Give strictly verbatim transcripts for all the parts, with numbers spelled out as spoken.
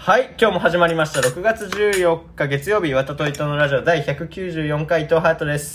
はい、今日も始まりました。ろくがつじゅうよっか月曜日、岩田と伊藤のラジオ第ひゃくきゅうじゅうよんかい、伊藤隼人です。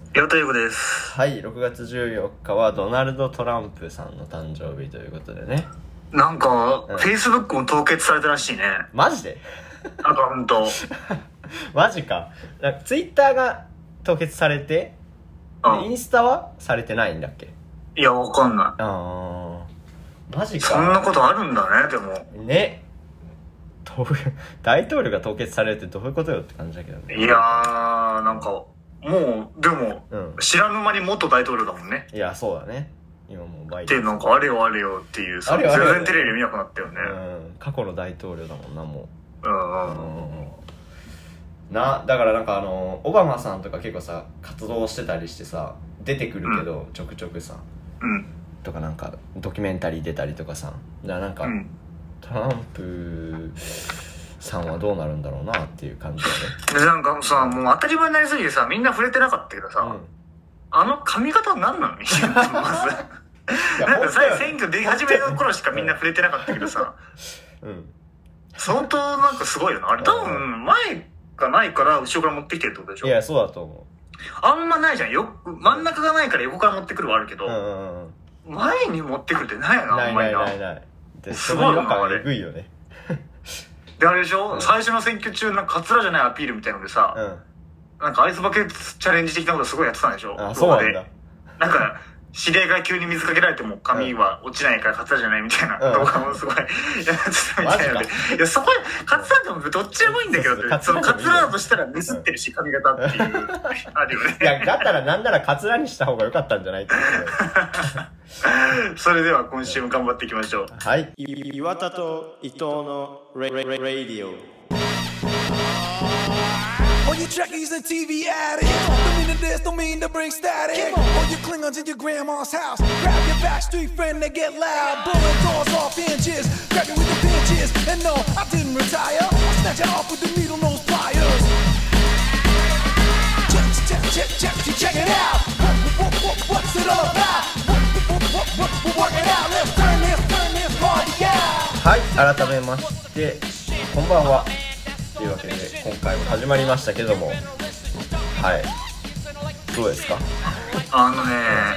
岩田優子です。 はい、ろくがつじゅうよっかはドナルド・トランプさんの誕生日ということでね。 なんか、 うん、 フェイスブックも凍結されたらしいね。 マジでアカウント。 マジか。ツイッターが凍結されて、うん、インスタはされてないんだっけ？ いや、わかんない。 あー、マジか。 そんなことあるんだね、でも。 ね。大統領が凍結されるってどういうことよって感じだけどね。 いやー、なんか、もう、でも、うん、知らぬ間に元大統領だもんね。 いや、そうだね。今もうバイデン。 で、なんか、あれよあれよっていう、全然テレビ見なくなったよね。 うん。過去の大統領だもんな、もう。 うんうん。 な、だからなんかあの、オバマさんとか結構さ、活動してたりしてさ、出てくるけど、うん、ちょくちょくさ。 うん。 とかなんか、ドキュメンタリー出たりとかさ。だからなんか、うん、トランプさんはどうなるんだろうなっていう感じだね。 でなんかさ、もう当たり前になりすぎてさ、みんな触れてなかったけどさ、うん、あの髪型は何なの？まずなんかさ、選挙出始めの頃しかみんな触れてなかったけどさ、うん、相当なんかすごいよな。あれ多分前がないから後ろから持ってきてるってことでしょ？ いや、そうだと思う。あんまないじゃん。よ真ん中がないから横から持ってくるはあるけど、 うんうん、 前に持ってくるってないよな。 ないないないない。すごいな、あれ。えぐいよね。 で、あれでしょ、うん、最初の選挙中、なんかカツラじゃないアピールみたいなのでさ、うん、なんかアイスバケツチャレンジ的なことすごいやってたんでしょ？ あ、そうなんだ。 なんか、知り合いが急に水かけられても髪は落ちないからカツラじゃないみたいな動画もすごいやってたみたいなので、いや、そこ、カツラでもどっちでもいいんだけどって、そのカツラだとしたらミスってるし、髪型っていう、あるよね。 いや、だったらなんならカツラにした方が良かったんじゃないってそれでは今週も頑張っていきましょう。 はい。岩田と伊藤のレレレレディオ。All you trekkies and T V addicts, don't mean to this, don't mean to bring static. All you Klingons in your grandma's house, grab your backstreet friend, they get loud. Blowing doors off hinges, grab you with the pinches. And no, I didn't retire, I snatch it off with the needle nose pliers. Check, check, check, check, check, check it out. What, what, what, what's it all about? What, what, what, what, we're working out. Let's turn this, turn this party out. はい、改めまして、こんばんは。というわけで今回も始まりましたけども、はい、どうですか？ あのね、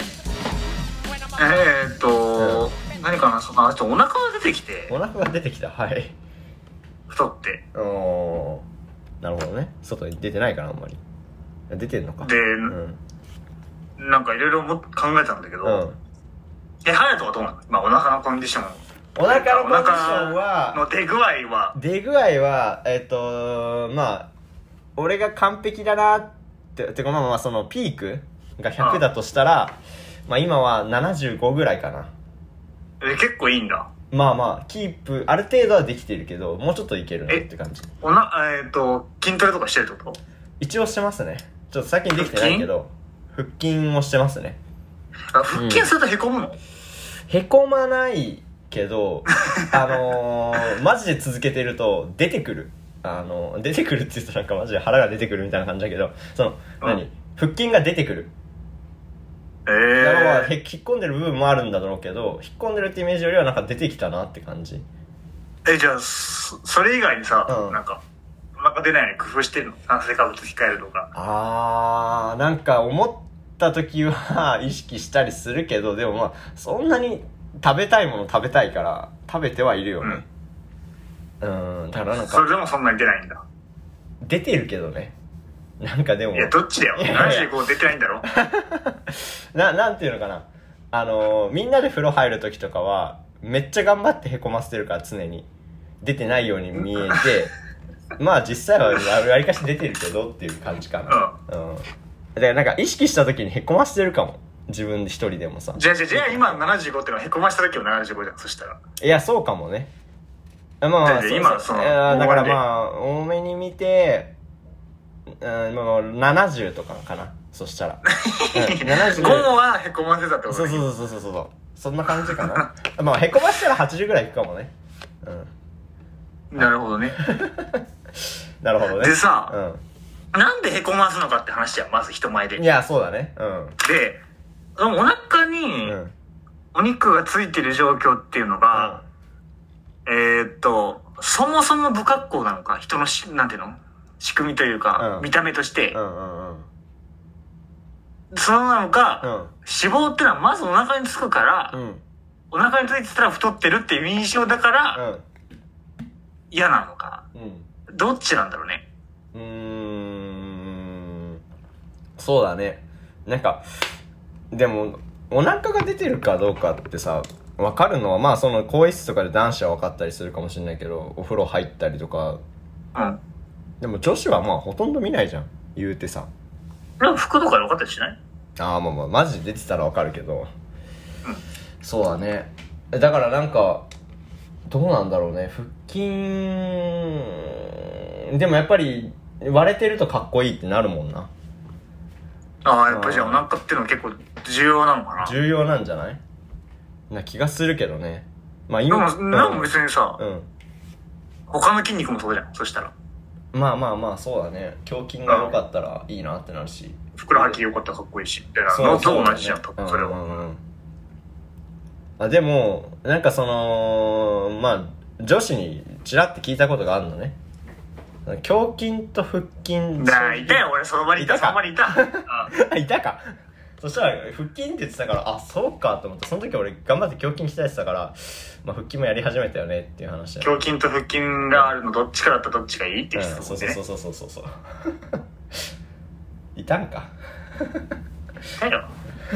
えーっと、うん、何かな、そのあとお腹が出てきて、 お腹が出てきた、はい、 太って、 おー、なるほどね、外に出てないかな、あんまり出てんのかで、うん、なんかいろいろ考えたんだけど、うん、え、隼人はどうなの？まあお腹のコンディション、 お腹のコンディションはの出具合は出具合はえっ、ー、とまあ俺が完璧だなっててかまあまあそのピークがひゃくだとしたら、うん、まあ今はななじゅうごぐらいかな。 え、結構いいんだ。 まあまあキープある程度はできてるけどもうちょっといけるなって感じ。 おなえっ、ー、と筋トレとかしてるってこと？ 一応してますね。ちょっと最近できてないけど腹筋もしてますね。 あ、腹筋するとへこむの？うん、 へこまないけどあのー、マジで続けてると出てくる、あのー、出てくるって言うとなんかマジで腹が出てくるみたいな感じだけど、その、うん、何腹筋が出てくる、 えー、 だからまあ引っ込んでる部分もあるんだろうけど、引っ込んでるってイメージよりはなんか出てきたなって感じ。 え、じゃあ そ, それ以外にさ、うん、なんかお腹出ないように工夫してるの？炭水化物控えるとか。 あー、なんか思った時は意識したりするけど、でもまあそんなに食べたいもの食べたいから食べてはいるよね。うん、うん、だからなんかそれでもそんなに出ないんだ。 出てるけどね。なんかでもいやどっちだよ。ななじゅうご出てないんだろ。 ななんていうのかな、あのー、みんなで風呂入る時とかはめっちゃ頑張ってへこませてるから常に出てないように見えてまあ実際はわりかし出てるけどっていう感じかな。うん。うん、だからなんか意識した時にへこませてるかも。自分で一人でもさ。 じゃあじゃあじゃあ今ななじゅうごってのはへこました時はななじゅうごじゃん。そしたらいやそうかもね。まあまあ今そのだからまあ多めに見て、うん、まあななじゅうとかかな。そしたら、うん、ななじゅうごはへこませたってことそうそうそうそうそうそうそんな感じかな。まあへこましたらはちじゅうぐらいいくかもね。 うん、なるほどね。 なるほどね。 でさ、うん、なんでへこますのかって話じゃん、まず人前で。 いやそうだね。うんでお腹にお肉がついてる状況っていうのが、うん、えー、っとそもそも不格好なのか、人のし、なんていうの仕組みというか、 うん、 見た目として、 うんうんうん、 そうなのか、 うん、 脂肪ってのはまずお腹につくから、うん、お腹についてたら太ってるっていう印象だから、うん、嫌なのか、うん、どっちなんだろうね。 うーん、そうだね。なんかでもお腹が出てるかどうかってさ、分かるのはまあその更衣室とかで男子は分かったりするかもしれないけど、お風呂入ったりとか、うん、でも女子はまあほとんど見ないじゃん、言うてさ。 なんか服とかで分かったりしない？ ああ、まあまあマジで出てたら分かるけど、うん、そうだね。だからなんかどうなんだろうね、腹筋でもやっぱり割れてるとかっこいいってなるもんな。 ああ、やっぱじゃあお腹っていうのは結構重要なのかな。 重要なんじゃないな気がするけどね。まあ今でもなんか別にさ、 うん、 他の筋肉もそうじゃん、そしたら。 まあまあまあそうだね。胸筋が良かったらいいなってなるし、 ふくらはぎ良かったらかっこいいしみたいなのと同じじゃん、多分それは。うんうんうん、 あでもなんかそのまあ女子にちらって聞いたことがあるのね。胸筋と腹筋。 だいたよ、俺その場にいた、その場にいた。 いたか。そしたら腹筋って言ってたから、あ、そうかと思った。その時俺頑張って胸筋鍛えてたから、まあ、腹筋もやり始めたよねっていう話だよ。 胸筋と腹筋があるのどっちかだったらどっちがいいって言ってたもんね。 うん、そうそうそうそうそういたんか。 いたよ。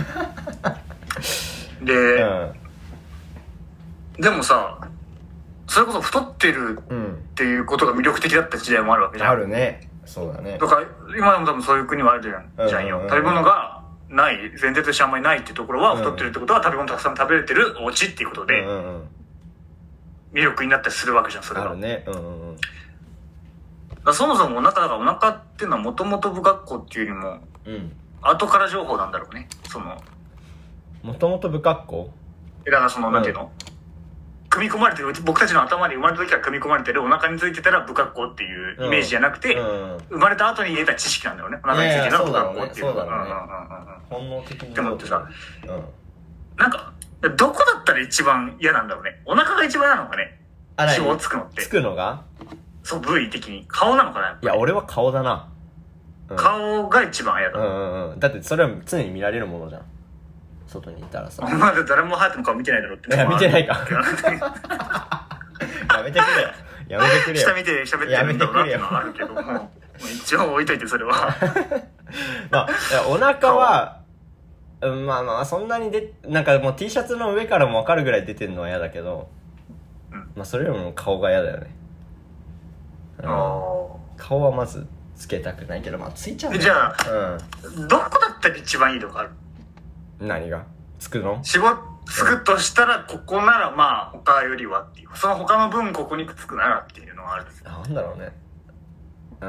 で、うん、でもさ、それこそ太ってるっていうことが魅力的だった時代もあるわけじゃん。 あるね。そうだね。 だから今でも多分そういう国はあるじゃん、うん、じゃんよ。食べ物がない前提としてあんまりないっていうところは、太ってるってことは食べ物たくさん食べれてるお家っていうことで、うんうんうん、魅力になったりするわけじゃん、それが。 あるね。うんうんうん。 だそもそもお腹だからお腹っていうのはもともと不格好っていうよりも、うん、後から情報なんだろうね。そのもともと不格好？ だからその、うん、なんていうの？組み込まれてる、僕たちの頭に生まれた時から組み込まれてるお腹についてたら不格好っていうイメージじゃなくて、うんうん、生まれた後に得た知識なんだよね。お腹についてたら不格好っていうのが。 本能的に。 って思ってさ、うん、なんか、どこだったら一番嫌なんだろうね。お腹が一番嫌なのかね。脂肪つくのって。 つくのが？ そう、部位的に。顔なのかな。 いや、俺は顔だな。 うん、顔が一番嫌だ。 うんうんうん。だってそれは常に見られるものじゃん。外にいたらさ。 お前だ誰もハヤトの顔見てないだろって。 いや、見てないか。やめてくれよ。やめてくれよ。 下見て喋ってるんだろうなっていうのはあるけども、もう一応置いといてそれは。 まあ、お腹は、うん、まあまあ、そんなにで、なんかもう T シャツの上からも分かるぐらい出てるのは嫌だけど、うん、まあそれよりも顔が嫌だよね。うん、顔はまずつけたくないけど、まあついちゃうね。 じゃあ、うん、どこだったら一番いいとかある？ 何がつくの？ 絞つくとしたらここならまあ他よりはっていう、その他の分ここにくっつくならっていうのはある。 なんだろうね。う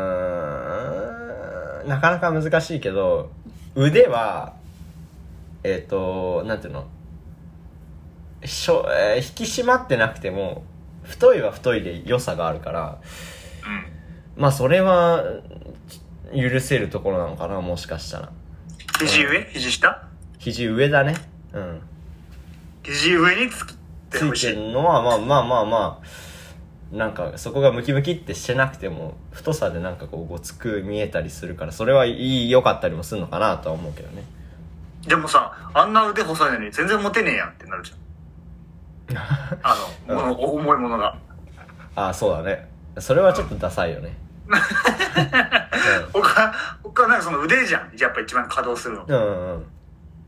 ーん、なかなか難しいけど、腕はえっ、ー、となんていうの、しょ、えー、引き締まってなくても太いは太いで良さがあるから、うん、まあそれは許せるところなのかな、もしかしたら。 肘上、うん、肘下？ 肘上だね。うん。 肘上につきついてるのはまあまあまあまあ、なんかそこがムキムキってしてなくても太さでなんかこうごつく見えたりするから、それはいい良かったりもするのかなとは思うけどね。でもさ、あんな腕細いのに全然モテねえやんってなるじゃん。あの、うん、重いものが。 ああ、そうだね。それはちょっとダサいよね。うん、 他他なんかその腕じゃん、やっぱ一番稼働するの。 うんうんうん。うん。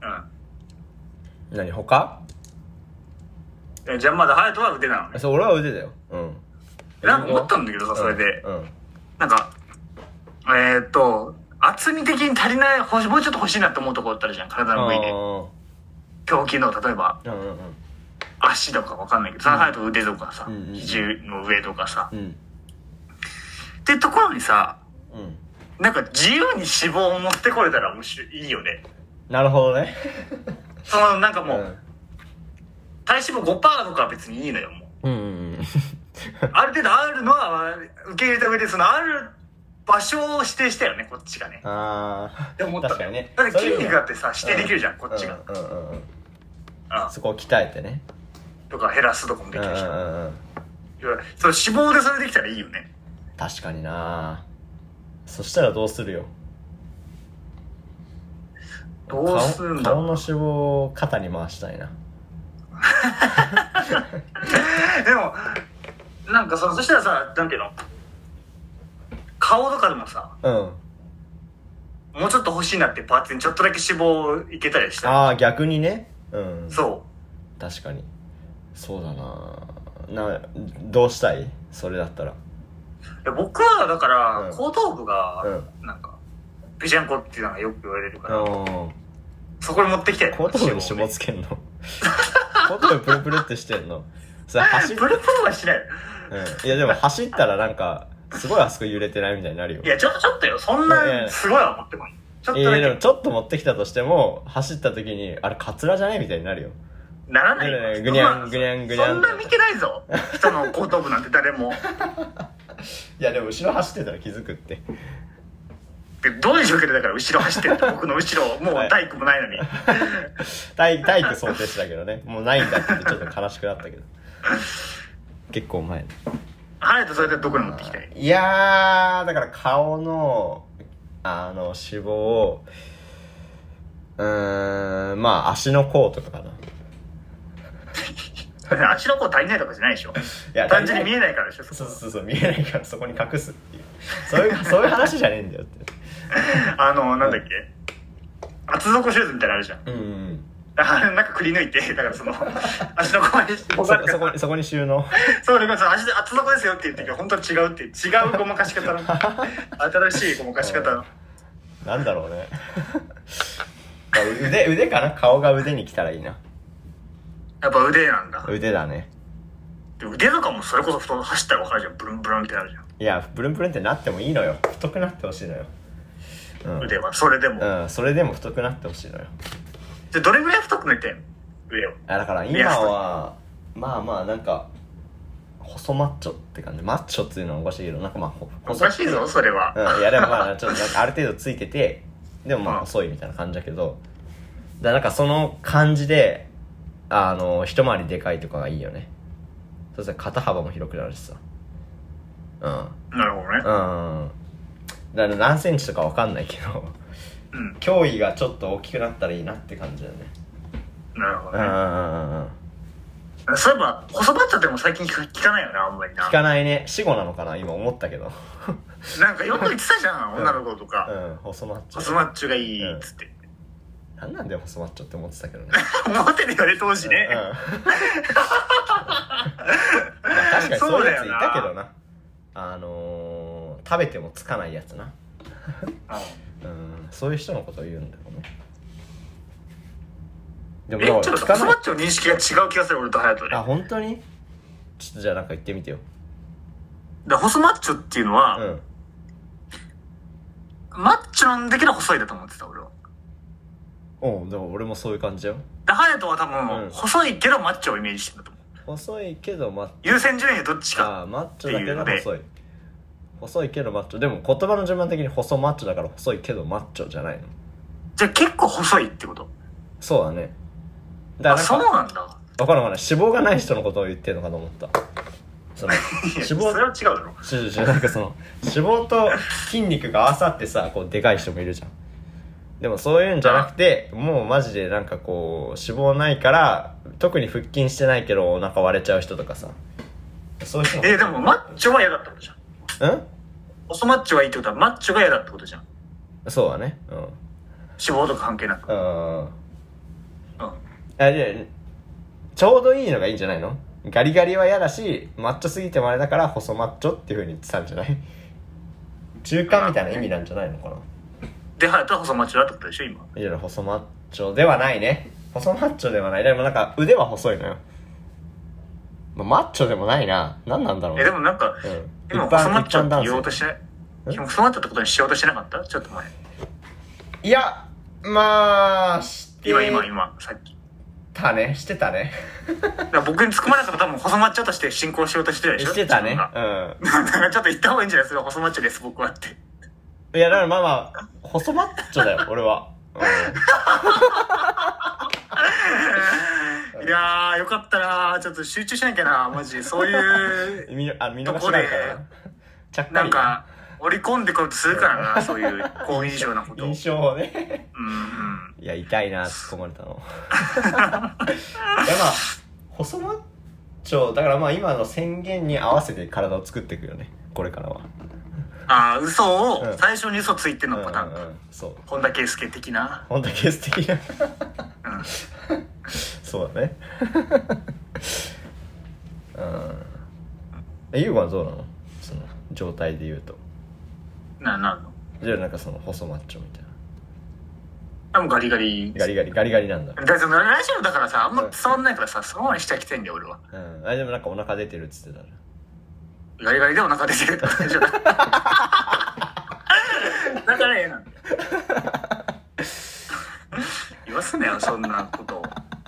何他？ え、じゃあまだ隼人は腕なのね。 そう、俺は腕だよ。うん。 なんか思ったんだけどさ、それで。うん。うん、なんか、えー、っと、厚み的に足りない、もうちょっと欲しいなって思うところあったじゃん、体の部位で。胸筋の、例えば、うんうんうん、足とかわかんないけど、その隼人腕とかさ、うんうんうん、肘の上とかさ。うん、ってところにさ、うん、なんか自由に脂肪を持ってこれたら面白い、いいよね。 なるほどね。 そのなんかもう、うん、体脂肪 ごパーセント とかは別にいいのよ、もう。うんうんうん、ある程度あるのは受け入れた上で、そのある場所を指定したよね、こっちがね。ああ。って思った。確かにね。だって筋肉だってさ、指定できるじゃん、うん、こっちが。うんうんうんうん。 そこを鍛えてね。 とか減らすとかもできるし。うんうんうん。 その脂肪でそれできたらいいよね。 確かにな。そしたらどうするよ。 どうすんだ顔の脂肪を肩に回したいな。 でもなんかそそしたらさ、なんていうの、顔とかでもさ、 うん、 もうちょっと欲しいなってパーツにちょっとだけ脂肪いけたりした。 ああ逆にね。うん、 そう確かにそうだな。などうしたいそれだったら。 いや僕はだから、 うん、 後頭部が、 うん、 なんかぺちゃんこっていうのがよく言われるから、 うん、 そこに持ってきて。 後頭部に脂肪つけんの？後頭部プルプルってしてんの？それ走っプルプルはしない。 うん、いやでも走ったらなんかすごいあそこ揺れてないみたいになるよ。 いやちょっとちょっとよ、そんなすごいは持ってこい。ちょっとだけ。 いやでもちょっと持ってきたとしても走った時にあれカツラじゃないみたいになるよ。 ならないよ、 ね、ぐにゃんぐにゃんぐにゃん。 そんな見てないぞ人の後頭部なんて誰も。 いやでも後ろ走ってたら気づくって。 でどういう状況でだから後ろ走ってるって僕の後ろもう体育もないのに。 体体育想定してたけどね、もうないんだってちょっと悲しくなったけど。結構前。 ハヤトそれでどこに持ってきたい？ いやーだから顔のあの脂肪をうーんまあ足の甲とかかな。 足の甲足りないとかじゃないでしょ。いや単純に見えないからでしょ。そそうそうそう見えないからそこに隠すっていうそういうそういう話じゃねえんだよってあのなんだっけ、厚底シューズみたいなのあるじゃん。 うん、うん、 あれなんかくり抜いてだからその足の甲にそ, そこにそこに収納そうだから足で厚底ですよって言ってけど本当は違うって違うごまかし方の新しいごまかし方のなんだろうね腕腕かな。顔が腕に来たらいいな。 やっぱ腕なんだ。 腕だね。 で腕とかもそれこそ太走ったら分かるじゃん。ブルンブルンってなるじゃん。 いやブルンブルンってなってもいいのよ。太くなってほしいのよ、うん、 腕はそれでもうんそれでも太くなってほしいのよ。 でどれぐらい太くなってんの腕を。 あだから今はまあまあなんか細マッチョって感じ。マッチョっていうのはおかしいけどなんかまあおかしいぞそれは、 うん、いやでもまあちょっとなんかある程度ついててでもまあ細いみたいな感じだけど、だなんかその感じであの一回りでかいとかがいいよね。そしたら肩幅も広くなるしさ。 うんなるほどね。 うんだから何センチとかわかんないけど、うん、胸囲がちょっと大きくなったらいいなって感じだよね。 なるほどね。 うんうんうんそういえば細マッチョっても最近聞かないよねあんまりな。 聞かないね。死語なのかな今思ったけどなんかよく言ってたじゃん、うん、女の子とか、 うん、細マッチョ細マッチョがいいっつって、 うん、なんなんだよ細マッチョって思ってたけどね思ってるよね当時ね、うんうんまあ、確かにそういうやついたけどな。あのー、食べてもつかないやつな、うん、そういう人のことを言うんだろうね。 でもえちょっと細マッチョの認識が違う気がする俺と隼人で。 あ本当に？ちょっとじゃあなんか言ってみてよ。 だ細マッチョっていうのは、うん、マッチョなんだけど細いだと思ってた俺は。 おうでも俺もそういう感じだよ。 隼人は多分、うん、細いけどマッチョをイメージしてるんだと思う。 細いけどマッチョ優先順位はどっちか。 あマッチョだけど細い。細いけどマッチョ。でも言葉の順番的に細マッチョだから細いけどマッチョじゃないの。 じゃあ結構細いってこと？ そうだね。だからあそうなんだ。 分からん分からん。脂肪がない人のことを言ってるのかと思った。その脂肪それは違うだろ。 違う違うなんかその脂肪と筋肉が合わさってさこうでかい人もいるじゃん。でもそういうんじゃなくてもうマジでなんかこう脂肪ないから特に腹筋してないけどお腹割れちゃう人とかさそういう人。 えー、でもマッチョは嫌だったことじゃん。 うん細マッチョはいいってことはマッチョが嫌だってことじゃん。 そうだね。うん脂肪とか関係なく。 うんうんあでちょうどいいのがいいんじゃないの。ガリガリは嫌だしマッチョすぎてもあれだから細マッチョっていう風に言ってたんじゃない。中間みたいな意味なんじゃないのかな。 で隼人は細マッチョだってことでしょ今。 いや細マッチョではないね。細マッチョではない。でもなんか腕は細いのよ。まあ、マッチョでもないな。何なんだろう、ね、 えでもなんか、うん、今細マッチョって言おうとしない細マッチョってことにしようとしてなかったちょっと前。 いやまあして今今今さっきたねしてたねだから僕に突っ込まなかったら多分細マッチョとして進行しようとしてるでしょ。 してたね。うんだからちょっと言った方がいいんじゃないですか。細マッチョです僕はって。 いやだからまあまあ細マッチョだよ俺は、うん、 いやーよかったな、ちょっと集中しなきゃなマジ。そういう見あ見とこで逃しないからちゃっかりなんか織り込んでこようとするからなそういう好印象なこと印象をねうんうんいや痛いな突っ込まれたのいやまあ細マッチョだからまあ今の宣言に合わせて体を作っていくよねこれからは。 ああ嘘を、 うん、 最初に嘘ついてんのパターン、 うんうんうん、そう本田圭佑的な本田圭佑的な、うん、そうだねうんえゆうごはどうなのその状態で言うとな、なんのじゃあなんかその細マッチョみたいなあもうガリガリガリガリガリガリなんだ。 だからそのラジオだからさあんま伝わんないからさ、うん、そのままにしてきてんだよ俺は。 うんあでもなんかお腹出てるっつってたらガリガリでお腹出てるって感じだだからええなんだよ言わすなよそんなことを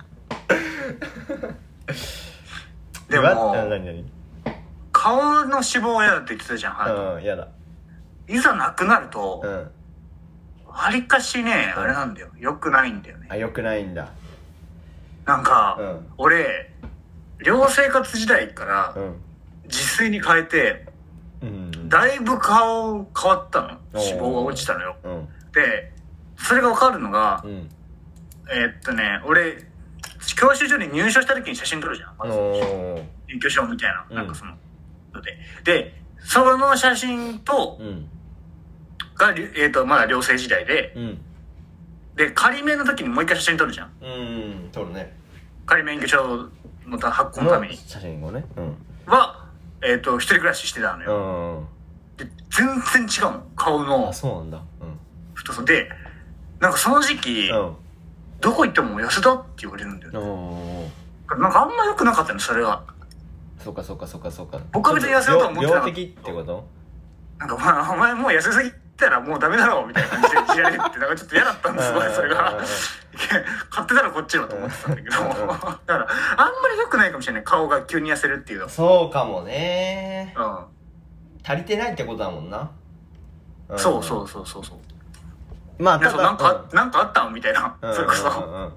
でも何何顔の脂肪は嫌だって言ってたじゃん。 うん嫌だ。 いざなくなると、 うんわりかしね、うん、あれなんだよ良くないんだよね。 あ良くないんだ。 なんか、うん、俺寮生活時代から、うん自炊に変えて、うん、だいぶ顔変わったの。脂肪が落ちたのよ、うん、でそれが分かるのが、うん、えー、っとね俺教習所に入所した時に写真撮るじゃんまず入居証みたいな、うん、なんかそのででその写真と、うん、が、えー、っとまだ寮生時代で、うん、で仮免の時にもう一回写真撮るじゃん。 うん撮るね。 仮免許証の発行のために写真をね、うん、 はえっ、ー、と一人暮らししてたのよ、うん、で全然違うの顔の。 あそうなんだ、うん、 太さでなんかその時期、うん、どこ行っても痩せたって言われるんだよね。なんかあんま良くなかったのそれが。 そうかそうかそうかそうか。 僕は別に痩せようとは思ってなかった。 病的ってこと？ なんか、まあ、お前もう痩せすぎたらもうダメだろうみたいな感じでいじられるってなんかちょっと嫌だったんですごいそれが買ってたらこっちよと思ってたんだけどだからあんまり良くないかもしれない顔が急に痩せるっていうのは。 そうかもね、うん、足りてないってことだもんな、 うん、そうそうそうそうそうまあただなんか、うん、なんかあったのみたいな、うん、それこそ、うんうんうん、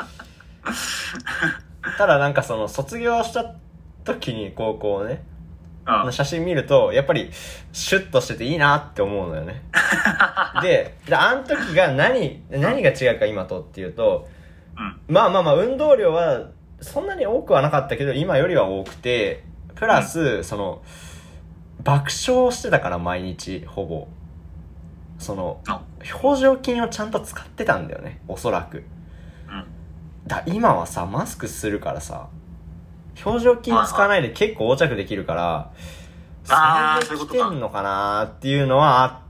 ただなんかその卒業した時に高校ねの写真見るとやっぱりシュッとしてていいなって思うのよねで、であの時が何何が違うか今とっていうと、うん、まあまあまあ運動量はそんなに多くはなかったけど今よりは多くてプラス、うん、その爆笑してたから毎日ほぼその表情筋をちゃんと使ってたんだよねおそらく、うん、だ今はさマスクするからさ表情筋使わないで結構横着できるからそれで来てんのかなっていうのはあって、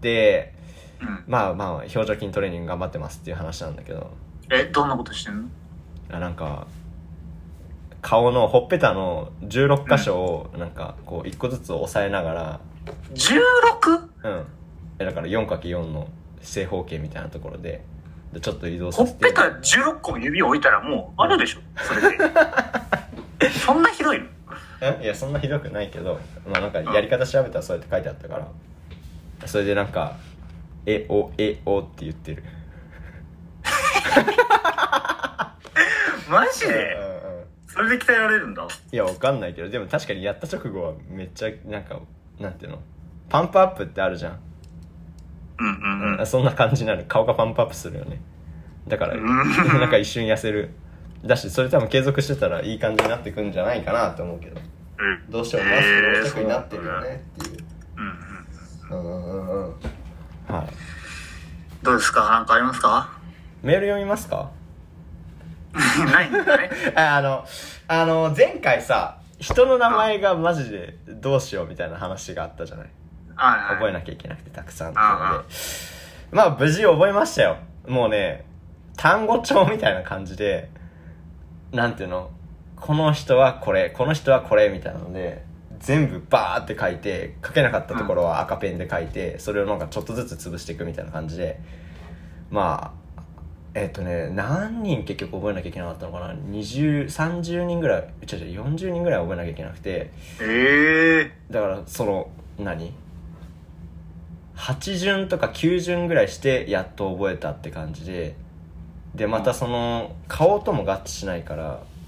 うん、まあまあ表情筋トレーニング頑張ってますっていう話なんだけど。 えどんなことしてんの？ あなんか顔のほっぺたのじゅうろっ箇所をなんかこういっこずつ押さえながらじゅうろく？ うんだから よんかけるよん の正方形みたいなところでちょっと移動させてほっぺたじゅうろっこも指を置いたらもうあるでしょそれでそんなひどいの？ いやそんなひどくないけどまあなんかやり方調べたらそうやって書いてあったからそれでなんかえおえおって言ってるマジで、うんうん、それで鍛えられるんだ。 いやわかんないけどでも確かにやった直後はめっちゃなんかなんていうのパンプアップってあるじゃん。 うんうんうん、 うん、そんな感じになる。顔がパンプアップするよね。だからなんか一瞬痩せるだしそれ多分継続してたらいい感じになってくんじゃないかなと思うけど、うん、どうしてもマスクの着になってるよねっていう、うんうんうんうんうんはい。 どうですかなんかありますか？ メール読みますか？ ないんだねあのあの前回さ人の名前がマジでどうしようみたいな話があったじゃない、はいはい、覚えなきゃいけなくてたくさんっていうのでまあ無事覚えましたよ。もうね単語帳みたいな感じでなんていうのこの人はこれこの人はこれみたいなので全部バーって書いて書けなかったところは赤ペンで書いてそれをなんかちょっとずつ潰していくみたいな感じでまあえっとね何人結局覚えなきゃいけなかったのかなにじゅう、さんじゅうにんぐらい違う違うよんじゅうにんぐらい覚えなきゃいけなくてえー、 だからその何はち巡とかきゅう巡ぐらいしてやっと覚えたって感じででまたその顔とも合致しないから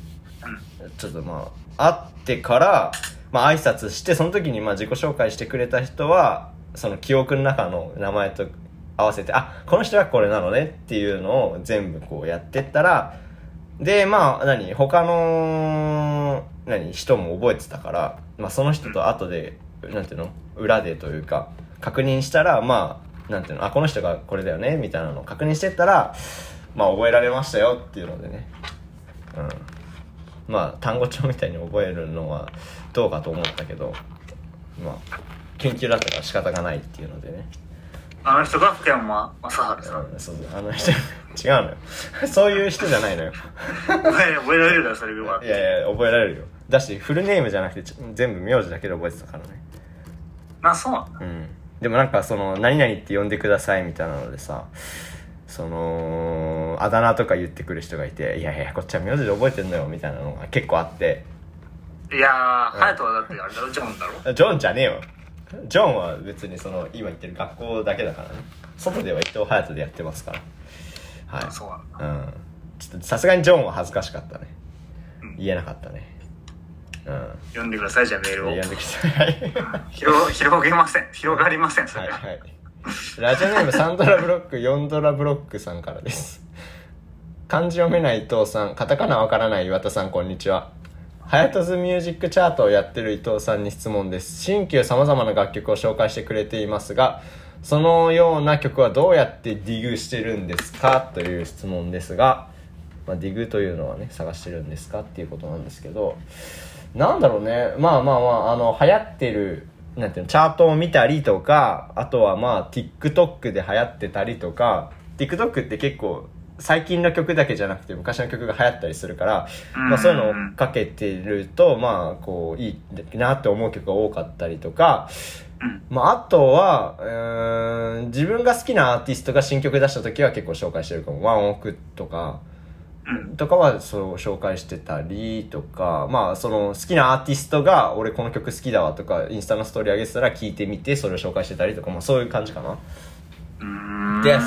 うん、 ちょっとまあ会ってからまあ挨拶して、その時にまあ自己紹介してくれた人はその記憶の中の名前と合わせて、あ、この人はこれなのねっていうのを全部こうやってったら、でまあ何他の何人も覚えてたから、まあその人と後で、うん、なんていうの裏でというか確認したら、まあなんていうの、あ、この人がこれだよねみたいなのを確認してったら、まあ覚えられましたよっていうのでね、うん、まあ単語帳みたいに覚えるのはどうかと思ったけど、まあ研究だったから仕方がないっていうのでね。 あの人が福山雅治さん、 うん、そうあの人違うのよそういう人じゃないのよ覚えられるだろそれは。 いやいや覚えられるよ。だしフルネームじゃなくて全部名字だけで覚えてたからね。 あ、そうなんだ。 うん。でもなんかその何々って呼んでくださいみたいなのでさ、そのあだ名とか言ってくる人がいて、いやいやこっちは名字で覚えてんのよみたいなのが結構あって、 いやー、隼人はだってあれだろ、ジョンだろ。 ジョンじゃねえよ。ジョンは別にその今言ってる学校だけだからね。外では伊藤隼人でやってますから。はい。 あ、そうなんだ。 うん。ちょっとさすがにジョンは恥ずかしかったね。 うん、 言えなかったね。うん。 読んでください、じゃあメールを。 読んできて。はい。 広、広げません。広がりません、それは。 はいはい。ラジオネームさんドラブロック、よんドラブロックさんからです。漢字読めない伊藤さん、カタカナわからない岩田さん、こんにちは。ハヤトズミュージックチャートをやってる伊藤さんに質問です。新旧様々な楽曲を紹介してくれていますが、そのような曲はどうやってディグしてるんですかという質問ですが、まあ、ディグというのはね、探してるんですかっていうことなんですけど、なんだろうね、まあまあまあ、あの流行ってるなんていうのチャートを見たりとか、あとはまあ TikTok で流行ってたりとか、 TikTok って結構最近の曲だけじゃなくて昔の曲が流行ったりするから、まあ、そういうのをかけてるとまあこういいなって思う曲が多かったりとか、まあ、あとはうーん自分が好きなアーティストが新曲出した時は結構紹介してるかも。ワンオクとかとかはそう紹介してたりとか、まあその好きなアーティストが俺この曲好きだわとかインスタのストーリー上げてたら聞いてみてそれを紹介してたりとか、まあそういう感じかな。 うーんです。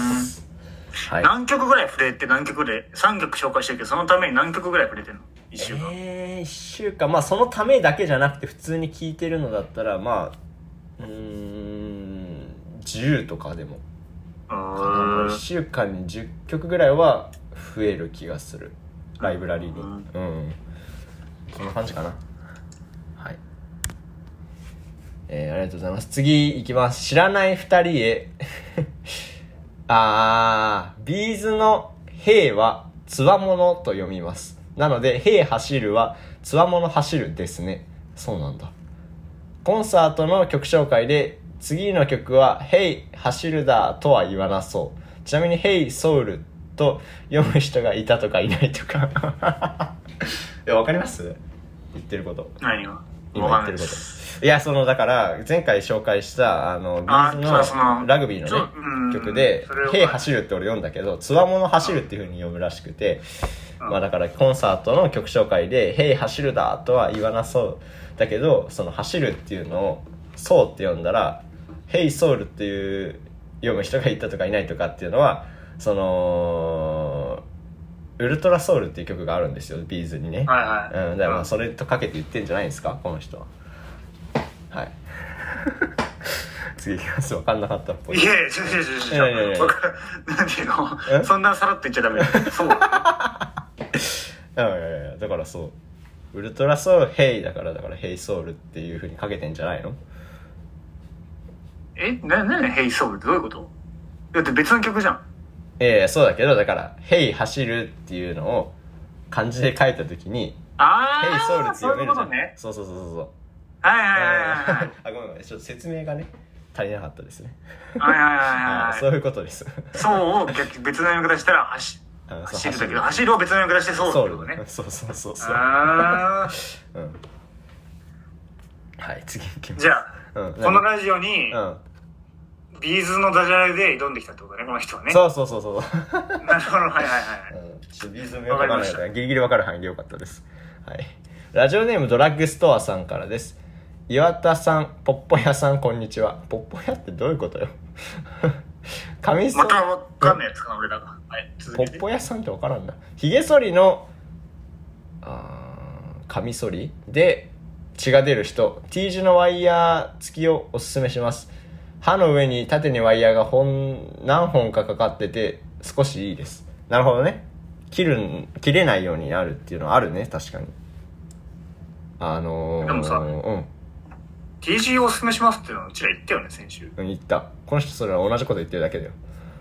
はい。 何曲ぐらい触れて何曲でさんきょく紹介してるけど、そのために何曲ぐらい触れてるのいっしゅうかん。 えー、いっしゅうかん、まあそのためだけじゃなくて普通に聴いてるのだったらまあうーんじゅうとかでもうーんいっしゅうかんにじゅっきょくぐらいは増える気がする、ライブラリーに。うん、うん、そんな感じかな。はい、えー、ありがとうございます。次いきます。知らない二人へあービーズの兵はつわものと読みます。なので兵走るはつわもの走るですね。そうなんだ。コンサートの曲紹介で次の曲はヘイ走るだとは言わなそう。ちなみにヘイソウルと読む人がいたとかいないとかいやわかります？言ってること。 何が今言ってること。いやそのだから前回紹介したあのビーズのラグビーのね曲で「ヘイ走る」って俺読んだけど「つわもの走る」っていう風に読むらしくて、まあだからコンサートの曲紹介で「ヘイ走るだ」とは言わなそうだけど、その走るっていうのをそうって読んだらヘイソウルっていう読む人がいたとかいないとかっていうのはそのウルトラソウルっていう曲があるんですよビーズにね。 はいはい、 うん、だからまあそれとかけて言ってんじゃないですかこの人は。はい次いきます。分かんなかったっぽい。 いやいや違う違う違う違う、いやいやいやなんていうのそんなさらっと言っちゃダメそういやいやいやだからそうウルトラソウルヘイだからだからヘイソウルっていう風にかけてんじゃないの？ えななにヘイソウルってどういうこと？だって別の曲じゃん。 ええそうだけどだからヘイ走るっていうのを漢字で書いたときにあヘイソウルって読めるじゃん。 そういうことね。 そうそうそうそうそうはいはいはいはい。 あごめんごめんちょっと説明がね足りなかったですね。 はいはいはいはい。 そういうことです。 そうを逆別の読み方したら走走るだけど走るを別の読み方してそうってことね。 そうそうそうそう。 ああ。 うん。はい次行きます。 じゃあ、うん、このラジオに、うん、ビーズのダジャレで挑んできたってことねこの人はね。 そうそうそうそう。 なるほどはいはいはい。 うん、ちょっとビーズのよくわからないからギリギリわかる範囲でよかったです。はい。ラジオネームドラッグストアさんからです。岩田さん、ポッポ屋さん、こんにちは。ポッポ屋ってどういうことよ。髪またわかんないやつかな、俺らが。はい、続けて。 ポッポ屋さんってわからんだ。髭剃りの、あカミソリで血が出る人、 T 字のワイヤー付きをおすすめします。刃の上に縦にワイヤーが本何本かかかってて少しいいです。なるほどね。切る切れないようになるっていうのはあるね。確かに。あのー、 でもさ、うん、T 字をおすすめしますっていうのをうちら言ったよね、先週。 うん、言った。この人それは同じこと言ってるだけだよ。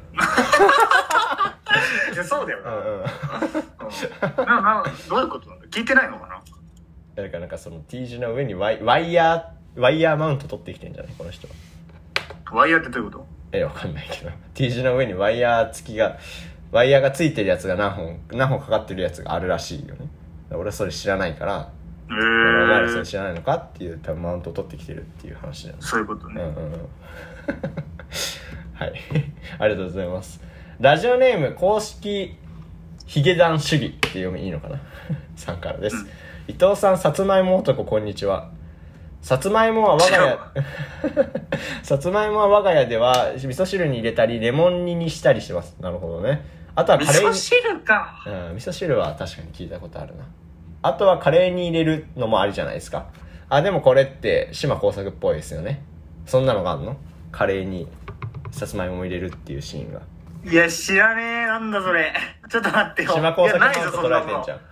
そうだよな。うんうん、ななどういうことなんだ、聞いてないのかな。 だからなんかその T 字の上にワイ、ワイヤーワイヤーマウント取ってきてんじゃないこの人は。 ワイヤーってどういうこと？ え、わかんないけど T 字の上にワイヤー付きがワイヤーがついてるやつが何本何本かかってるやつがあるらしいよね。俺はそれ知らないから、えー、お前らそれ知らないのかっていう多分マウントを取ってきてるっていう話だよね。 そういうことね。 うんうんうん、はいありがとうございます。ラジオネーム公式ヒゲダン主義って読みいいのかなさんからです、うん、伊藤さん、さつまいも男こんにちは。さつまいもは我が家さつまいもは我が家では味噌汁に入れたりレモン煮にしたりしてます。なるほどね。あとはカレーに味噌汁か、 うん、味噌汁は確かに聞いたことあるな。あとはカレーに入れるのもありじゃないですか。あ、でもこれって島耕作っぽいですよね。そんなのがあるの？カレーにさつまいも入れるっていうシーンが。 いや知らねえ。なんだそれ。ちょっと待ってよ。 島耕作っぽいと捉えてんじゃん。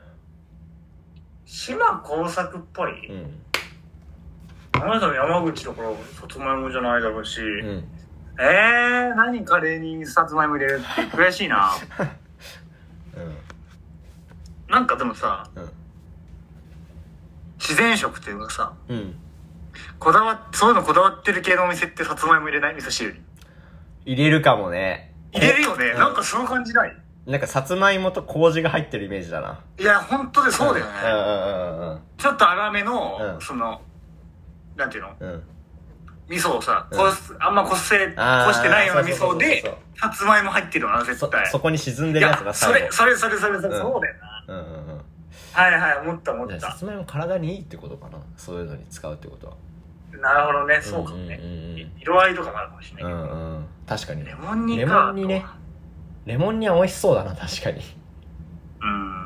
島耕作っぽい、うん、あなたの山口だからさつまいもじゃないだろうし、うん、えー、何カレーにさつまいも入れるって悔しいな、うん、なんかでもさ、うん、自然食っていうかさ、うん、こだわそういうのこだわってる系のお店ってさつまいも入れない？味噌汁に入れるかもね。 入れるよね、うん、なんかその感じない？ なんかさつまいもと麹が入ってるイメージだな。 いや本当でそうだよね、 うんうんうんうん、ちょっと粗めの、うん、そのなんていうの、うん、味噌をさ、こす、うん、あんまこすせこしてないような味噌でさつまいも入ってるよな絶対。 そ, そこに沈んでるやつが最後。それそれそれそれそれ、うん、そうだよな、うんうんうん、はいはい思った思った。 さつまいも体にいいってことかな、そういうのに使うってことは。 なるほどね、そうかもね、うんうんうん、色合いとかもあるかもしれないけど、うんうん、 確かにレモン煮か。 レモン煮ね。レモン煮は美味しそうだな確かに。うん。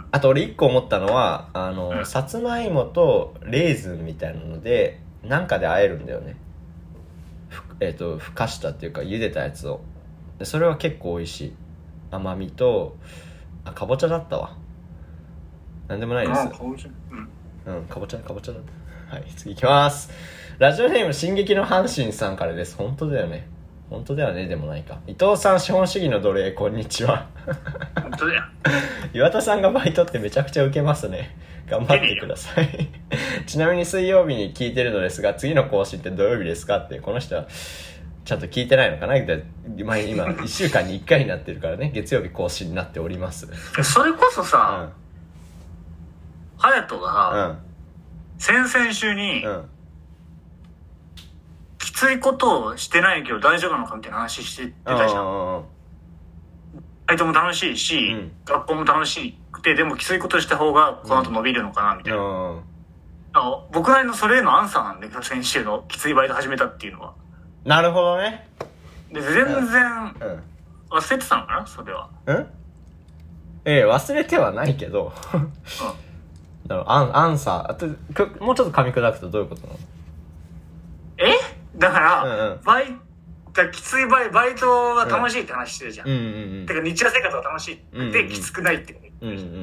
あと俺一個思ったのはあの、うん、さつまいもとレーズンみたいなのでなんかで和えるんだよね。えっとふかしたっていうか茹でたやつを。でそれは結構美味しい。甘みとあかぼちゃだったわ。なんでもないです。あかぼちゃ。うん。うんかぼちゃかぼちゃだった。はい、次行きます。ラジオネーム進撃の阪神さんからです。本当だよね。本当だよねでもないか。伊藤さん、資本主義の奴隷こんにちは。 本当だよ。 岩田さんがバイトってめちゃくちゃウケますね。頑張ってください。ちなみに水曜日に聞いてるのですが、次の更新って土曜日ですかって。この人はちゃんと聞いてないのかな。今いっしゅうかんにいっかいになってるからね。月曜日更新になっております。 それこそさ、隼人、うん、が、うん、先々週に、うん、きついことをしてないけど大丈夫なのかみたいな話してたじゃん。バイトも楽しいし、うん、学校も楽しくて、でもきついことした方がこの後伸びるのかなみたいな、うん、あ僕なりのそれへのアンサーなんだけど、先週のきついバイト始めたっていうのは。 なるほどね。 で全然、うん、忘れてたのかなそれは。 うんええ忘れてはないけど、うん、だからアン、アンサーあともうちょっと噛み砕くとどういうことなの？ えだから、うんうん、バイトきついバイバイトが楽しいって話してるじゃん、うんうんうん、てか日常生活が楽しいって、うんうん、きつくないってこと言ってるじゃん、うんうん、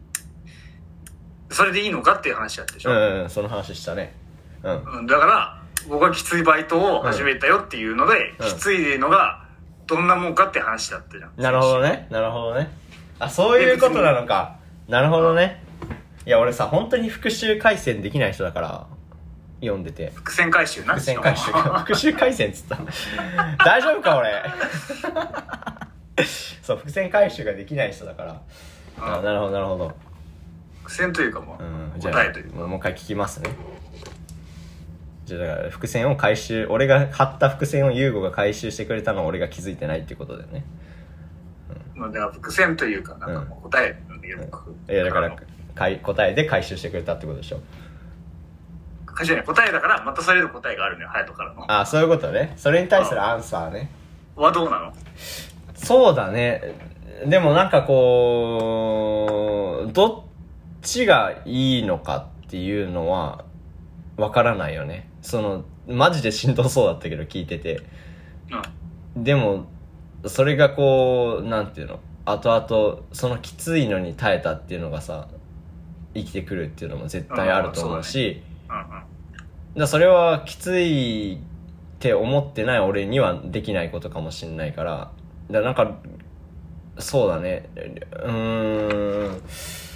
それでいいのかっていう話だったでしょ、 うんうん、その話したね、 うんうん、だから僕はきついバイトを始めたよっていうので、うん、きついのがどんなもんかって話だったじゃん。 なるほどねなるほどね。あそういうことなのか。なるほどね。いや俺さ本当に復習回線できない人だから読んでて。 伏線回収な。 伏線回収復習回線っつった大丈夫か俺そう伏線回収ができない人だから。ああなるほどなるほど。 伏線というかもう、うん、答えというかもう一回聞きますね。じゃあだから伏線を回収、俺が貼った伏線をユーゴが回収してくれたのを俺が気づいてないってことだよね、 うん、まあだから伏線というかなんかもう答えなんだけど、 うん、いやだから答えで回収してくれたってことでしょ。 答えだからまたそれの答えがあるのよ隼人からの。 ああそういうことね。それに対するアンサーねはどうなの？ そうだね。でもなんかこうどっちがいいのかっていうのはわからないよね。そのマジでしんどそうだったけど聞いてて、うん、でもそれがこうなんていうの、後々そのきついのに耐えたっていうのがさ生きてくるっていうのも絶対あると思うし、うんうん、だからそれはきついって思ってない俺にはできないことかもしれないから、だからなんかそうだね、うーん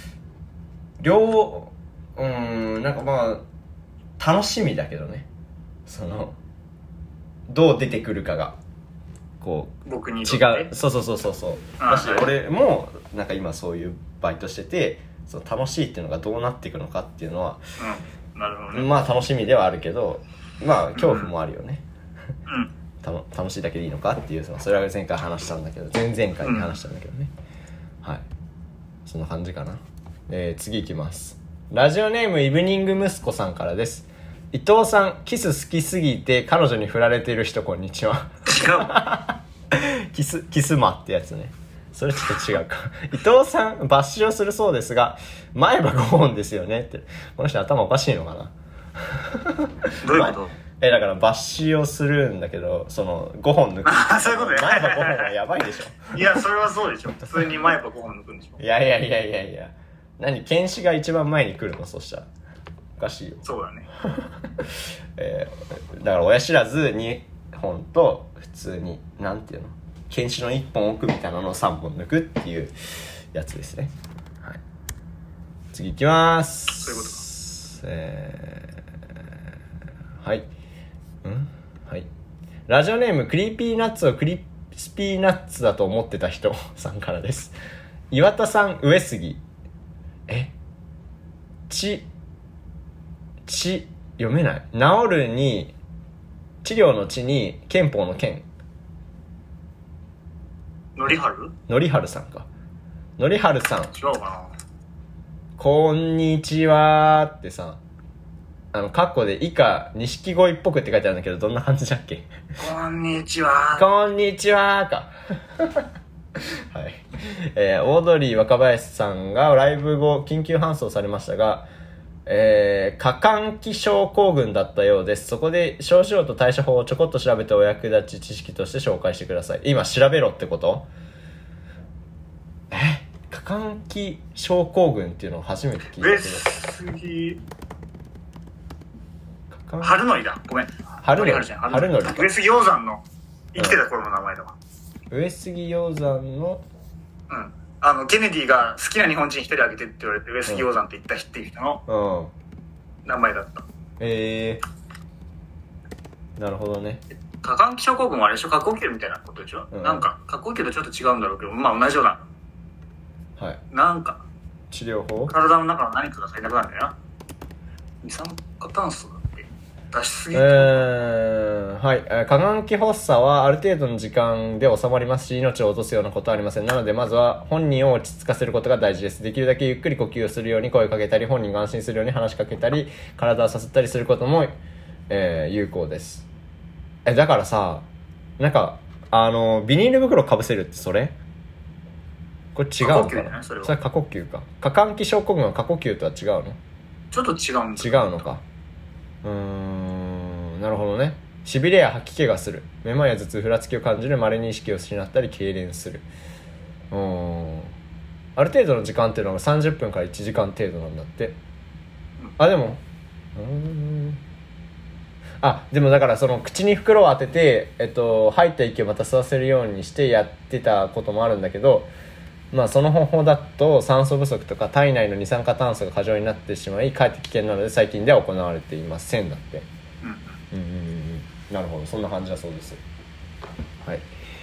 両うーんなんかまあ楽しみだけどね、そのどう出てくるかがこう僕に違う、そうそうそうそうそうだし、俺もなんか今そういうバイトしてて、その楽しいっていうのがどうなっていくのかっていうのは、 うん、なるほどね、 まあ楽しみではあるけど、まあ恐怖もあるよね、 うん、 たの楽しいだけでいいのかっていう、それは前回話したんだけど、前々回に話したんだけどね、うん、はい、そんな感じかな。えー、次いきます。ラジオネームイブニング息子さんからです。伊藤さん、キス好きすぎて彼女に振られている人、こんにちは。違うキスキスマってやつね。それちょっと違うか。伊藤さん、抜歯をするそうですが前歯ごほんですよねって。この人頭おかしいのかな。 どういうこと？ えだから抜歯をするんだけど、そのごほん抜く。 あ、そういうことね。 前歯ごほんはやばいでしょ。 いやそれはそうでしょ。普通に前歯ごほん抜くんでしょ。 いやいやいやいやいや、何犬歯が一番前に来るの？そしたらおかしいよ。 そうだね。 えー、だから親知らずにほんと普通になんていうの、犬歯のいっぽん奥みたいなのをさんぼん抜くっていうやつですね。はい、次いきます。 そういうことか。 えー、はいんはいラジオネームクリーピーナッツをクリスピーナッツだと思ってた人さんからです。岩田さん、上杉、えちち読めない。治るに治療の治に憲法の憲、 のりはるのりはるさんか。のりはるさん、 違うかな。 こんにちはってさ、あのカッコで以下錦鯉っぽくって書いてあるんだけど、どんな感じだっけ？ こんにちは。 こんにちはか。はい、えー、オードリー若林さんがライブ後緊急搬送されましたが、えー、過換気症候群だったようです。そこで症状と対処法をちょこっと調べてお役立ち知識として紹介してください。今調べろってこと？え過換気症候群っていうのを初めて聞いたけど。 上杉春のりだ。ごめん。 春のり。春のり。 上杉鷹山の生きてた頃の名前だわ。 上杉鷹山の、 うん、あのケネディが好きな日本人一人あげてって言われて上杉鷹山って言った人っていう人の名前だった。うん、 えー、なるほどね。 過換気症候群はあれでしょ、過呼吸みたいなことでしょ、うん、なんか過呼吸とちょっと違うんだろうけど、まあ同じような、 はい、 なんか治療法、 体の中の何かが足りなくなるんだよな。二酸化炭素だって出しすぎて、 えー、はい、過換気発作はある程度の時間で収まりますし、命を落とすようなことはありません。なのでまずは本人を落ち着かせることが大事です。できるだけゆっくり呼吸をするように声をかけたり、本人が安心するように話しかけたり、体をさせたりすることも、えー、有効です。えだからさ、なんかあのビニール袋かぶせるってそれこれ違うのかな。それは過呼吸か。過換気症候群は過呼吸とは違うの？ ちょっと違うん違うのか。うーん、なるほどね。しびれや吐き気がする、めまいや頭痛、ふらつきを感じる、稀に意識を失ったり痙攣する。うーん、ある程度の時間っていうのがさんじゅっぷんからいちじかん程度なんだって。あでもうーんあでもだからその口に袋を当てて、えっと、吐いた息をまた吸わせるようにしてやってたこともあるんだけど、まあその方法だと酸素不足とか体内の二酸化炭素が過剰になってしまい、かえって危険なので最近では行われていませんだって。うんうんうんうん、なるほど、そんな感じだそうです。はい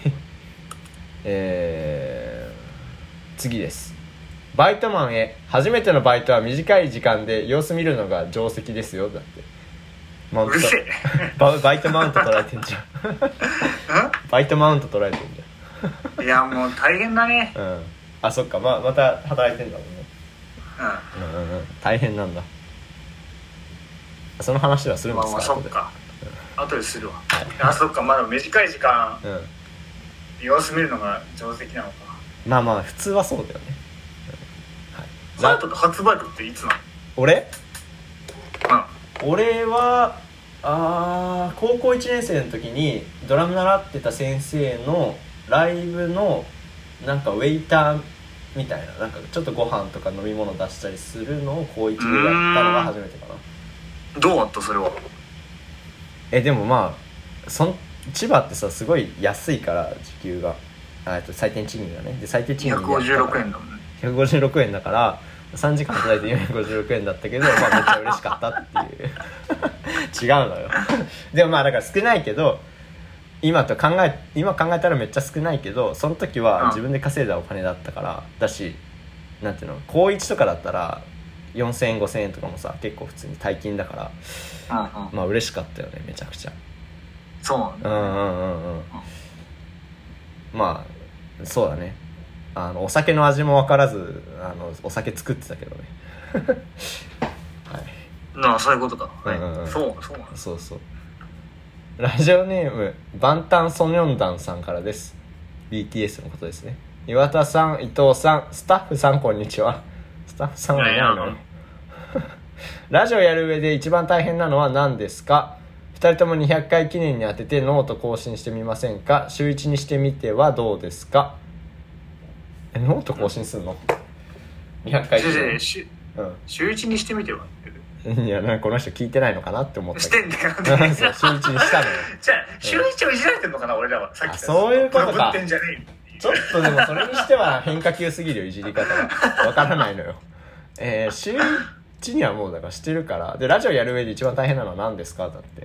えー、次です。バイトマンへ、初めてのバイトは短い時間で様子見るのが定石ですよだって。マウントうるせえバ, バイトマウント捉えてんじゃんバイトマウント捉えてんじゃんいやもう大変だね。 うん、あそっか、ままた働いてんだもんね。 うんうんうんうん、大変なんだ。その話はするんですか？ まあまあそっか、うん、後でするわ、はい、あそっか、まだ短い時間、うん、様子見るのが定石なのか。 まあまあ普通はそうだよね、うん、はい、 ハヤトって初バイトっていつなの？ 俺うん俺はあ高校いちねん生の時にドラム習ってた先生のライブのなんかウェイターみたいな、なんかちょっとご飯とか飲み物出したりするのを高いちでやったのが初めてかな。 どうだったそれは？ えでもまあそん千葉ってさすごい安いから時給があと最低賃金がねで最低賃金ひゃくごじゅうろくえんだもんね。 ひゃくごじゅうろくえんだからさんじかん働いてよんひゃくごじゅうろくえんだったけどまあめっちゃ嬉しかったっていう違うのよでもまあだから少ないけど今と考え今考えたらめっちゃ少ないけどその時は自分で稼いだお金だったからだし、なんていうの高いちとかだったらよんせんえんごせんえんとかもさ結構普通に大金だから、うんうん、まあ嬉しかったよねめちゃくちゃ。 そうなんだ、 うんうんうんうん、まあそうだね。あのお酒の味も分からずあのお酒作ってたけどねはいなあそういうことか、はい、 うんうんうん、 そうそうなんそうそう。ラジオネームバンタンソニョンダンさんからです。 ビーティーエス のことですね。岩田さん伊藤さんスタッフさんこんにちは。スタッフさんはいないのラジオやる上で一番大変なのは何ですか？ふたりともにひゃっかい記念に当ててノート更新してみませんか？週いちにしてみてはどうですか？えノート更新するの？にひゃっかい記念、 週いちにしてみてはいやなんかこの人聞いてないのかなって思ったしてんだよねそう週いちにしたのよじゃあ週いちをいじられてんのかな、うん、俺らはさっきそういうことか。 んじゃねえちょっとでもそれにしては変化球すぎるよいじり方がわからないのよえー、週いちにはもうだからしてるからでラジオやる上で一番大変なのは何ですかだって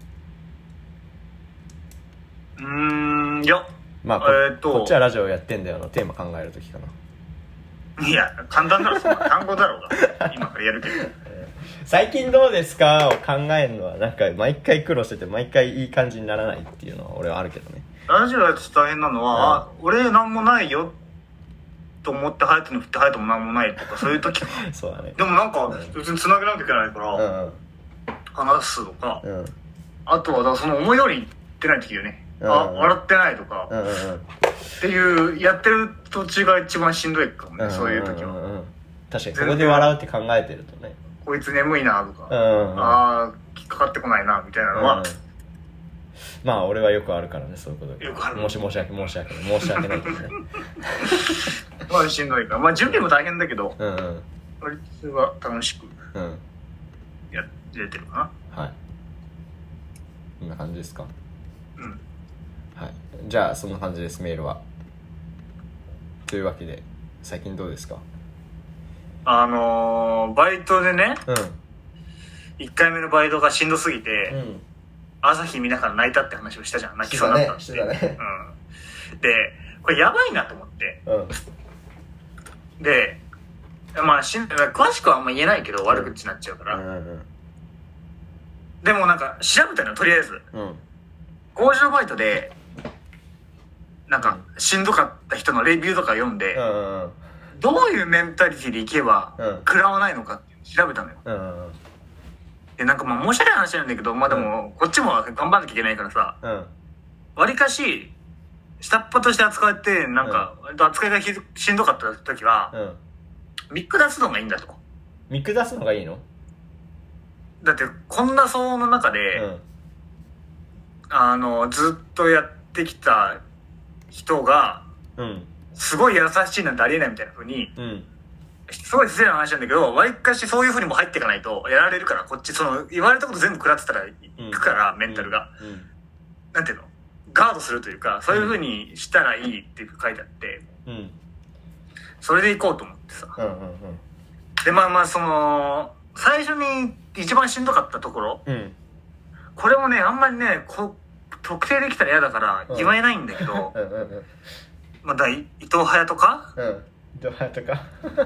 うーんいやまあこ、えー、とこっちはラジオやってんだよのテーマ考えるときかな。 いや簡単だろそんな単語だろうが今からやるけど最近どうですかを考えるのはなんか毎回苦労してて毎回いい感じにならないっていうのは俺はあるけどね。 ラジオやって大変なのは、うん、俺なんもないよと思って隼人に振って隼人もなんもないとかそういう時そうだね。 でもなんか別に繋げなきゃいけないから、うん、話すとか、うん、あとはだからその思い通りにいってない時よね、うん、あ笑ってないとか、うんうん、っていうやってる途中が一番しんどいかもね、うん、そういう時は、うんうんうん、確かにそこで笑うって考えてるとねこいつ眠いなとか、うんうん、ああ引っかかってこないなみたいなのは、うん、 まあ俺はよくあるからねそういうことよくある。 もし申し訳申し訳ない申し訳ないけどねまあしんどいからまあ準備も大変だけど、うんうん、割とは楽しくやれてるかな、はい。 こんな感じですか？ うん。 はい。じゃあそんな感じですメールは。というわけで最近どうですか？ あのー、バイトでね、 うん、 いっかいめのバイトがしんどすぎて、うん、朝日見ながら泣いたって話をしたじゃん。泣きそうになったって。 ねねうん、でこれやばいなと思って、うん、でまあしん詳しくはあんま言えないけど、うん、悪口になっちゃうから、うんうんうん、でもなんか調べたのとりあえず、うん、工場バイトでなんかしんどかった人のレビューとか読んで、うんうんうん、どういうメンタリティでいけば食らわないのかって調べたのよ、うんうんうん、でなんかまあ申し訳ない話なんだけど、まあでもこっちも頑張んなきゃいけないからさ、わり、うん、かし下っ端として扱ってなんか、うん、扱いがしんどかった時は、うん、見下すのがいいんだと。 見下すのがいいの？ だってこんな騒音の中で、うん、あのずっとやってきた人が、うん、すごい優しいなんてありえないみたいな風に、うん、すごい失礼な話なんだけど、わりかしそういう風にも入っていかないとやられるから、こっちその言われたこと全部食らってたらいくから、うん、メンタルが、うんうん、なんていうのガードするというか、そういう風にしたらいいって書いてあって、うん、それで行こうと思ってさ、うんうんうん、でまあまあその最初に一番しんどかったところ、うん、これもねあんまりねこ特定できたら嫌だから言えないんだけど、うんうんうん、まあだ伊藤隼人か、 うん、伊藤隼人か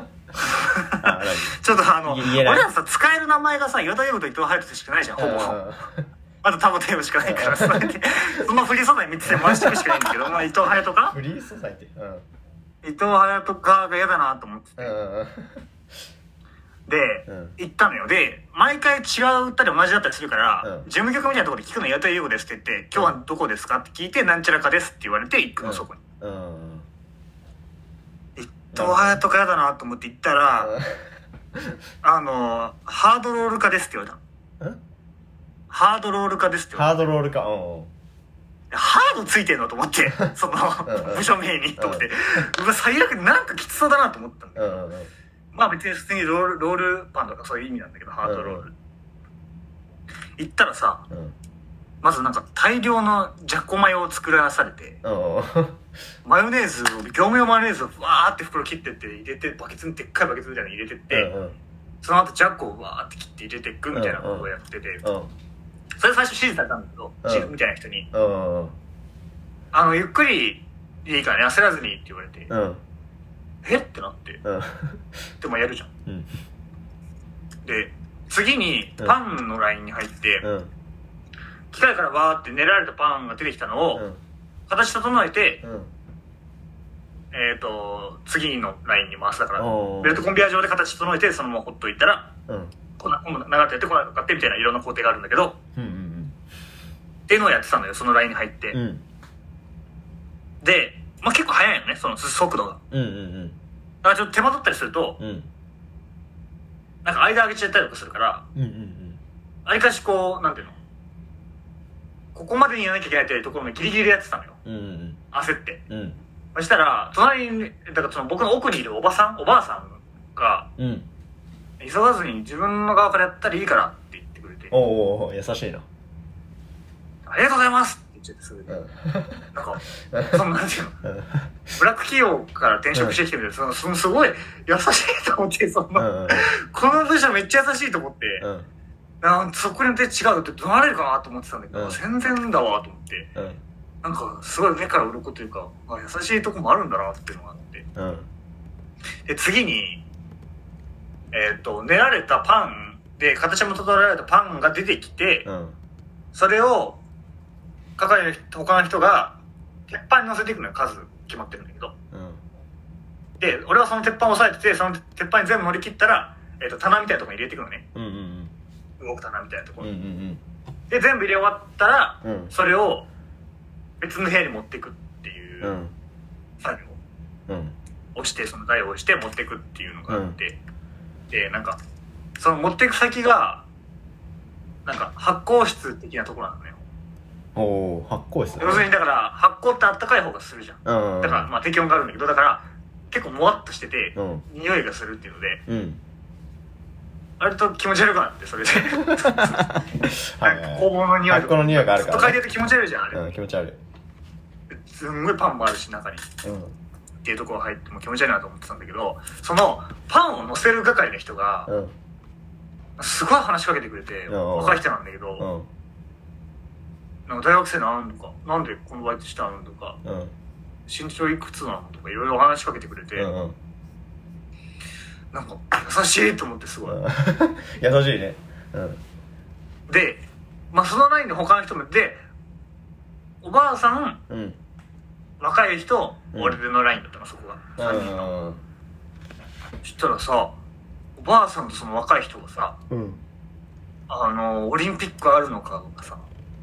ちょっとあの俺らさ使える名前がさ岩田優と伊藤隼人しかないじゃんほぼあとタモテーブしかないからそのフリー素材みっつで回していくしかないんだけど、まあ、伊藤隼人かフリー素材って、うん、 伊藤隼人かが嫌だなと思ってて、うんうん、で、うん、行ったのよ。で毎回違う歌で同じだったりするから、うん、事務局みたいなところで聞くの岩田優ですって言って、今日はどこですかって聞いて、なんちゃらかですって言われて行くの、うん、そこに、うん、行っと親とかやだなと思って行ったら、うん、あのハードロール化ですって言われたの。ハードロール化ですって言われた。 ハードロール化、うんうん、 ハードついてんのと思ってその部署名にと思って、うわ最悪なんかきつそうだなと思ったんだけど、うんうん、まあ別に普通にロール、ロールパンとかそういう意味なんだけど、ハードロール、うんうん、行ったらさ、うん、まずなんか大量のじゃこマヨを作らされて、うんうん、マヨネーズを業務用マヨネーズをわーって袋切ってって入れて、バケツにでっかいバケツみたいなの入れてって、うんうん、その後じゃこをわーって切って入れていくみたいなことをやってて、うんうん、それ最初指示されたんだけど、うん、シェフみたいな人に、うんうん、あのゆっくりでいいからね焦らずにって言われて、うん、えってなって、うん、でもやるじゃん、うん、で次にパンのラインに入って、うん、機械からわーって練られたパンが出てきたのを、うん、形整えて、うん、えっ、ー、と次のラインに回す。だからベルトコンベヤー上で形整えてそのままほっといたら、うん、こんな流れてやってこなかってみたいないろんな工程があるんだけど、うんうんうん、っていうのをやってたんだよ、そのラインに入って、うん、で、まあ、結構早いよねその速度が、うんうんうん、だからちょっと手間取ったりすると、うん、なんか間上げちゃったりとかするから、うんうんうん、ありかしこうなんていうのここまでにやらなきゃいけないっていうところのギリギリでやってたのよ、うんうん、焦って、うん、そしたら隣にだからその僕の奥にいるおばさんおばあさんが、うん、急がずに自分の側からやったらいいからって言ってくれて、 おお優しいな、 ありがとうございますって言っちゃってすぐに、うん、なんかそのなんていうのブラック企業から転職してきてみたいな、うん、そのすごい優しいと思ってその、うんうん、この部署めっちゃ優しいと思って、うん、なんそこによって違うって怒られるかなと思ってたんだけど、うん、全然だわと思って、うん、なんかすごい目から鱗というかあ優しいとこもあるんだなっていうのがあって、うん、で次にえっ、ー、と練られたパンで形も整えられたパンが出てきて、うん、それを係の他の人が鉄板に乗せていくのよ、数決まってるんだけど、うん、で俺はその鉄板を押さえててその鉄板に全部乗り切ったら、えー、と棚みたいなところに入れていくのね、うんうんうん、動く棚みたいなところ、うんうんうん、で全部入れ終わったら、うん、それを別の部屋に持っていくっていう作業を押してその台を押して持っていくっていうのがあって、うん、でなんかその持っていく先がなんか発酵室的なところなのね。 おー、発酵室、ね、 要するにだから発酵ってあったかい方がするじゃん、うんうん、だからまあ適温があるんだけどだから結構もわっとしてて、うん、匂いがするっていうので、うん、割と気持ち悪くなってそれで酵母の匂いとかの匂いがあるから、ね、 ずっと嗅いでると気持ち悪いじゃんあれ、 うん、気持ち悪い。 すんごいパンもあるし中に、うん、っていうところ入っても気持ち悪いなと思ってたんだけどそのパンを乗せる係の人が、うん、すごい話しかけてくれて、うん、若い人なんだけど、うんなんか大学生なんとかなんでこのバイトしたのとか、うん、身長いくつなのとかいろいろ話しかけてくれて、うんうん、なんか優しいと思ってすごい、うん、 優しいね、うん、 で、まあ、そのラインで他の人もでおばあさん、うん、若い人、うん、俺でのラインだったのそこがさんにんの、うん、そしたらさおばあさんとその若い人がさ、うん、あのオリンピックあるのかとかさ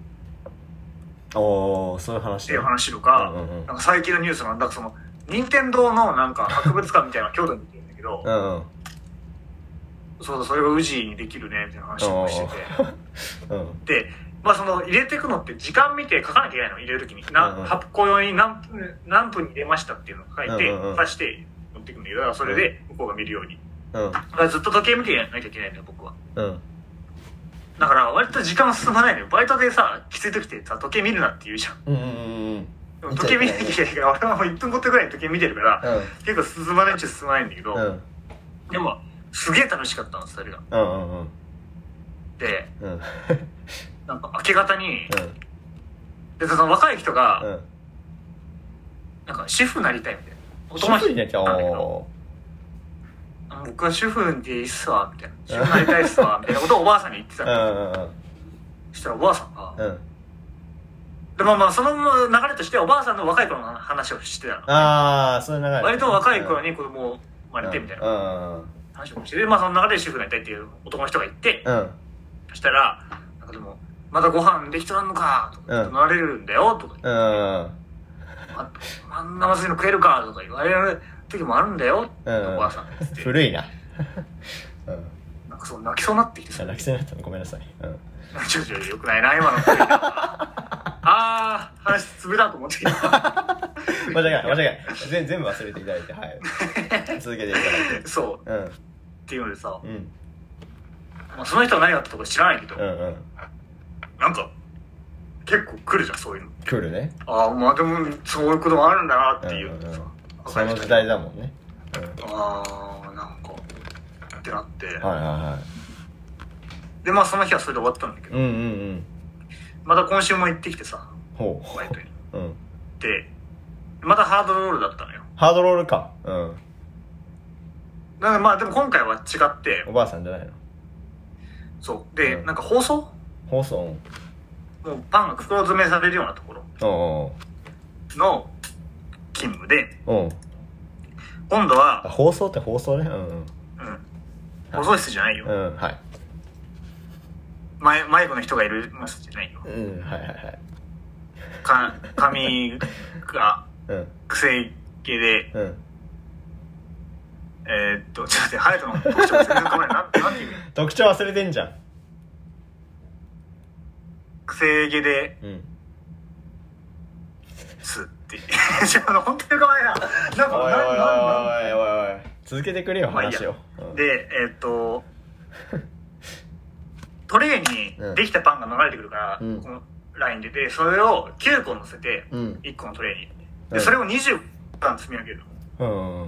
おーそういう話っていう話とか、うんうんうん、なんか最近のニュースなんだかその任天堂のなんか博物館みたいな京都に行ってるんだけど、うんうん、そうだそれが宇治にできるねっていう話をしてて、うん、でまあその入れていくのって時間見て書かなきゃいけないの入れるときにな、うんうん、発酵用に何分何分に入れましたっていうのを書いて、うんうんうん、刺して持っていくんだけどだからそれで向こうが見るように、うん、だからずっと時計見てやらなきゃいけないんだよ僕は、うんだから割と時間は進まないのよ。バイトでさきつい時ってさ時計見るなって言うじゃん。うんうんうん。でも時計見なきゃいけないから俺はもういっぷんごとぐらい時計見てるから、うん、結構進まないっちゃ進まないんだけど、うん、でもすげえ楽しかったのそれが。うんうんうん。で、うん、なんか明け方に、うん、でその若い人が、うん、なんか主婦になりたいみたいな。 主婦になりたい。 僕は主婦でいいっすわみたいな主婦になりたいっすわみたいなことをおばあさんに言ってたんだけどそしたらおばあさんが、うん、でまあまあその流れとしておばあさんの若い頃の話をしてたの、ね、 ああそういう流れ割と若い頃に子供を生まれてみたいな話をしてでまあその流れで主婦になりたいっていう男の人が言って、うん、そしたらなんかでもまだご飯できとらんのかとか怒鳴られるんだよとか言って、うんあ, あんなまずいの食えるかとか言われる時もあるんだよって、うん、おばあさんが言って古いな、 うん、なんかそう泣きそうになってきてさ泣きそうになったのごめんなさい、うん、 ちょちょよくないな今のあー話つぶだと思って間違いない間違いない全全部忘れていただいて、はい、続けていただいてそう、 うん、 っていうのでさ、 うんまあ、その人が何があったとか知らないけど、 うんうん、 なんか結構来るじゃんそういうの来るね。 ああまあでもそういうこともあるんだなっていうのさ、うんうん、 その時代だもんね、 うん、ああなんかってなって、はいはいはい、 でまあその日はそれで終わったんだけど、 うんうんうん、 また今週も行ってきてさほバイトに、 うん、 でまたハードロールだったのよ。 ハードロールか。うん。 だからまあでも今回は違っておばあさんじゃないの。 そうで、うん、なんか包装包装もうパンが袋詰めされるようなところの勤務で、 うん、 今度は包装って包装ね、うんうん、うん、 包装室じゃないよ、 うん、はい、 前迷子の人がいるマスじゃないよ、 うん、はいはいはい、 か髪が癖毛で、 うん、 えー、っとちょっと待ってハヤトの特徴全然変わらないなんていう特徴忘れてんじゃん。 癖毛で、 うん、 すってちょっと本当に変わらないな。なんかおいおいおいおいおいおい続けてくれよ話を、 まあうん、でえー、っとトレーにできたパンが流れてくるから、うん、このラインででそれをきゅうこ乗せて、うん、いっこのトレーにで、うん、それをにじゅうごだん積み上げるの、うんうん、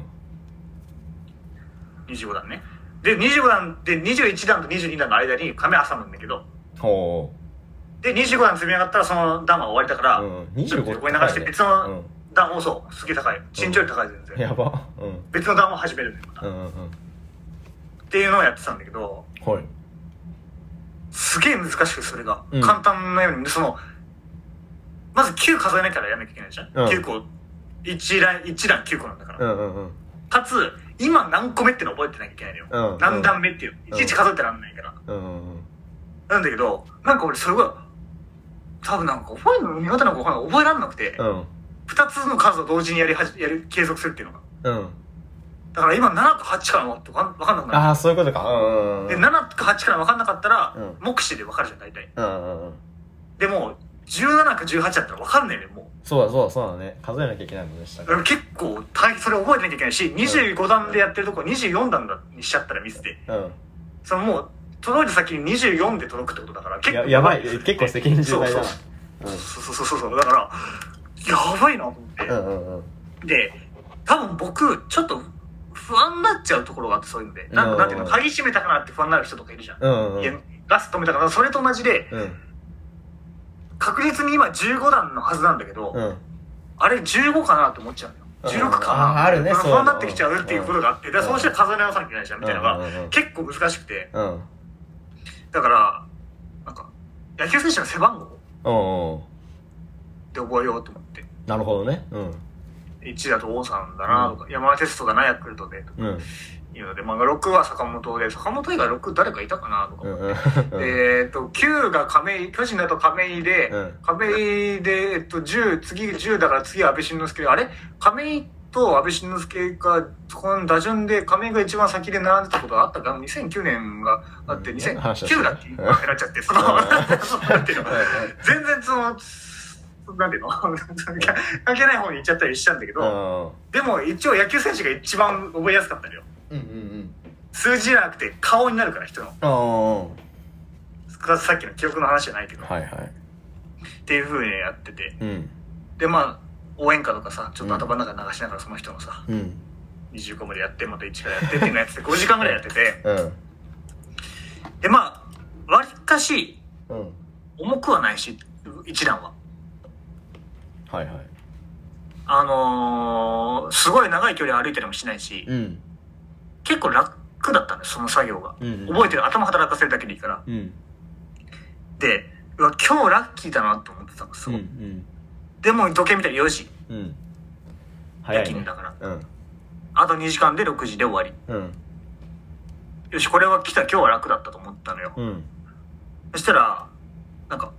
にじゅうごだんね。でにじゅうごだんでにじゅういちだんとにじゅうにだんの間に亀挟むんだけど、 ほうでにじゅうごだん積み上がったらその段は終わりだから、うん、 にじゅうご横に流して別の段をそうすげえ高い身長より高い全然、 やば、うん、 別の段を始めるんだよまた、うんうんうん、っていうのをやってたんだけど、 はい、 すげえ難しくそれが、うん、簡単なようにそのまずきゅう数えなきゃやんなきゃいけないじゃん、うん、きゅうこいち段いち段きゅうこなんだから、 うんうんうん、 かつ今何個目っての覚えてなきゃいけないのよ、うん、何段目っていういちいち数えてらんないから、うんうんうん、なんだけどなんか俺それが多分なんか覚えるの苦手なのか覚えらんなくて、うん、ふたつの数を同時にやりはじやる継続するっていうのが、うん、だから今ななかはちかなって分かんなくなる。 ああそういうことか、うんうんうん、 でななかはちか分かんなかったら、うん、目視で分かるじゃん大体、 うんうんうん、 でもじゅうななかじゅうはちだったら分かんないねもう。 そうだそうだそうだね数えなきゃいけないもんでしたから結構大それ覚えてなきゃいけないし、にじゅうごだんでやってるとこにじゅうよんだんにしちゃったらミスで、うん、そのもう届いた先ににじゅうよんで届くってことだから結構や, やばい結構責任重大だな。 そうそうそうそうそうだからやばいなと思って、うんうんうん、で多分僕ちょっと不安になっちゃうところがあってそういうので、なんかなんていうの鍵閉めたかなって不安になる人とかいるじゃん、うんうん、ガス止めたかなそれと同じで、うん、確実に今じゅうごだんのはずなんだけど、うん、あれじゅうごかなって思っちゃうのよ、うん、じゅうろくかな、 ああるね、 不安になってきちゃうっていうことがあって、うん、そうしたら数え直さなきゃいけないじゃんみたいなのが、うん、結構難しくて、うん、だからなんか野球選手の背番号、うんで覚えようと思って。 なるほどね。うん。 いちだと王さんだなとか、うん、山田テストがなヤクルトでとか、うん、いうので、まあろくは坂本で、坂本以外ろく誰かいたかなとか思って。うん、で、えっと、きゅうが亀井、巨人だと亀井で、うん、亀井で、えっと、じゅう、次じゅうだから次は安倍晋之助。あれ亀井と安倍晋之助が、この打順で亀井が一番先で並んでたことがあったか、にせんきゅうねんがあって、にせんきゅうだっけってなっちゃって、その、なんていうの、全然その、なんていうの関係ない方に行っちゃったりしちゃうんだけど、でも一応野球選手が一番覚えやすかったのよ、うんうんうん、数字じゃなくて顔になるから人のさっきの記憶の話じゃないけど、はいはい、っていう風にやってて、うん、でまあ応援歌とかさちょっと頭の中流しながらその人のさ、うん、にじゅうごまでやってまたいちからやってっていうのやっててごじかんぐらいやってて、うん、でまあわりかし、うん、重くはないし一段ははいはい、 あのー、すごい長い距離歩いたりもしないし、うん、結構楽だったんですその作業が、うんうん、覚えてる頭働かせるだけでいいから、うん、でうわ今日ラッキーだなと思ってたんですよ、うんうん、でも時計見たらよじ、うん、早いね、夜勤だから、うん、あとにじかんでろくじで終わり、うん、よしこれは来た今日は楽だったと思ったのよ、うん、そしたらなんか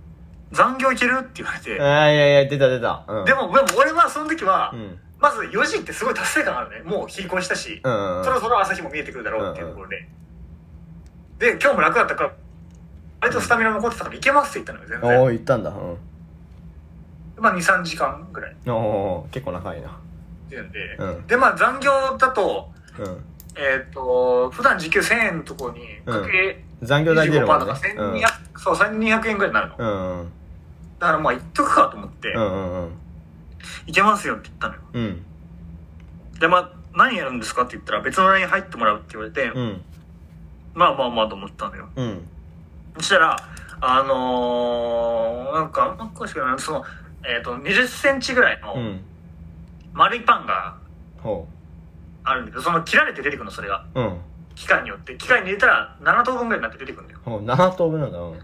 残業いけるって言われて。 あいやいや、出た出た。うん、 でも、でも俺はその時は、うん、まずよじってすごい達成感あるね。もう日越したし、うんうん、そろそろ朝日も見えてくるだろうっていうところで。うんうん、で、今日も楽だったから、割とスタミナ残ってたからいけますって言ったのよ、全然。 おー、言ったんだ。うん。 まあに、さんじかんぐらい。 おー、結構長いな。 で、うん、で、まあ残業だと、うん、えっ、ー、と、普段時給せんえんのところに、かけ、 うん、残業代出るもんね。 にじゅうごパーセントとかせんにひゃく、うん、そう、せんにひゃくえんぐらいになるの。うんうん、だからまあ言っとくかと思って、うんうんうん、いけますよって言ったのよ。うん、で、まあ、何やるんですかって言ったら別の ライン 入ってもらうって言われて、うん、まあまあまあと思ったのよ。うん、そしたら、あのー、なんか、なんかしかない、その、えっ、ー、と、にじゅっセンチぐらいの丸いパンがあるんだけど、その切られて出てくるの、それが。うん、機械によって。機械に入れたらななとうぶんぐらいになって出てくるんだよ。 ななとうぶんなんだ。うん、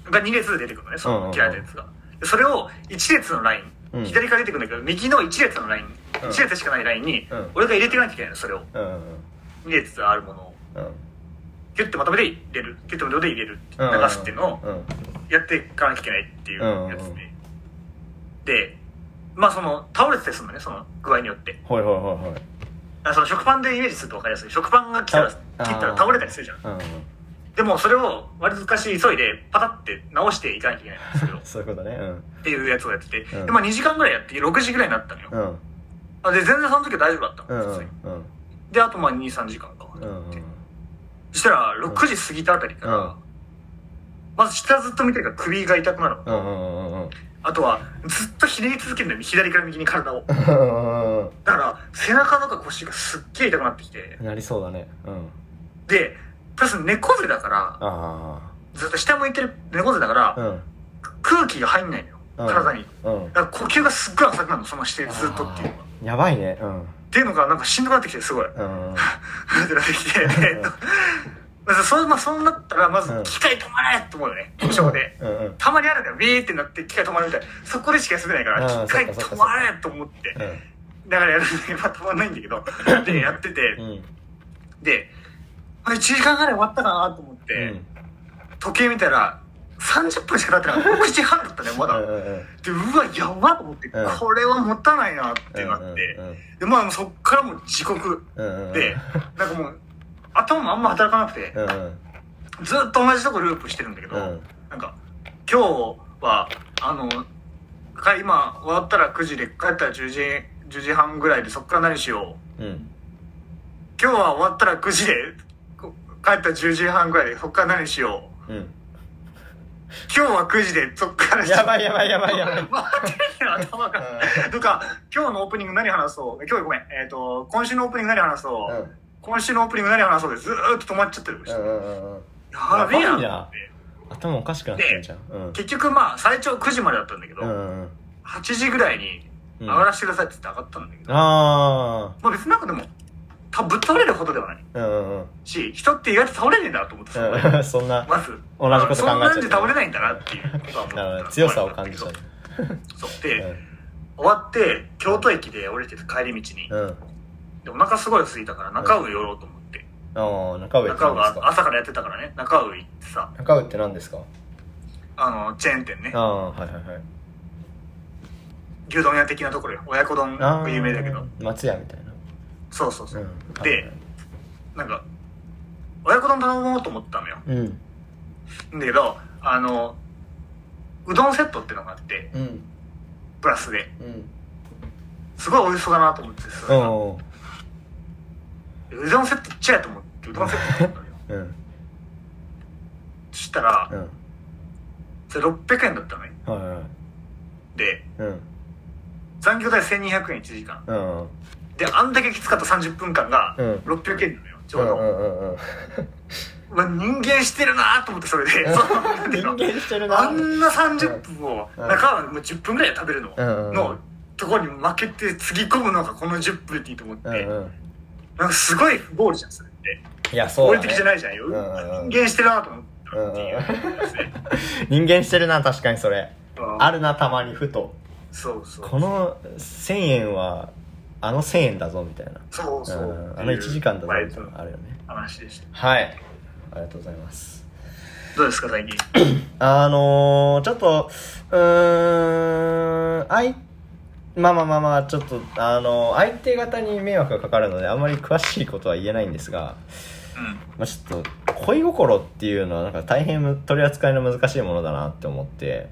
がに列で出てくるのね、その切られたやつが。それをいち列のライン、うん、左から出てくるんだけど、右のいち列のライン、うん、いち列しかないラインに、うん、俺が入れていかなきゃいけないの、それを。うん、に列あるものを。うん、ギュッてまとめて入れる。ギュッてまとめて入れる。流すっていうのをやっていかなきゃいけないっていうやつで。で、まあその、倒れてたりするのね、その具合によって。 はいはいはいはい。 その食パンでイメージすると分かりやすい。食パンが来たら、切ったら倒れたりするじゃん。うん、でもそれを割とし急いでパタって直していかなきゃいけないの。それを。 そういうことね。うん。 っていうやつをやってて。うん、で、まあにじかんぐらいやってろくじぐらいになったのよ。うん。で、全然その時は大丈夫だったの。普通に。うん。で、あとまあに、さんじかんか。うん。そしたら、ろくじ過ぎたあたりから、うん、まず下ずっと見てるから首が痛くなるの。うんうんうんうん。あとは、ずっとひねり続けるんだよ、左から右に体を。だから、背中とか腰がすっげえ痛くなってきて。 なりそうだね。うん。 で、プラス猫背だから、あずっと下向いてる猫背だから、うん、空気が入んないのよ、うん、体に。うん、だから呼吸がすっごい浅くなるの、その姿勢ずっとっていうのが。 やばいね。うん。 っていうのが、なんかしんどくなってきて、すごい。うん。ってなってきて、えっと、まずそ、まあ、そうなったら、まず、機械止まれと思うよね、故障で。うんうん、たまにあるんだよ、ビーってなって機械止まるみたいな。そこでしか休めないから、機械止まれと思って。だからやるんだけど、まあ、止まんないんだけど、で、やってて、うん、で、いちじかんぐらい終わったかなと思って、うん、時計見たら、さんじゅっぷんしか経ってなかった。ろくじはんだったね、まだ。で、うわ、やばっと思って、うん、これは持たないなってなって、で、まあ、そっからもう時刻で、なんかもう、頭もあんま働かなくて、ずっと同じとこループしてるんだけど、なんか、今日は、あの、今終わったらくじで、帰ったらじゅうじ、じゅうじはんぐらいで、そっから何しよう。うん、今日は終わったらくじで、帰ったらじゅうじはんぐらいで、そっから何しよう。うん、今日はくじで、そっからやばいやばいやばいやばい。 回ってる頭が。とか、今日のオープニング何話そう。今日ごめん。えっ、ー、と、今週のオープニング何話そう。うん、今週のオープニング何話そうでずーっと止まっちゃってる。うんうんうん、やべえやんって。 頭おかしくなってんじゃん。うん、 結局まあ、最長くじまでだったんだけど、うんうん、はちじぐらいに上がらせてくださいって言って上がったんだけど、うん、あまあ別になんかでも、ぶっ倒れるほどではない、うんうん、し、人って意外と倒れねえんだと思ってさ、そんなまず同じこと考えちゃう、 そんなんで倒れないんだなっていうことは思った強さを感じちゃうそうで、うん、終わって京都駅で降りて帰り道に、うん、でお腹すごい空いたから中尾寄ろうと思って、 うん、あ中尾中尾が朝からやってたからね、中尾行ってさ。 中尾って何ですか？ あのチェーン店ね。 ああはいはいはい。 牛丼屋的なところよ。親子丼が有名だけど、 松屋みたいな。 そうそうそう、うん、で、はいはい、なんか親子丼頼もうと思ったのよ、うん、だけどあのうどんセットってのがあって、うん、プラスで、うん、すごい美味しそうだなと思ってそれが、うどんセットいっちゃえと思ってうどんセットって言ったのよ、うん、そしたら、うん、それろっぴゃくえんだったのね、はいはい、で、うん、残業代せんにひゃくえんいちじかん、うん、で、あんだけきつかったさんじゅっぷんかんがろっぴゃくえんなのよ、ちょうど。うんうんうんうん、まあ、人間してるなと思って、それで。 人間してるなあんなさんじゅっぷんを、中はもうじゅっぷんぐらい食べるの、うんうん、のところに負けてつぎ込むのがこのじゅっぷんっていいと思って、うんうん、なんかすごいゴールじゃん、それって。 いや、そうだね。 合理的じゃないじゃんよ。うんうん、人間してるなと思ったっていうやつで。 人間してるな、確かにそれ。あるな、たまにふと。 そうそうそう。 このせんえんは、あのせんえんだぞみたいな。 そうそう。 あのいちじかんだぞみたいなあるよね。 話でした。 はい。ありがとうございます。 どうですか最近？ あのー、ちょっとうーんあいまあまあまあまあちょっとあのー、相手方に迷惑がかかるのであんまり詳しいことは言えないんですが、 うん、 まあ、ちょっと恋心っていうのはなんか大変取り扱いの難しいものだなって思って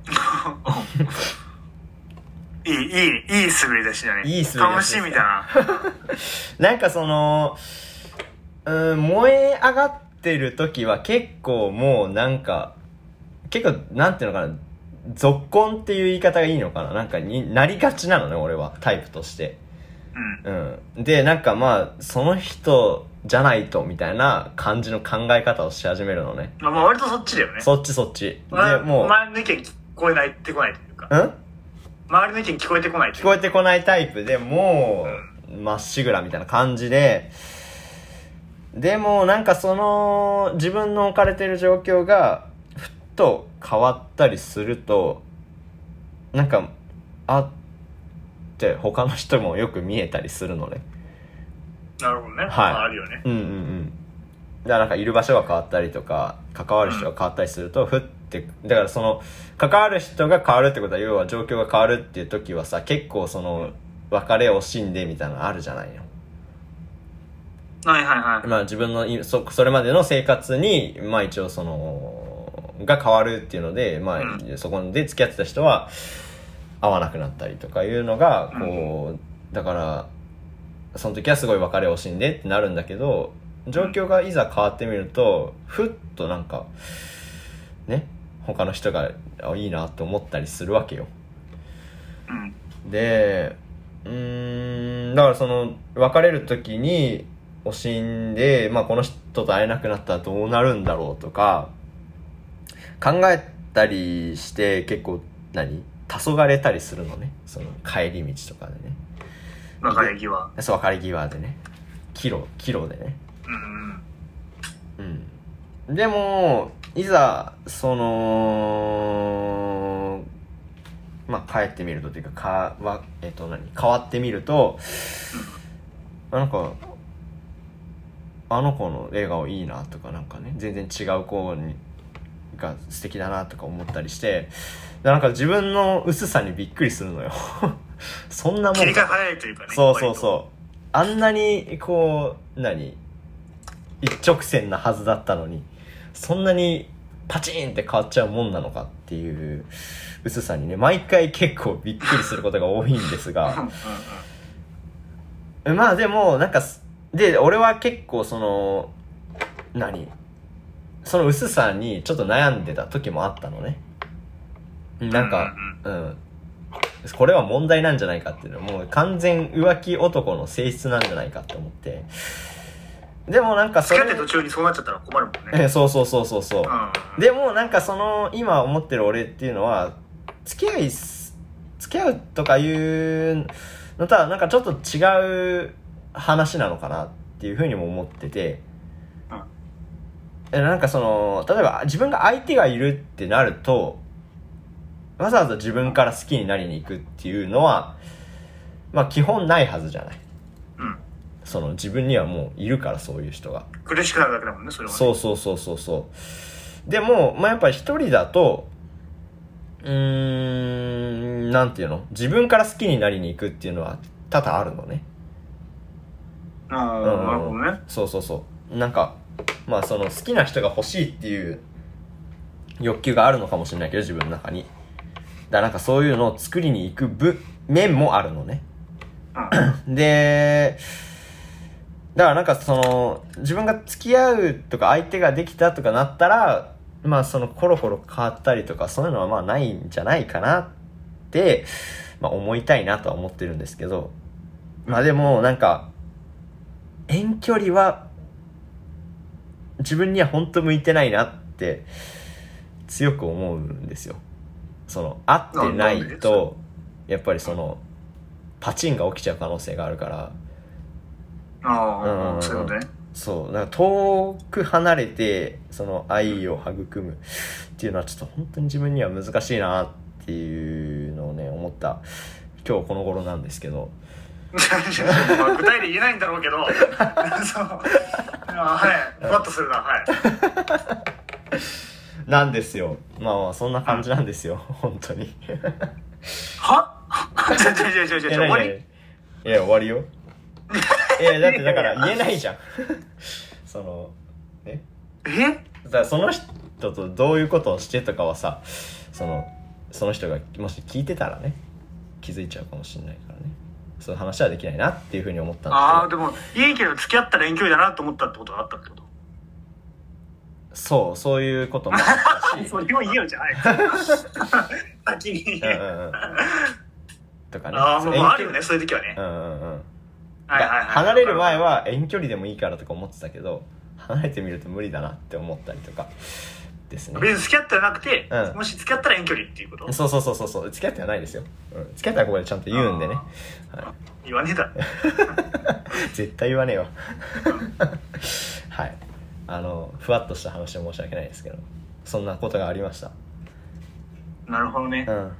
いいいいいい滑り出しだね。 いい滑り出し楽しみだななんかそのうん燃え上がってる時は結構もうなんか結構なんていうのかな、続婚っていう言い方がいいのかな、なんかになりがちなのね俺はタイプとして、うん、うん、でなんかまあその人じゃないとみたいな感じの考え方をし始めるのね。 まあ割とそっちだよね。 そっちそっちでもう周りの意見聞こえないってこないというか、 うん周りの意見聞こえてこないというか、 聞こえてこないタイプでもうまっしぐらみたいな感じで、でもなんかその自分の置かれてる状況がふっと変わったりするとなんかあって他の人もよく見えたりするのね。 なるほどね。 はい、 まあ、あるよね。 うんうんうん。だからなんかいる場所が変わったりとか関わる人が変わったりすると、うん、ふってだからその関わる人が変わるってことは要は状況が変わるっていう時はさ結構その別れを惜しんでみたいなのあるじゃないの。 はいはいはい。 まあ自分の そ, それまでの生活にまあ一応そのが変わるっていうのでまあ、うん、そこで付き合ってた人は会わなくなったりとかいうのがこう、うん、だからその時はすごい別れを惜しんでってなるんだけど状況がいざ変わってみるとふっとなんかね他の人がいいなって思ったりするわけよ、うん、でうーんだからその別れる時に惜しんで、まあ、この人と会えなくなったらどうなるんだろうとか考えたりして結構何黄昏たりするのね、その帰り道とかでね、 別れ際そう別れ際でねキロキロでね、うんうん、でもいざそのまあ帰ってみるとというかかわ、えっと、何変わってみると、うん、なんかあの子の笑顔いいなとかなんかね全然違う子にが素敵だなとか思ったりしてなんか自分の薄さにびっくりするのよそんなもん切り替え早いというかね。 そうそうそうあんなにこう何一直線なはずだったのにそんなにパチンって変わっちゃうもんなのかっていう薄さにね毎回結構びっくりすることが多いんですがまあでもなんかで俺は結構その何その薄さにちょっと悩んでた時もあったのね。なんかうん、うん、これは問題なんじゃないかっていうのはもう完全浮気男の性質なんじゃないかって思って、でもなんかそれ付き合って途中にそうなっちゃったら困るもんね。 えそうそうそうそうそう、うん、でもなんかその今思ってる俺っていうのは付き合い付き合うとかいうのとはなんかちょっと違う話なのかなっていうふうにも思ってて、うん、なんかその例えば自分が相手がいるってなるとわざわざ自分から好きになりに行くっていうのはまあ基本ないはずじゃない、うん、その自分にはもういるからそういう人が苦しくなるだけだもんねそれはね。 そうそうそうそうそうでもまあやっぱり一人だとうーんなんていうの自分から好きになりに行くっていうのは多々あるのね。 ああ、うん、なるほどね。 そうそうそうなんかまあその好きな人が欲しいっていう欲求があるのかもしれないけど自分の中にだからなんかそういうのを作りに行く部面もあるのね、うん、でだからなんかその自分が付き合うとか相手ができたとかなったらまあそのコロコロ変わったりとかそういうのはまあないんじゃないかなって、まあ、思いたいなとは思ってるんですけどまあでもなんか遠距離は自分には本当向いてないなって強く思うんですよ。その会ってないとやっぱりそのパチンが起きちゃう可能性があるから。 ああ、そういうことね。 そうだから遠く離れてその愛を育むっていうのはちょっと本当に自分には難しいなっていうのをね思った今日この頃なんですけどまあ具体で言えないんだろうけどそうはいふわっとするなはいなんですよ。まあまあそんな感じなんですよ、本当に。 はちょちょちょちょちょ終わり？ いや終わりよ。いやだってだから言えないじゃん。そのええだからその人とどういうことをしてとかはさ、そのその人がもし聞いてたらね気づいちゃうかもしれないからね、そういう話はできないなっていうふうに思ったんだけど。 ああでもいいけど付き合ったら遠距離だなと思ったってことがあったってこと？ そうそういうこともあったしそれもいいよじゃない先にうんうんうんとかね。 ああもうあるよねそういう時はね。 うんうんうん。 はいはいはい、 離れる前は遠距離でもいいからとか思ってたけど、離れてみると無理だなって思ったりとかですね。 別に付き合ってなくて、 うん、 もし付き合ったら遠距離っていうこと？ そうそうそうそう、付き合ってはないですよ、うん、付き合ったらここでちゃんと言うんでね、はい、 言わねえだろ絶対言わねえわはい、あのふわっとした話で申し訳ないですけど、そんなことがありました。 なるほどね。 うん、はい、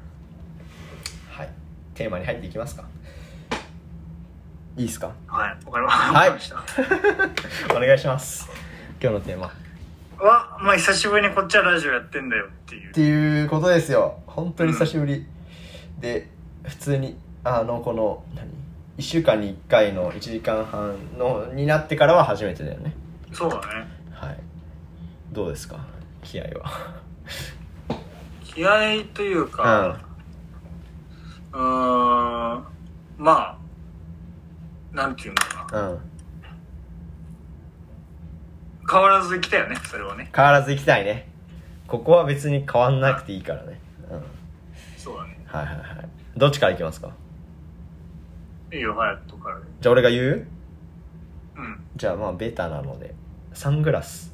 テーマに入っていきますか。いいですか？ はい、わかりました。 お願いします。今日のテーマは、まあ久しぶりにこっちはラジオやってんだよっていう。 っていうことですよ。本当に久しぶり、うん、で普通にあのこの何いっしゅうかんにいっかいのいちじかんはんのになってからは初めてだよね。 そうだね。 はい。どうですか？気合は。 気合というか、うん、うーんまあなんていうんだろうな。うん。変わらず行きたいよね、それはね。 変わらず行きたいね。ここは別に変わんなくていいからね。うん。 そうだね。 はいはいはい。どっちから行きますか？ いいよ、ハヤトから。 じゃあ俺が言う？ うん。 じゃあまあベタなので、サングラス。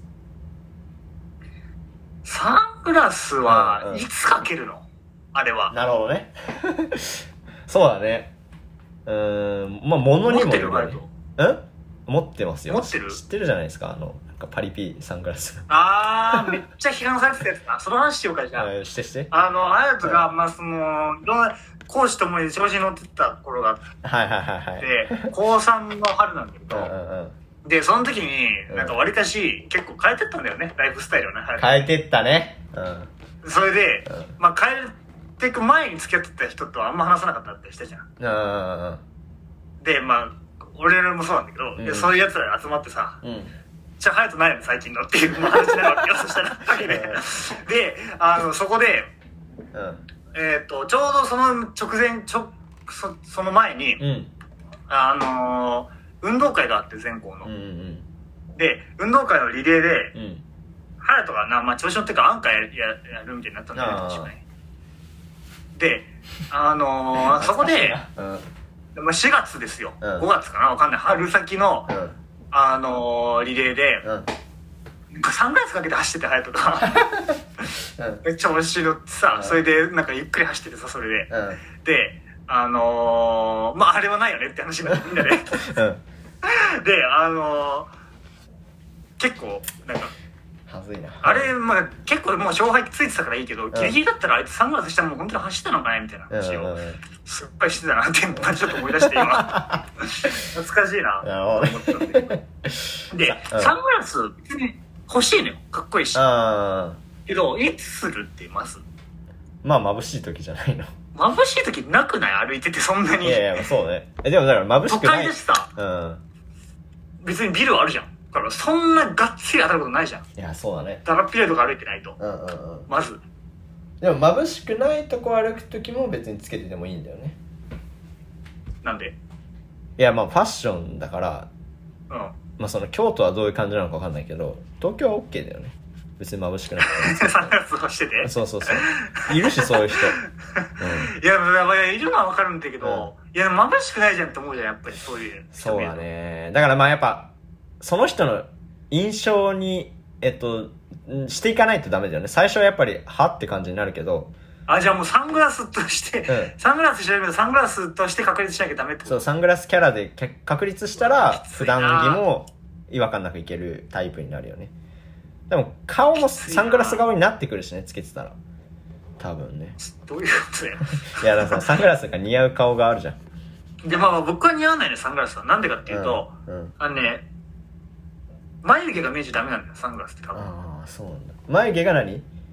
サングラスはいつかけるの？うんうん、あれは。 なるほどね。そうだね。うーん、まあ物にもよる、ね。うん？持ってますよ。 持ってる？ 知ってるじゃないですか、あのなんかパリピサングラス。 あーめっちゃ批判されてたやつな。その話しようかじゃあ。 してして。 あのあやとが、はい、まあそのいろんな講師ともに調子に乗ってた頃があって、 はいはいはいはい。 で高さんの春なんだけど、うんうんうん、でその時になんかわりかし結構変えてったんだよね、ライフスタイルをね。 変えてったね。 うん。それで、うん、まあ変えていく前に付き合ってた人とあんま話さなかったってしたじゃん。うんうんうん。でまあ俺らもそうなんだけど、うん、でそういうやつらが集まってさ、うん、じゃあ隼人ないの最近のっていう話になるわけよ。そしたらわけで、であのそこで、うん、えっ、ー、とちょうどその直前ちょ そ, その前に、うん、あのー、運動会があって全校の、うんうん、で運動会のリレーで、うん、隼人がな、まあ、調子乗ってからアンカー や, や, やるみたいになったんだよね。であのー、そこで、うんまあ、しがつですよ、うん、ごがつかなわかんない春先の、うん、あのー、リレーで、うん、なんかサングラスかけて走ってて隼人が、うん、めっちゃ面白ってさ、うん、それでなんかゆっくり走っててさそれで、うん、であのー、まああれはないよねって話になってみんなで、うん、であのー、結構なんかはずいなあれ、まあ、結構もう勝敗ついてたからいいけど、うん、ギリギリだったらあいつサングラスしたらもう本当に走ったのかねみたいな話をすっぱいしてたなっていうのをちょっと思い出して今懐かしいなと思ったんだけどで、うん、サングラス別に欲しいのよ、かっこいいしけどいつするってまずまあ眩しい時じゃないの？ 眩しい時なくない？歩いててそんなに。 いやいやそうね。えでもだから眩しくない。 都会でさ、うん、別にビルあるじゃん。だからそんながっつり当たることないじゃん。 いやそうだね。 だらっぴらいとか歩いてないと、うんうんうん、まずでも眩しくないとこ歩く時も別につけててもいいんだよね。 なんで？ いやまあファッションだから、うん、まあその京都はどういう感じなのか分かんないけど東京は OK だよね。別に眩しくなくてサングラスをしててそうそうそういるしそういう人、 うん、いやいるのは分かるんだけど、うん、いや眩しくないじゃんって思うじゃんやっぱりそういう。 そうだね。だからまあやっぱその人の印象にえっとしていかないとダメだよね。最初はやっぱりはって感じになるけど、 あじゃあもうサングラスとして、うん、サングラスしてるけどサングラスとして確立しなきゃダメってこと？ そうサングラスキャラで確立したら普段着も違和感なくいけるタイプになるよね。でも顔もサングラス顔になってくるしね、つけてたら多分ね。 どういうことやいやだからサングラスが似合う顔があるじゃん。でまあまあ僕は似合わないねサングラスは。なんでかっていうと、うんうん、あのね眉毛が見えちゃダメなんだよサングラスって多分。 ああそうなんだ。眉毛が何？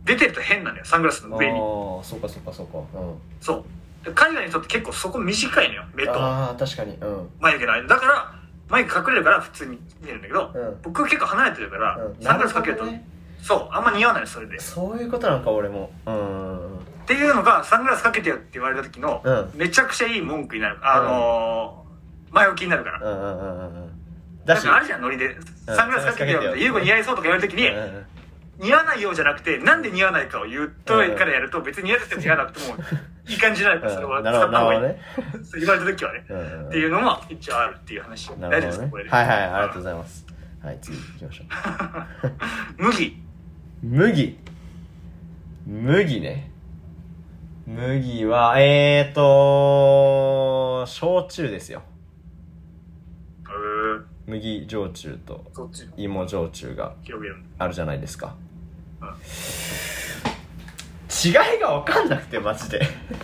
出てると変なんだよ、サングラスの上に。 ああ、そうかそうかそうか。うん。 そう。海外の人って結構そこ短いのよ、目と。 ああ、確かに。うん。 眉毛の間。だから、眉毛隠れるから普通に見えるんだけど、うん、僕結構離れてるから、うん、サングラスかけると、ね、そう、あんま似合わない、それで。 そういうことなんか、俺も。うん。 っていうのが、サングラスかけてよって言われた時の、うん、めちゃくちゃいい文句になる。あのー、前置きになるから。うんうんうんうん。だし、あるじゃん、ノリで。サングラスかけてよって、優子似合いそうとか言われる時に、うんうん、似合わないようじゃなくて、なんで似合わないかを言っとからやると、別に似合ってても似合わなくても、いい感じになるから、それは使った方がいい。ね、そう言われた時はね、うんうん。っていうのも一応あるっていう話。 なるほどね。これではいはい、ありがとうございます。はい、次行きましょう。 麦。 麦。麦ね。麦は、えーと、焼酎ですよ。 へー。 麦焼酎と芋焼酎があるじゃないですか。うん、違いが分かんなくてマジで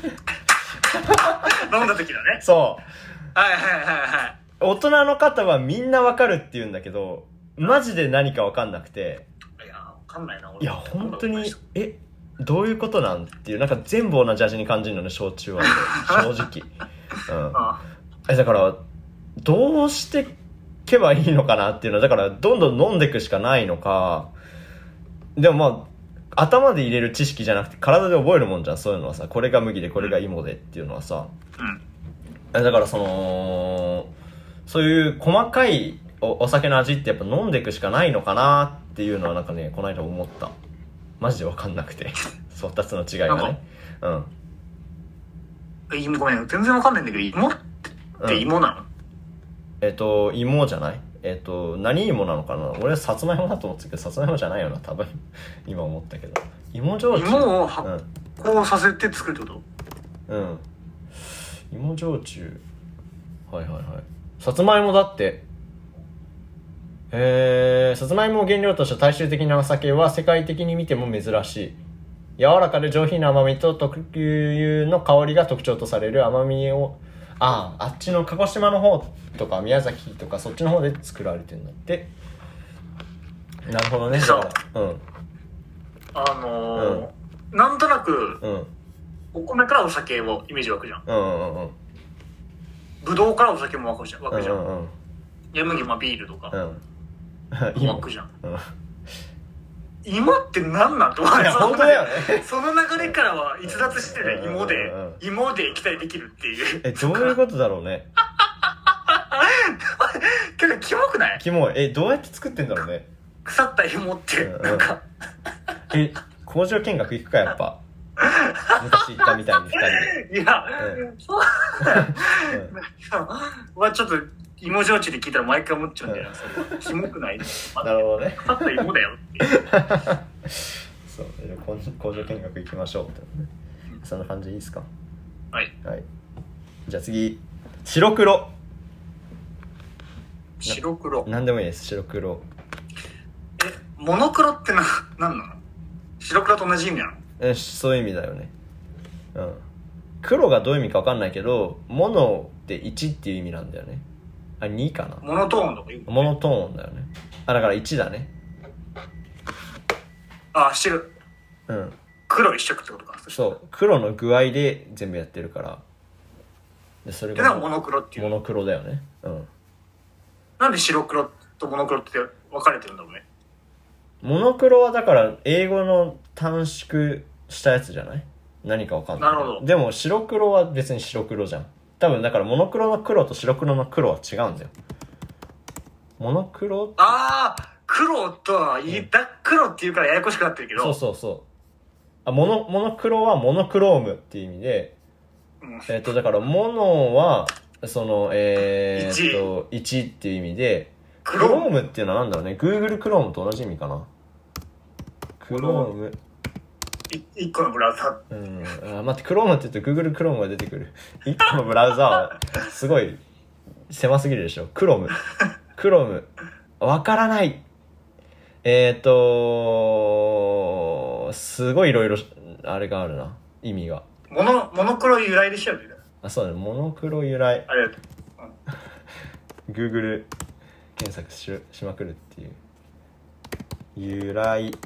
飲んだ時だね。 そうはいはいはいはい。 大人の方はみんな分かるって言うんだけど、マジで何か分かんなくて、 いや分かんないな。俺いや本当にえどういうことなんっていう、なんか全部同じ味に感じるのね、焼酎は正直、うん、ああだからどうしてけばいいのかなっていうのは、だからどんどん飲んでいくしかないのか。でもまあ頭で入れる知識じゃなくて体で覚えるもんじゃん、そういうのはさ。これが麦でこれが芋でっていうのはさ、うん、だからそのそういう細かい お, お酒の味ってやっぱ飲んでいくしかないのかなっていうのはなんかね、この間思った。マジで分かんなくてそうふたつの違いがね。 うん。ごめん全然分かんないんだけど、芋って芋なの？うんえっと、芋じゃないえっと、何芋なのかな。俺はさつまいもだと思ってたけど、さつまいもじゃないよな、多分。今思ったけど。芋焼酎。 芋を発酵させて作るってこと？ うん。芋焼酎。はいはいはい。さつまいもだって。えー、さつまいもを原料とした大衆的なお酒は世界的に見ても珍しい。柔らかで上品な甘みと特有の香りが特徴とされる甘みを、ああ、あっちの鹿児島の方とか宮崎とかそっちの方で作られてるんだって。なるほどね。 そう。 うん。 あのーうん、なんとなく、うん、お米からお酒をイメージ湧くじゃん。うんうんうん。ぶどうからお酒も湧くじゃん。湧くじゃん。うんうんうん。ヤムギもビールとか、うん、湧くじゃん。うん芋って何なんと思う。いや本当だよね。その流れからは逸脱してね、芋で、うんうんうん、芋で期待できるっていう。 え、どういうことだろうね。 結構キモくない？ キモい。え、どうやって作ってんだろうね。 腐った芋って、うんうん、なんか。 え、工場見学行くか、やっぱ。昔行ったみたいにふたりで。 いや、うん、そう。うん、まあちょっと、芋焼酎で聞いたら毎回思っちゃうんだよな、それは。キモくない？ なるほどね。 腐った芋だよっていう。 そう、工場見学行きましょうって、ね。そんな感じでいいですか？ はい。 はい。じゃあ次、白黒。 白黒。 なんでもいいです、白黒。 え、モノクロってな、なんなの？白黒と同じ意味なの？ え、そういう意味だよね。うん。黒がどういう意味か分かんないけど、モノっていちっていう意味なんだよね。あ、にかな。 モノトーンとか言う、ね、 モノトーンだよね。あ、だからいちだね。 あ、白。 うん。 黒一色ってことか。 そう。黒の具合で全部やってるから。 で、それがモノクロっていう。 モノクロだよね。うん。 なんで白黒とモノクロって分かれてるんだろうね。 モノクロはだから英語の短縮したやつじゃない？何か分かんない。 なるほど。 でも白黒は別に白黒じゃん。多分だからモノクロの黒と白黒の黒は違うんだよ。モノクロああ黒とは言った、うん、黒っていうからややこしくなってるけど。 そうそうそう。あ、モノ、モノクロはモノクロームっていう意味で、うん、えっとだからモノはそのえー、っといちっていう意味で、クロームっていうのはなんだろうね。Google クロームと同じ意味かな。クローム。 いっこのブラウザ。 うん。あ、待って、クロームって言うと Google クロームが出てくる。いっこのブラウザはすごい狭すぎるでしょ。クローム。クローム。わからない。えっと、すごいいろいろあれがあるな。意味が。 モノ、モノクロ由来でしょ。 あ、そうだね。モノクロ由来。 ありがとう。 うん、Google 検索 し, しまくるっていう。由来。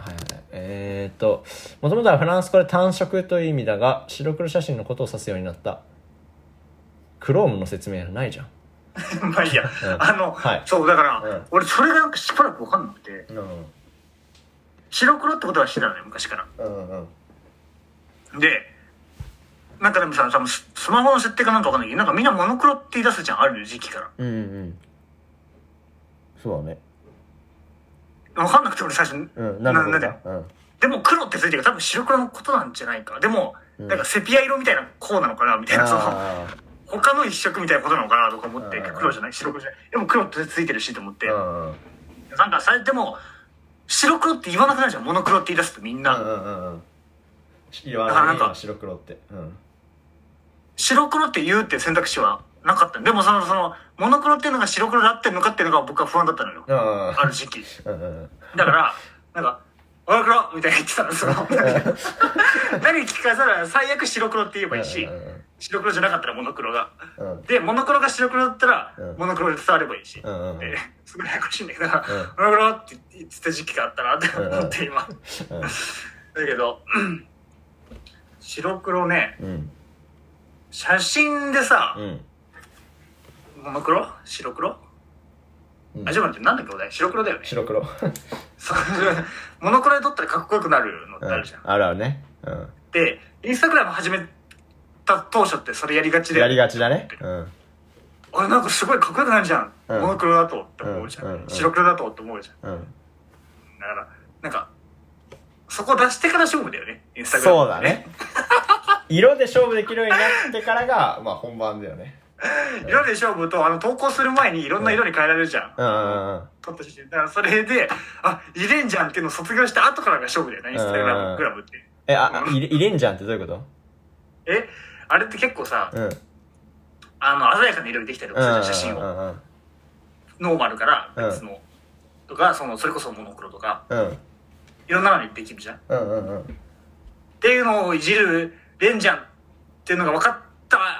はいはい。えーっと、もともとはフランス語で単色という意味だが、白黒写真のことを指すようになった。クロームの説明はないじゃん。 まあいいや、うん、あの、はい、そう、だから、うん、俺それがなんかしばらくわかんなくて、うん、白黒ってことは知らない昔から。うんうん、で、なんかでもさ、スマホの設定かなんかわかんないけど、なんかみんなモノクロって言い出すじゃん、ある時期から。うんうん。 そうだね。 わかんなくて俺最初、うん、なんなんで、うん、でも黒ってついてるから多分白黒のことなんじゃないか。でも、うん、なんかセピア色みたいなこうなのかなみたいな、その、他の一色みたいなことなのかなとか思って、黒じゃない白黒じゃない。でも黒ってついてるしと思って。なんかさ、でも、白黒って言わなくなるじゃん、モノクロって言い出すとみんな。うんうんうん、 言わないね、白黒って。うん、 白黒って言うっていう選択肢はなかった。でもその、その、モノクロっていうのが白黒で合ってるのかっていうのが僕は不安だったのよ。ある時期。だから、なんか、モノクロみたいに言ってたの、その、何聞かせたら最悪白黒って言えばいいし、白黒じゃなかったらモノクロが。で、モノクロが白黒だったら、モノクロで伝わればいいし。で、すごいややこしいんだけど、モノクロって言ってた時期があったなって思って今。だけど、白黒ね、写真でさ、モノクロ白黒、うん、あ、ちょっと待って、なんだっけお題白黒だよね。 白黒。 そう、モノクロで撮ったらかっこよくなるのってあるじゃん。 うん、あるあるね。うん。 で、インスタグラム始めた当初ってそれやりがちで。 やりがちだね。うん。 あれなんかすごいかっこよくなるじゃん。うん、モノクロだとって思うじゃん。うんうんうん、白黒だとって思うじゃん。うん。だから、なんか、そこ出してから勝負だよね、インスタグラム、ね。 そうだね。色で勝負できるようになってからが、まあ本番だよね。 色で勝負と、あの、投稿する前にいろんな色に変えられるじゃん。うんうんうん。撮った写真。だからそれで、あ、入れんじゃんっていうのを卒業した後からが勝負だよね、インスタグラムって。 え、あ、入れ、入れんじゃんってどういうこと？ え、あれって結構さ、うん、あの、鮮やかな色にできたりとかする写真を。ノーマルから別の、とか、その、それこそモノクロとか、うん、いろんなのにできるじゃん。うんうんうん。っていうのをいじるれんじゃんっていうのが分かった。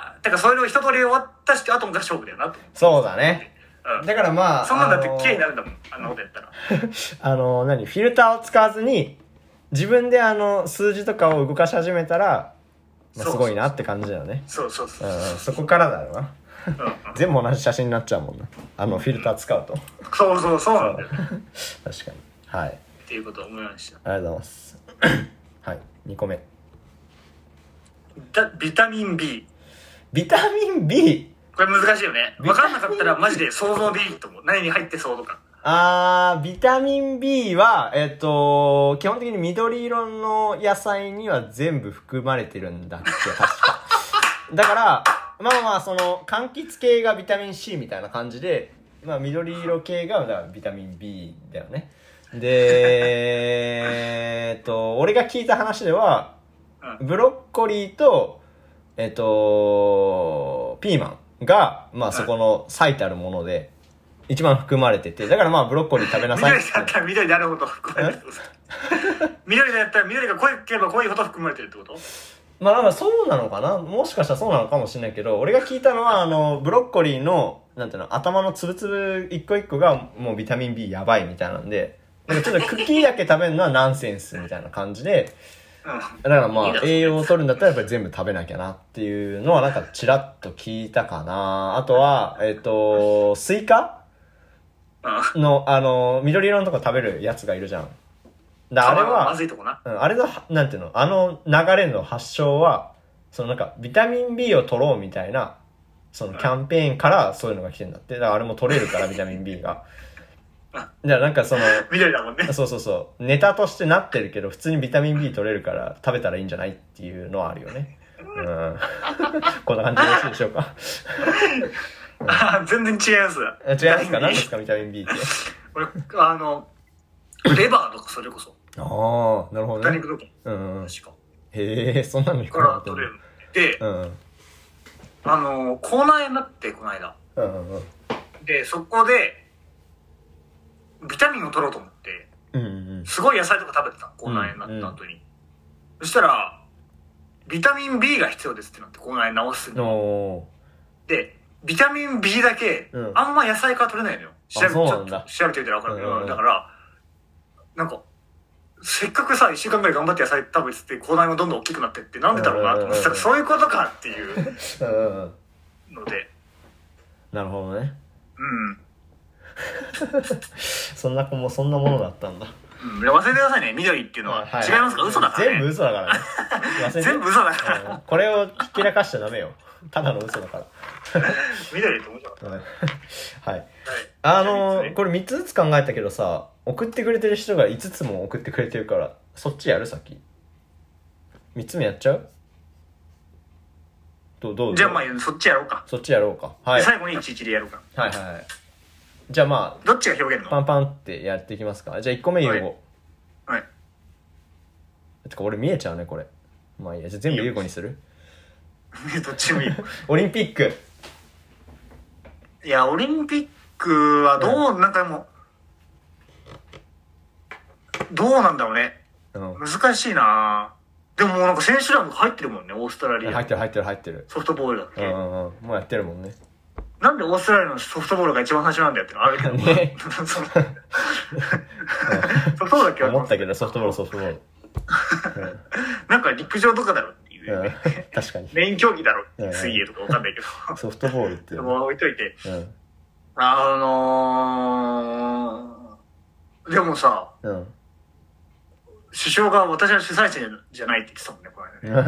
だからそれを一通り終わったし、後が勝負だよなと。 そうだね。うん、だからまあ。 そんなんだって綺麗になるんだもん、あんなことやったら。 あの、何フィルターを使わずに、自分であの、数字とかを動かし始めたら、まあ、すごいなって感じだよね。 そうそうそう。 うん、そこからだよな。うんうん、全部同じ写真になっちゃうもんな。あの、フィルター使うと。 そうそうそうなんだよ。確かに。はい。 っていうことを思いました。 ありがとうございます。はい。にこめ。 ビタミン B。 ビタミン B？ これ難しいよね。分かんなかったらマジで想像でいいと思う。何に入ってそうとか。 あー、ビタミン B は、えっと、基本的に緑色の野菜には全部含まれてるんだっけ、確か。だから、まあまあ、その、柑橘系がビタミン C みたいな感じで、まあ緑色系がだからビタミン B だよね。で、えっと、俺が聞いた話では、ブロッコリーと、えっと、ピーマンが、まあそこの最たるもので、一番含まれてて、だからまあブロッコリー食べなさい。 緑だったら緑であるほど含まれてるってこと緑だったら緑が濃いければ濃いほど含まれてるってこと？ まあなんかそうなのかな、もしかしたらそうなのかもしれないけど、俺が聞いたのは、あの、ブロッコリーの、なんていうの、頭のつぶつぶ一個一個がもうビタミン B やばいみたいなんで、なんかちょっとクッキーだけ食べるのはナンセンスみたいな感じで、だからまあ栄養を取るんだったらやっぱり全部食べなきゃなっていうのはなんかチラッと聞いたかな。あとは、えっと、スイカの、あの、緑色のとこ食べるやつがいるじゃん。だあれは、 まずいとこな。 うん、あれの、なんていうの、あの流れの発祥は、そのなんか、ビタミン B を取ろうみたいな、そのキャンペーンからそういうのが来てんだって。だからあれも取れるから、ビタミン B が。じゃあなんかその、 緑だもんね。 そうそうそう。ネタとしてなってるけど、普通にビタミン B 取れるから食べたらいいんじゃないっていうのはあるよね。うん。こんな感じでよろしいでしょうか。 うん、あ全然違います。 違いますか？何ですか、ビタミン B って。 俺、あの、レバーとかそれこそ。 ああ、なるほどね。 豚肉とか。 うんうん。 確か。 へえ、そんなのから取れる。で、うん、あの、口内炎になって、この間。うんうん。で、そこで、ビタミンを取ろうと思って、うんうん、すごい野菜とか食べてたの、口内炎になった後に。うんうん、そしたら、ビタミン B が必要ですってなって、口内炎治すの。で、ビタミン B だけ、うん、あんま野菜から取れないのよ。調べ、ちょっと調べてみたら分かるけど、うんうん、だから、なんか、 せっかくさいっしゅうかんぐらい頑張って野菜食べてて口内もどんどん大きくなってってなんでだろうなと思ってたらそういうことかっていうのでなるほどね。 うんそんな子もそんなものだったんだ。 うん、忘れてくださいね、緑っていうのは。はい、違いますか？嘘だからね。 全部嘘だからね。 全部嘘だから、 うん。これをひきらかしちゃダメよ。ただの嘘だから。 緑って面白かった。 はい。はい。あのー、これみっつずつ考えたけどさ、送ってくれてる人がいつつも送ってくれてるから、そっちやる先。みっつめやっちゃう？どうどうじゃあまあ、そっちやろうか。 そっちやろうか。はい。 最後にいちいちでやろうか。 はいはいはい。じゃあまあ、 どっちが表現の？ パンパンってやっていきますか。じゃあいっこめユーゴ。 はい。はい、 てか俺見えちゃうねこれ。まあいいや。じゃあ全部ユーゴにする？ どっちもいい。 オリンピック。 いや、オリンピックはどう、うん、なんかもう、どうなんだろうね。うん、難しいなでももうなんか選手団が入ってるもんね、オーストラリア。 入ってる入ってる入ってる。 ソフトボールだっけ？ うんうんうん。もうやってるもんね。 なんでオーストラリアのソフトボールが一番最初なんだよってのあるけどね。ソフトボールだっけ？ 思ったけどソフトボールソフトボール。 なんか陸上とかだろっていう、ねうん。確かに。 メイン競技だろっていう水泳とかわかんないけど。 ソフトボールっていう。 もう置いといて。 うん、 あのー、でもさ、うん、首相が私は主催者じゃないって言ってたもんね、これね。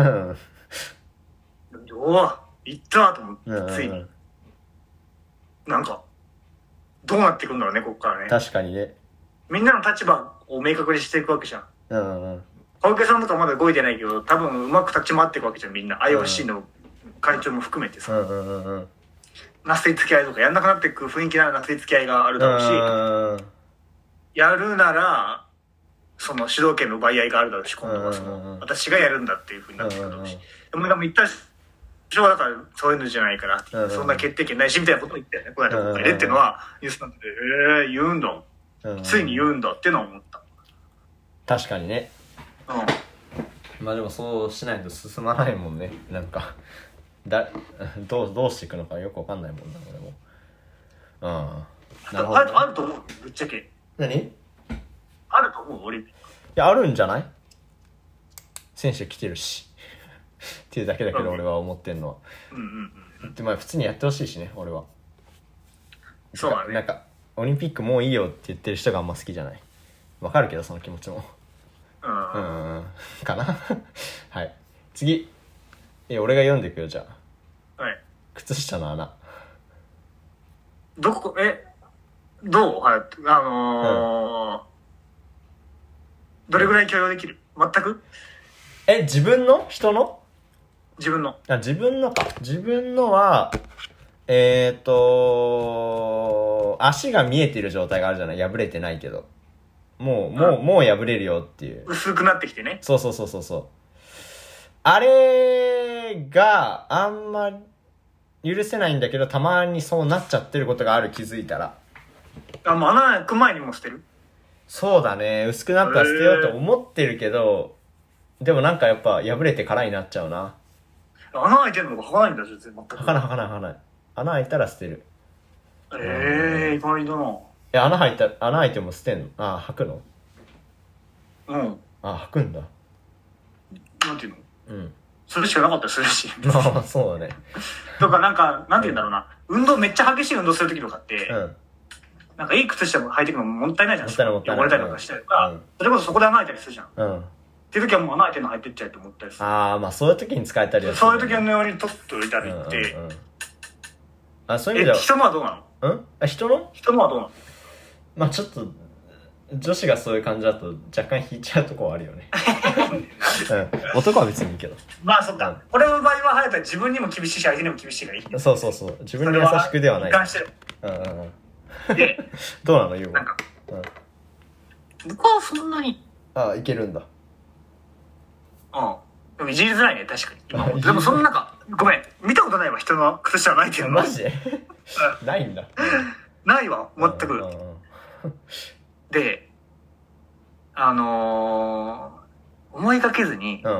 おぉ、行ったと思って、うん、ついに。なんか、どうなっていくんだろうね、こっからね。 確かにね。 みんなの立場を明確にしていくわけじゃん。 うんうん。 小池さんとかまだ動いてないけど、多分うまく立ち回っていくわけじゃん、みんな。アイオーシー の会長も含めてさ。うんうんうん。なすりつき合いとかやんなくなっていく雰囲気ならなすりつき合いがあるだろうし、うん、やるなら、その主導権の奪い合いがあるだろうし、今度はその、私がやるんだっていう風になってくるだろうし。でもでも言ったし、首相だからそういうのじゃないからって、そんな決定権ないしみたいなことを言ったよね、この間国会でっていうのは、ニュースなんで、えー、言うんだ。ついに言うんだっていうのは思った。 確かにね。 うん。 まあでもそうしないと進まないもんね。なんかだどうどうしていくのかよくわかんないもんな俺も。うん。 なるほど、ね、あ, あると思うぶっちゃけ。 何？ あると思うオリンピック。いやあるんじゃない？選手来てるしっていうだけだけど俺は思ってんのは。うんうんうん。でまあ普通にやってほしいしね俺は。 そうだね。 なんかオリンピックもういいよって言ってる人があんま好きじゃない。わかるけどその気持ちも。うん。うんかなはい。次。え、俺が読んでいくよ、じゃあ。 はい。 靴下の穴。 どこ、え、どう？はい。あのー、うん、どれぐらい許容できる？全く？ え、自分の？人の？ 自分の。 あ、自分のか。自分のは、えーと、足が見えてる状態があるじゃない？破れてないけど。もう、もう、もう破れるよっていう。 薄くなってきてね。 そうそうそうそうそう。あれがあんま許せないんだけど、たまにそうなっちゃってることがある、気づいたら。 あ、もう穴開く前にも捨てる？ そうだね。薄くなったら捨てようと思ってるけど、でもなんかやっぱ破れて空になっちゃうな。 穴開いてるのが履かないんだ、全然。全く。 履かない履かない履かない。穴開いたら捨てる。 ええー、意外だな。 え、穴開いた、穴開いても捨てんの？あ、履くの？ うん。 あ、履くんだ。 なんていうの？ うん。 それしかなかったりするし。 まあ、そうだね。 とか、なんか、なんていうんだろうな。運動、めっちゃ激しい運動するときとかって、うん。なんかいい靴下も履いてくのももったいないじゃん。もったいないもったいない。汚れたりとかしたりとか、うん、それこそそこで穴開いたりするじゃん。うん。っていう時はもう穴開いてるの入ってっちゃうと思ったりする。 ああ、まあそういう時に使えたりはする、ね。そういう時のように取っておいたりって、うんうんうん。 あ、そういう意味では。 え、人のはどうなの？ん？あ、人の？ 人のはどうなの？まあちょっと、女子がそういう感じだと若干引いちゃうとこはあるよね。うん、男は別にいいけど。 まあそっか。これの場合は早く自分にも厳しいし相手にも厳しいがいい。 そうそうそう。自分に優しくではない。 一貫してる。 うんうんうん。で、どうなの言う？なんか、 うん、僕はそんなに。 ああ、いけるんだ。 うん。でもいじりづらいね、確かに。でもそんなか、ごめん。見たことないわ、人の靴下はないけど。 マジでないんだ。 ないわ、全く。で、あのー、思いがけずに、うん、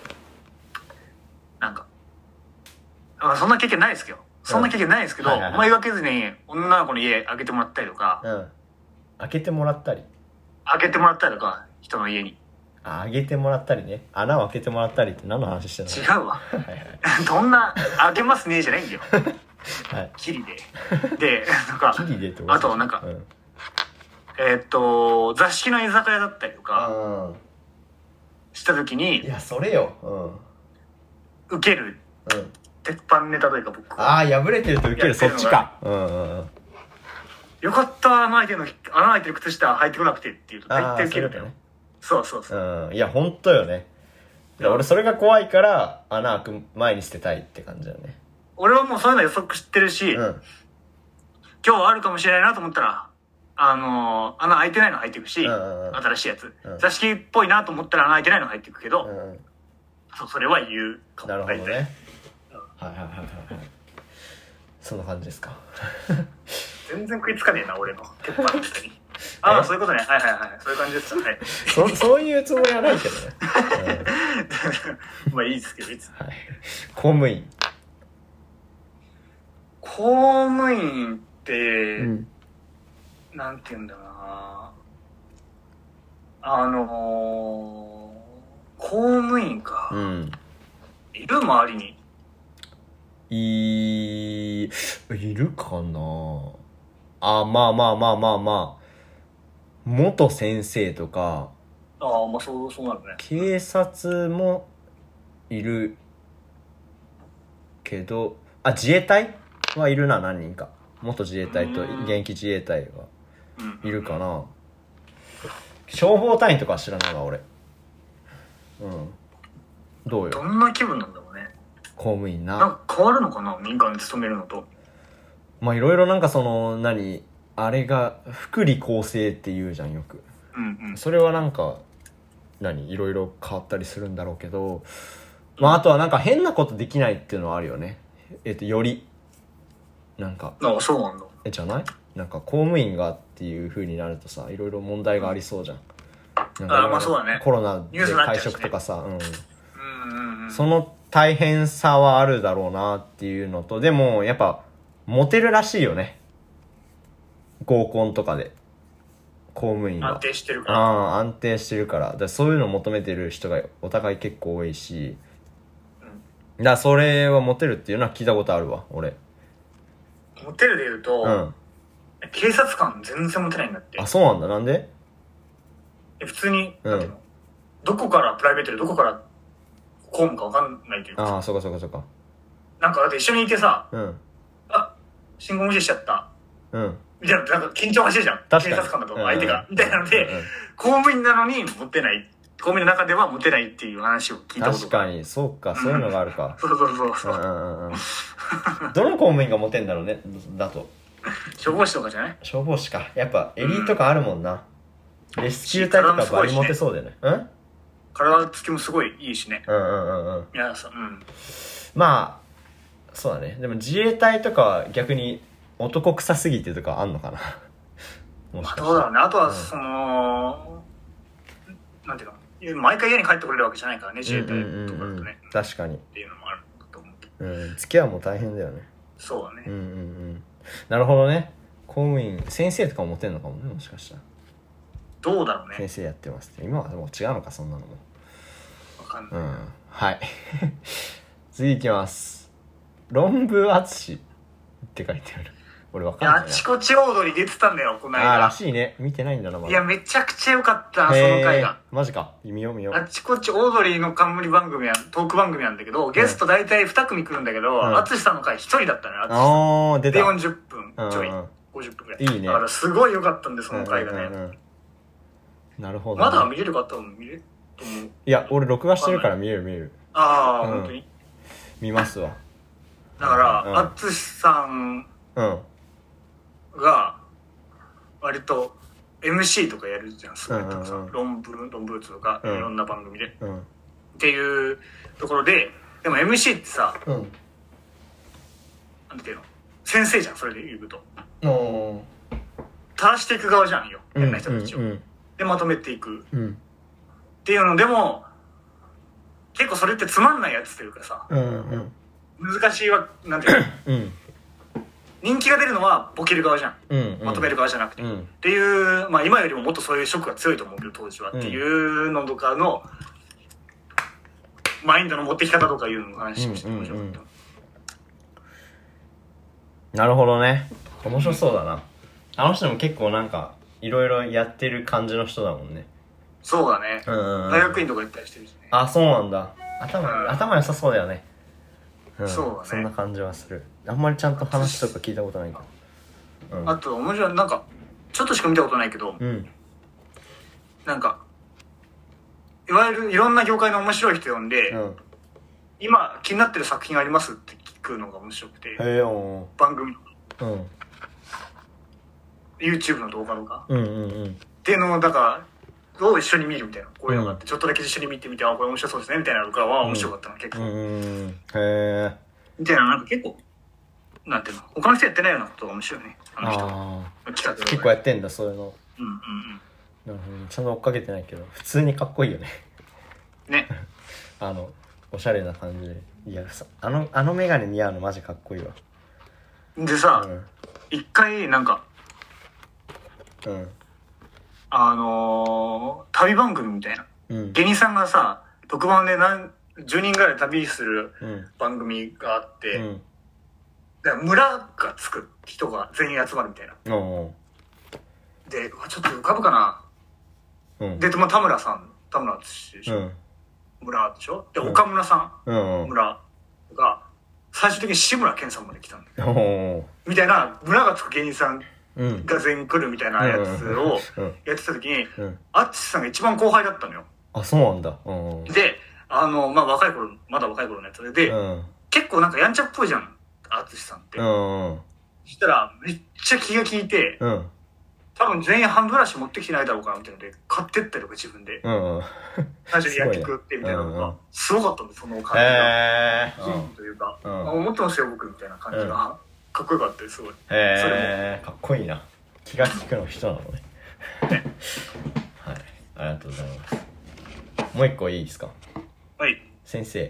なんか、あ、そんな経験ないですけど、そんな経験ないですけど、うん、はいはいはい、思いがけずに女の子の家開けてもらったりとか、 うん、開けてもらったり開けてもらったりとか、 人の家に。 あ、あげてもらったりね。穴を開けてもらったりって何の話してるの？違うわ。はいはい、どんな、開けますねじゃないんだよ。はい。キリで。で、なんか、キリでってあとなんか、うん、えー、っと、雑誌の居酒屋だったりとか、した時に、 いや、それよ。 うん。受ける。うん。鉄板ネタというか僕は。ああ、破れてると受ける、そっちか。うんうんうん。 よかった、穴開いてるの、穴開いてる靴下履いてこなくてっていうと大体受けるんだよ。そうそうそう。 うん。いや、ほんとよね。いや、俺それが怖いから、穴開く前に捨てたいって感じだよね。 俺はもうそういうの予測知ってるし、うん、今日あるかもしれないなと思ったら、あのー、穴開いてないの入っていくし、うんうんうん、新しいやつ、うん。座敷っぽいなと思ったら穴開いてないの入っていくけど、うんうん、そう、それは言うかも。 なるほどね。うん、はいはいはいはい。そんな感じですか。 全然食いつかねえな、俺の鉄板の下に。ああ、そういうことね。はいはいはい。そういう感じですか。はい。 そ、そういうつもりはないけどね。 うん、まあいいですけど、いつ。はい。 公務員。 公務員って、うん、なんて言うんだろうな。あのー、公務員か。うん。いる周りに。 い、いるかなあ、まあまあまあまあまあ。元先生とか。 ああ、まあそう、そうなるね。 警察もいるけど、あ、自衛隊はいるな、何人か。元自衛隊と現役自衛隊はいるかな。消防隊員とかは知らないわ、俺。うん。どうよ。 どんな気分なんだろうね。 公務員な。 なんか変わるのかな、民間に勤めるのと。 まあいろいろなんかその、何、あれが、福利厚生って言うじゃん、よく。うんうん。それはなんか、何、いろいろ変わったりするんだろうけど、まああとはなんか変なことできないっていうのはあるよね。えっと、より、なんか。 ああ、そうなんだ。 え、じゃない？なんか公務員がっていう風になるとさ、いろいろ問題がありそうじゃん。 なんかあ、まあそうだね。 コロナで会食とかさ、うん。うんうんうん。その大変さはあるだろうなっていうのと、でもやっぱモテるらしいよね。合コンとかで公務員は安定してるから。 ああ、安定してるから。だからそういうのを求めてる人がお互い結構多いし、うん、だからそれはモテるっていうのは聞いたことあるわ、俺。 モテるで言うと、うん、警察官全然モテないんだって。 あ、そうなんだ。なんで？ え、普通に、うん、なんていうの、どこからプライベートでどこから公務か分かんないというか。 ああ、そうかそうかそうか。 なんかだって一緒にいてさ、うん、あ、信号無視しちゃった。うん。みたいな、なんか緊張走るじゃん。警察官だと相手が、うん、みたいなので、うんうん、公務員なのにモテない。公務員の中ではモテないっていう話を聞いたことがある。確かに、そうか、そういうのがあるか。 そうそうそうそう。うんうんうん。 どの公務員がモテんだろうね、だと。 消防士とかじゃない？ 消防士か。やっぱエリート感あるもんな。うん、レスキュー隊とかバリモテそうだよね。うん？ 体つきもすごいいいしね。 うんうんうんうん。 いや、そう、うん。 まあ、そうだね。でも自衛隊とかは逆に男臭すぎてとかあんのかな。 もしかしたら。まあ、どうだろうね。あとは、その、うん、なんていうの、毎回家に帰ってこれるわけじゃないからね、自衛隊とかだとね。うんうんうんうん、 確かに。 っていうのもあると思うけど。 うん、付き合うも大変だよね。 そうだね。 うんうんうん。なるほどね。公務員、先生とかもモテんのかもね、もしかしたら。 どうだろうね。 先生やってますって。今はでも違うのか、そんなのも。 わかんない。 うん。はい。次いきます。論文厚って書いてある。俺わかんないな。 あちこちオードリー出てたんだよ、この間。 あーらしいね。見てないんだな、まだ。 いや、めちゃくちゃ良かったな、その回が。 マジか。見よう見よう。 あちこちオードリーの冠番組や、トーク番組なんだけど、ゲスト大体に組来るんだけど、あつしさんの回ひとりだったね、あつしさん。 あー、出た。 でよんじゅっぷんちょい。うんうん、ごじゅっぷんぐらい。 いいね。 だからすごい良かったんで、その回がね。うんうんうん、 なるほど、ね。 まだ見れる方も見れると思う。 いや、俺録画してるから見れる見れる。 ああ、うん、本当に見ますわ。 だから、あつしさんが、割と エムシー とかやるじゃん、すごいたくさん。論文、論文とか、いろんな番組で、うん。っていうところで、でも エムシー ってさ、うん、なんていうの、先生じゃん、それで言うと。垂らしていく側じゃんよ、変な人たちを。うんうんうん、で、まとめていく。うん、っていうのでも、結構それってつまんないやつというかさ、うんうん、難しいわ、なんていうの、うん、 人気が出るのはボケる側じゃん、 うんうん、 まとめる側じゃなくて、 うん、 っていう、まあ今よりももっとそういうショックが強いと思うけど当時は、うん、っていうのとかのマインドの持ってき方とかいうのを話をして面白かった、うんうんうん、 なるほどね。面白そうだな。あの人も結構なんかいろいろやってる感じの人だもんね。 そうだね、うんうん、大学院とか行ったりしてるしね。 あ、そうなんだ。頭、うん、頭良さそうだよね、うん、 そうだね。 そんな感じはする。あんまりちゃんと話とか聞いたことないから、うん、 あと面白い、なんかちょっとしか見たことないけど、うん、なんかいわゆるいろんな業界の面白い人呼んで、うん、今気になってる作品ありますって聞くのが面白くて、へ番組とか、うん、YouTube の動画とか、うんうんうん、っていうのをだからを一緒に見るみたいな、こういうのがあって、うん、ちょっとだけ一緒に見てみて、あ、これ面白そうですねみたいなのがは面白かったの、うん、結構、うん、へえみたいな、なんか結構なんていうの、他の人やってないようなことが面白いね、あの人あ結構やってんだそういうの。うんうんうん、なるほど、ちゃんと追っかけてないけど普通にかっこいいよねねあのおしゃれな感じで、いやさ、あのあのメガネ似合うのマジかっこいいわ。 でさ、うん、一回なんか、うん、あのー、旅番組みたいな、うん、芸人さんがさ特番で何じゅうにんぐらい旅する番組があって、うん、だから村がつく人が全員集まるみたいな、うん、でちょっと浮かぶかな、うん、で、まあ、田村さん田村淳でしょ、うん、村でしょで、岡村さん、うん、村が最終的に志村けんさんまで来たんだよ、うん、みたいな村がつく芸人さんが全員来るみたいなやつをやってた時に、うん、アッチさんが一番後輩だったのよ。あ、そうなんだ、うん、で、あの、まあ、若い頃まだ若い頃のやつで、うん、結構なんかやんちゃっぽいじゃんアッチさんって、うん、そしたらめっちゃ気が利いて、うん、多分全員ハンドブラシ持ってきてないだろうかなみたいなので買ってったりとか自分で、うんうん、最初に焼き食ってみたいなのがすごかったんで、その感じが、えー、というか、うん、思ってますよ僕みたいな感じが、うん、かっこよかったです、すごい。 へえー、かっこいいな。気が利くの人なのね。ねはい、ありがとうございます。もう一個いいですか。 はい。 先生。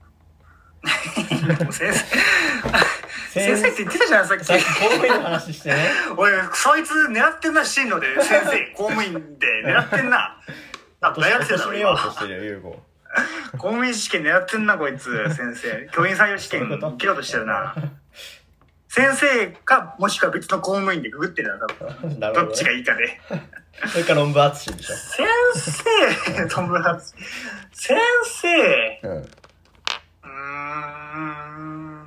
先生先生って言ってたじゃんさっき。 さっき公務員の話してね。 おい、そいつ狙ってんな、進路で先生公務員で狙ってんな。あ、大学生だろ今。公務員試験狙ってんなこいつ先生。教員採用試験受けようとしてるな。先生かもしくは別の公務員でググってるな多分。なるほど、ね、どっちがいいかで。 それから論文厚でしょ。 先生論文厚先生。うん。うーん。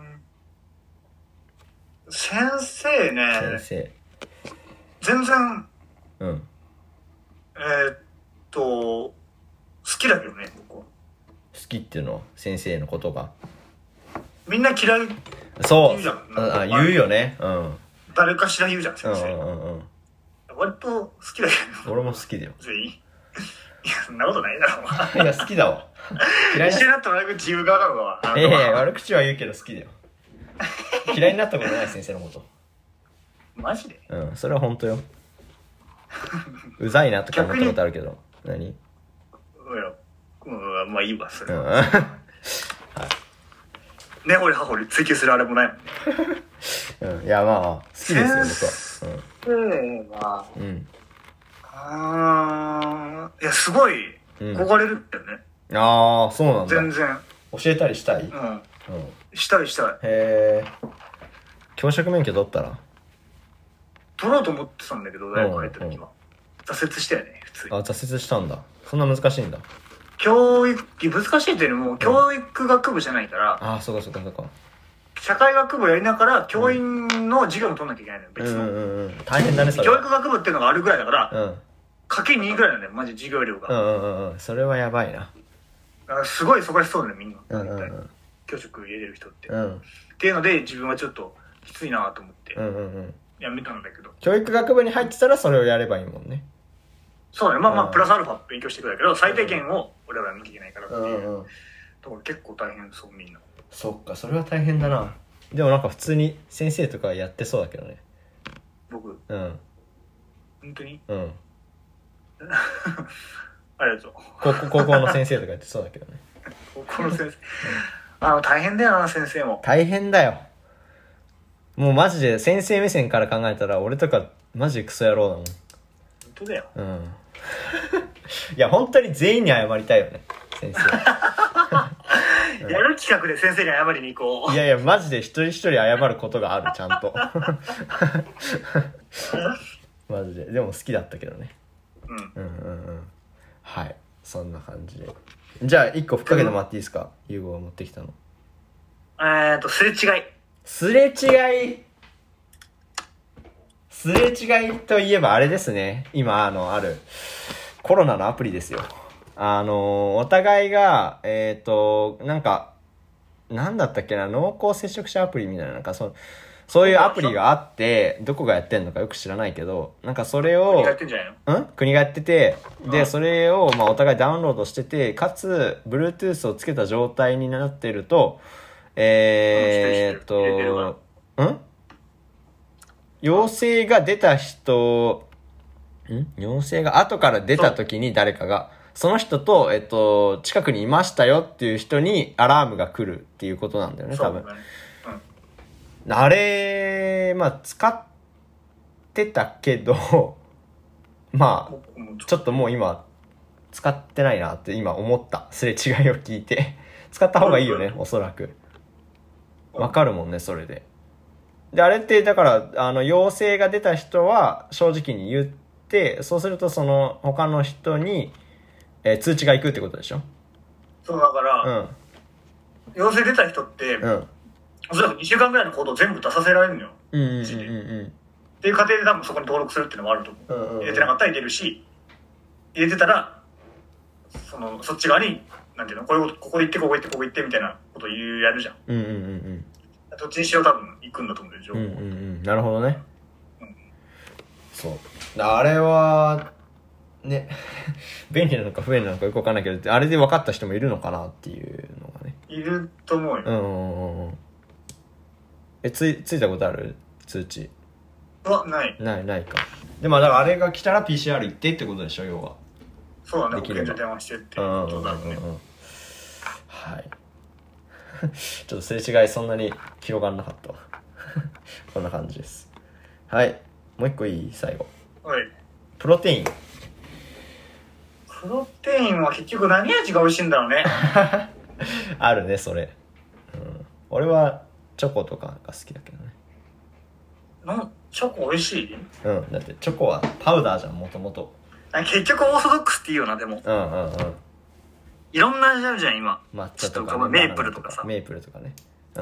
先生ね。先生。全然。うん。えー、っと好きだけどね僕は。好きっていうのは先生のことが。 みんな嫌い。 そう言うじゃん。あ、言うよね。うん。 誰かしら言うじゃん先生。うんうんうん。割と好きだけど。 俺も好きだよ。 全員。いやそんなことないだろう。 いや好きだわ。 嫌いになったら悪口言う側だろうわ。 ええ悪口は言うけど好きだよ。嫌いになったことない先生のこと。 マジで？ うん、それは本当よ。うざいなとか思ったことあるけど。何？いや、 うん、まあいいわそれは。うん、はい。ねほりはほり追求するあれもないもんね。 うん、いやまあ好きですよ僕は。 先生は、うん。あーいやすごい憧れるんだよね。 うん、ああそうなんだ。 全然。 教えたりしたい？うん。うん、 したいしたい。へえ。教職免許取ったら？ 取ろうと思ってたんだけど大学入った時は、うん、挫折したよね普通に。 あ挫折したんだ。そんな難しいんだ。 教育難しいっていうのも教育学部じゃないから、うん、 ああそうかそうかそうか。 社会学部やりながら教員の授業も取んなきゃいけないのよ別の、うんうんうん、大変だねそれ。教育学部っていうのがあるぐらいだから、うん、かけにぐらいなんだよマジ授業料が。 うんうんうんそれはやばいな。 だからすごい忙しそうだねみんな、うんうんうん、教職入れてる人って、うん、っていうので自分はちょっときついなと思って、うんうんうんやめたんだけど。教育学部に入ってたらそれをやればいいもんね。 そうだね。まあまあプラスアルファ勉強してくるんだけど最低限を俺らやんなきゃいけないからっていう、うんうん、だから結構大変そうみんな。 そっかそれは大変だな。でもなんか普通に先生とかやってそうだけどね僕。うん本当にうんありがとう。 高校高校の先生とかやってそうだけどね。 高校の先生、うん、あの大変だよな先生も。 大変だよ。 もうマジで先生目線から考えたら俺とかマジでクソ野郎だもん。 本当だよ。 うん。いや本当に全員に謝りたいよね先生。 うん、やる企画で先生に謝りに行こう。 いやいやマジで一人一人謝ることがあるちゃんと。マジででも好きだったけどね。 うん、 うんうんうん。はいそんな感じで。じゃあ一個ふっかけてもらっていいですか。ユーゴが持ってきたの。 えーとすれ違い。 すれ違い。すれ違いといえばあれですね。今あのあるコロナのアプリですよ。あのお互いがえっとなんかなんだったっけな、濃厚接触者アプリみたいななんかそそういうアプリがあってどこがやってんのかよく知らないけどなんかそれを国がやってんじゃないの？ ん国がやっててで、 うん、 それをまあお互いダウンロードしててかつ Bluetooth をつけた状態になっているとえー、っとん陽性が出た人ん陽性が後から出た時に誰かがその人と、えっと、近くにいましたよっていう人にアラームが来るっていうことなんだよね多分。うん、あれまあ使ってたけどまあちょっともう今使ってないなって今思った。すれ違いを聞いて使った方がいいよねおそらく。わかるもんねそれで。であれってだからあの陽性が出た人は正直に言ってそうするとその他の人に、えー、通知が行くってことでしょ。 そうだから、うん、陽性出た人って、うん、おそらくにしゅうかんぐらいの行動を全部出させられるのよ。 うんうんうんうん。 っていう過程で多分そこに登録するっていうのもあると思う。うんうんうん、入れてなかったら入れるし入れてたらそのそっち側になんていうのこういうことここ行ってここ行ってここ行ってみたいなことを言うやるじゃん。 うんうんうんうん。 どっちにしろ多分行くんだと思うんで情報。 うんうんうん。なるほどね。うん、そう。あれはね便利なのか不便なのかよくわかんないけどあれで分かった人もいるのかなっていうのがね。 いると思うよ。うんうんうん。えついついたことある通知？ はないないないか。でもだからあれが来たら ピーシーアール 行ってってことでしょ要は。 そうだね。保健所電話してっていうことだね。うんうんうんうん、 はい。ちょっとすれ違いそんなに広がんなかったわ。こんな感じです。はい。もう一個いい？最後。 はい。 プロテイン。 プロテインは結局何味が美味しいんだろうね。 あるねそれ、うん。俺はチョコとかが好きだけどね。 なんチョコ美味しい？ うん。だってチョコはパウダーじゃんもともと。 結局オーソドックスっていいよなでも。 うんうんうん。 いろんな味あるじゃん今。 抹茶とか、ね、 メープルとかさ。 メープルとかね。うん。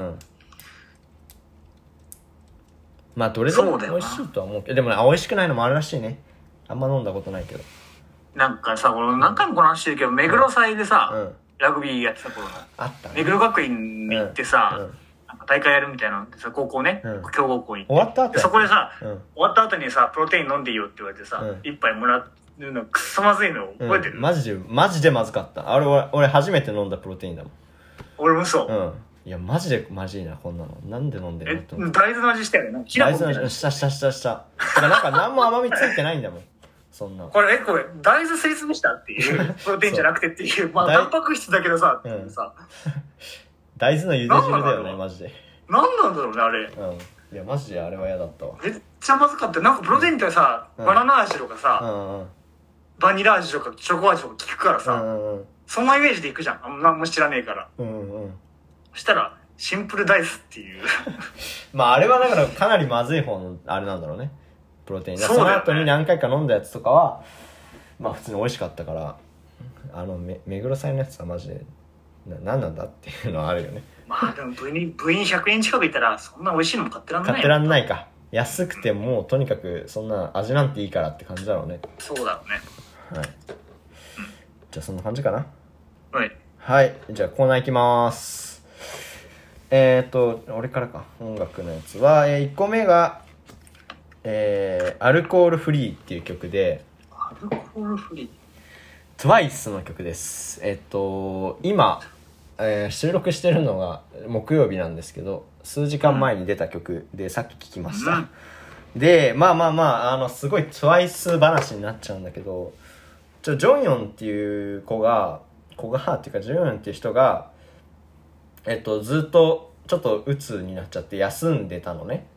まあどれでも美味しいとは思うけどでもね美味しくないのもあるらしいね。あんま飲んだことないけど。 なんかさ俺何回もこの話してるけど、うん、目黒祭でさ、うん、ラグビーやってた頃のあった、ね、 目黒学院に行ってさ、うんうん、なんか大会やるみたいなのってさ高校ね、うん、強豪校に行って終わった後そこでさ、うん、終わった後にさプロテイン飲んでいいよって言われてさ、うん、一杯もらうのくっそまずいの覚えてる、 うん、マジでマジでまずかった。あれ俺俺初めて飲んだプロテインだもん。 俺もそう、 うんいやマジでマジいなこんなのなんで飲んでるのって思って大豆の味したよね。 大豆の味したしたしたしただからなんか何も甘みついてないんだもん。そんなこれえこれ大豆すりつぶしたっていうプロテインじゃなくてっていうまあタンパク質だけどさ、うん、さ大豆の茹で汁だよねマジで。 なんなんだろうねあれ。 うんいやマジであれは嫌だったわ。 めっちゃまずかった。なんかプロテインってさ、うん、バナナ味とかさ、うんうん、バニラ味とかチョコ味とか効くからさ、うんうん、そんなイメージでいくじゃん。あんま何も知らねえから。うんうんそしたらシンプルダイスっていうまああれはだからかなりまずい方のあれなんだろうねプロテイン。そ,、ね、その後に何回か飲んだやつとかはまあ普通に美味しかったからあのめ目黒祭のやつはマジでな何なんだっていうのはあるよね。 まあでも部員部員ひゃくえん近くいたらそんな美味しいのも買ってらんないよ。 買ってらんないか。安くてもうとにかくそんな味なんていいからって感じだろうね。 そうだろうね。 はい、うん、じゃあそんな感じかな。 はいはいじゃあコーナーいきまーす。えっ、ー、と俺からか音楽のやつは、えー、いっこめが、えー、アルコールフリーっていう曲でアルコールフリートゥワイス の曲です。えっ、ー、と今、えー、収録してるのが木曜日なんですけど数時間前に出た曲で、うん、さっき聴きました、うん、でまあまあまああのすごい トゥワイス 話になっちゃうんだけどちょジョンヨンっていう子が子がっていうかジョンヨンっていう人がえっと、ずっとちょっと鬱になっちゃって休んでたのね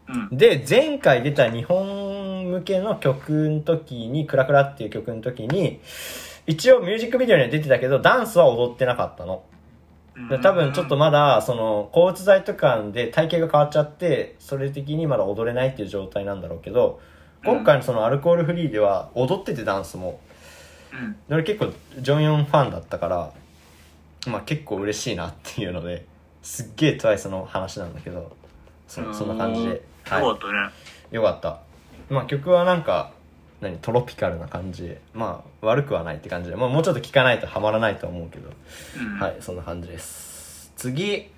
うん、 で前回出た日本向けの曲の時にクラクラっていう曲の時に一応ミュージックビデオには出てたけどダンスは踊ってなかったの。で多分ちょっとまだその抗うつ剤とかで体型が変わっちゃってそれ的にまだ踊れないっていう状態なんだろうけど、今回のそのアルコールフリーでは踊っててダンスも、うん、俺結構ジョンヨンファンだったから、まあ、結構嬉しいなっていうのですっげえトワイスの話なんだけど そ, そんな感じで、 はい、よかったね。 よかった。まあ曲はなんか何トロピカルな感じで、まあ悪くはないって感じで、まあ、もうちょっと聴かないとハマらないと思うけど、うん、はいそんな感じです。次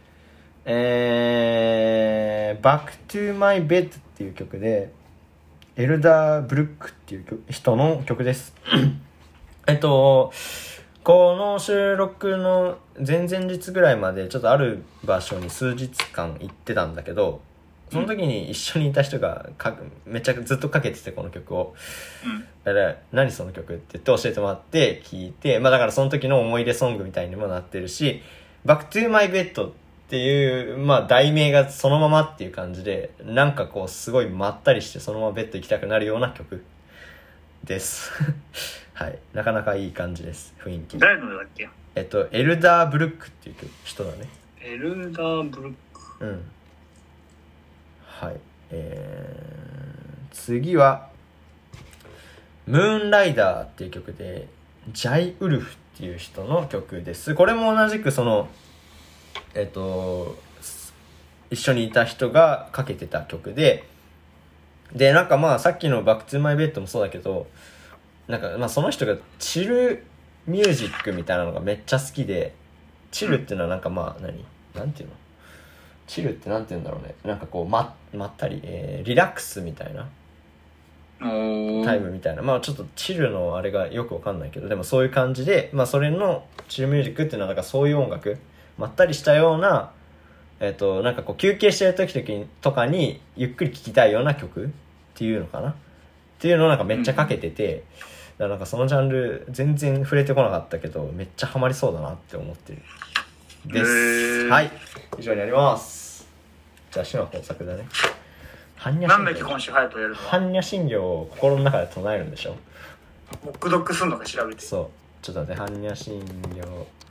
えー、Back to My Bed っていう曲でエルダー・ブルックっていう人の曲ですえっとこの収録の前々日ぐらいまでちょっとある場所に数日間行ってたんだけど、その時に一緒にいた人がかめっちゃずっとかけててこの曲を、うん、だから何その曲って言って教えてもらって聞いて、まあだからその時の思い出ソングみたいにもなってるし、Back to My Bedっていうまあ題名がそのままっていう感じで、なんかこうすごいまったりしてそのままベッド行きたくなるような曲ですはいなかなかいい感じです。雰囲気誰のだっけ。 えっとエルダー・ブルックっていう人だね。 エルダー・ブルック、 うんはい、えー、次はムーンライダーっていう曲でジャイ・ウルフっていう人の曲です。これも同じくそのえっと一緒にいた人がかけてた曲で、でなんかまあさっきのバックトゥマイベッドもそうだけど、なんかまあその人がチルミュージックみたいなのがめっちゃ好きで、チルっていうのはなんかまあ何なんていうのチルってなんて言うんだろうね、なんかこう ま, まったり、えー、リラックスみたいなタイムみたいな、まあちょっとチルのあれがよくわかんないけど、でもそういう感じで、まあそれのチルミュージックっていうのはなんかそういう音楽、まったりしたような、えっとなんかこう休憩してる時とかにゆっくり聴きたいような曲っていうのかなっていうのをなんかめっちゃかけてて、うん、だからなんかそのジャンル全然触れてこなかったけどめっちゃハマりそうだなって思ってるです。はい以上になります。じゃあ島工作だね。般若なんだっけ今週隼人やるのは。 般若心経を心の中で唱えるんでしょ。 黙読すんのか調べて。 そうちょっと待って般若心経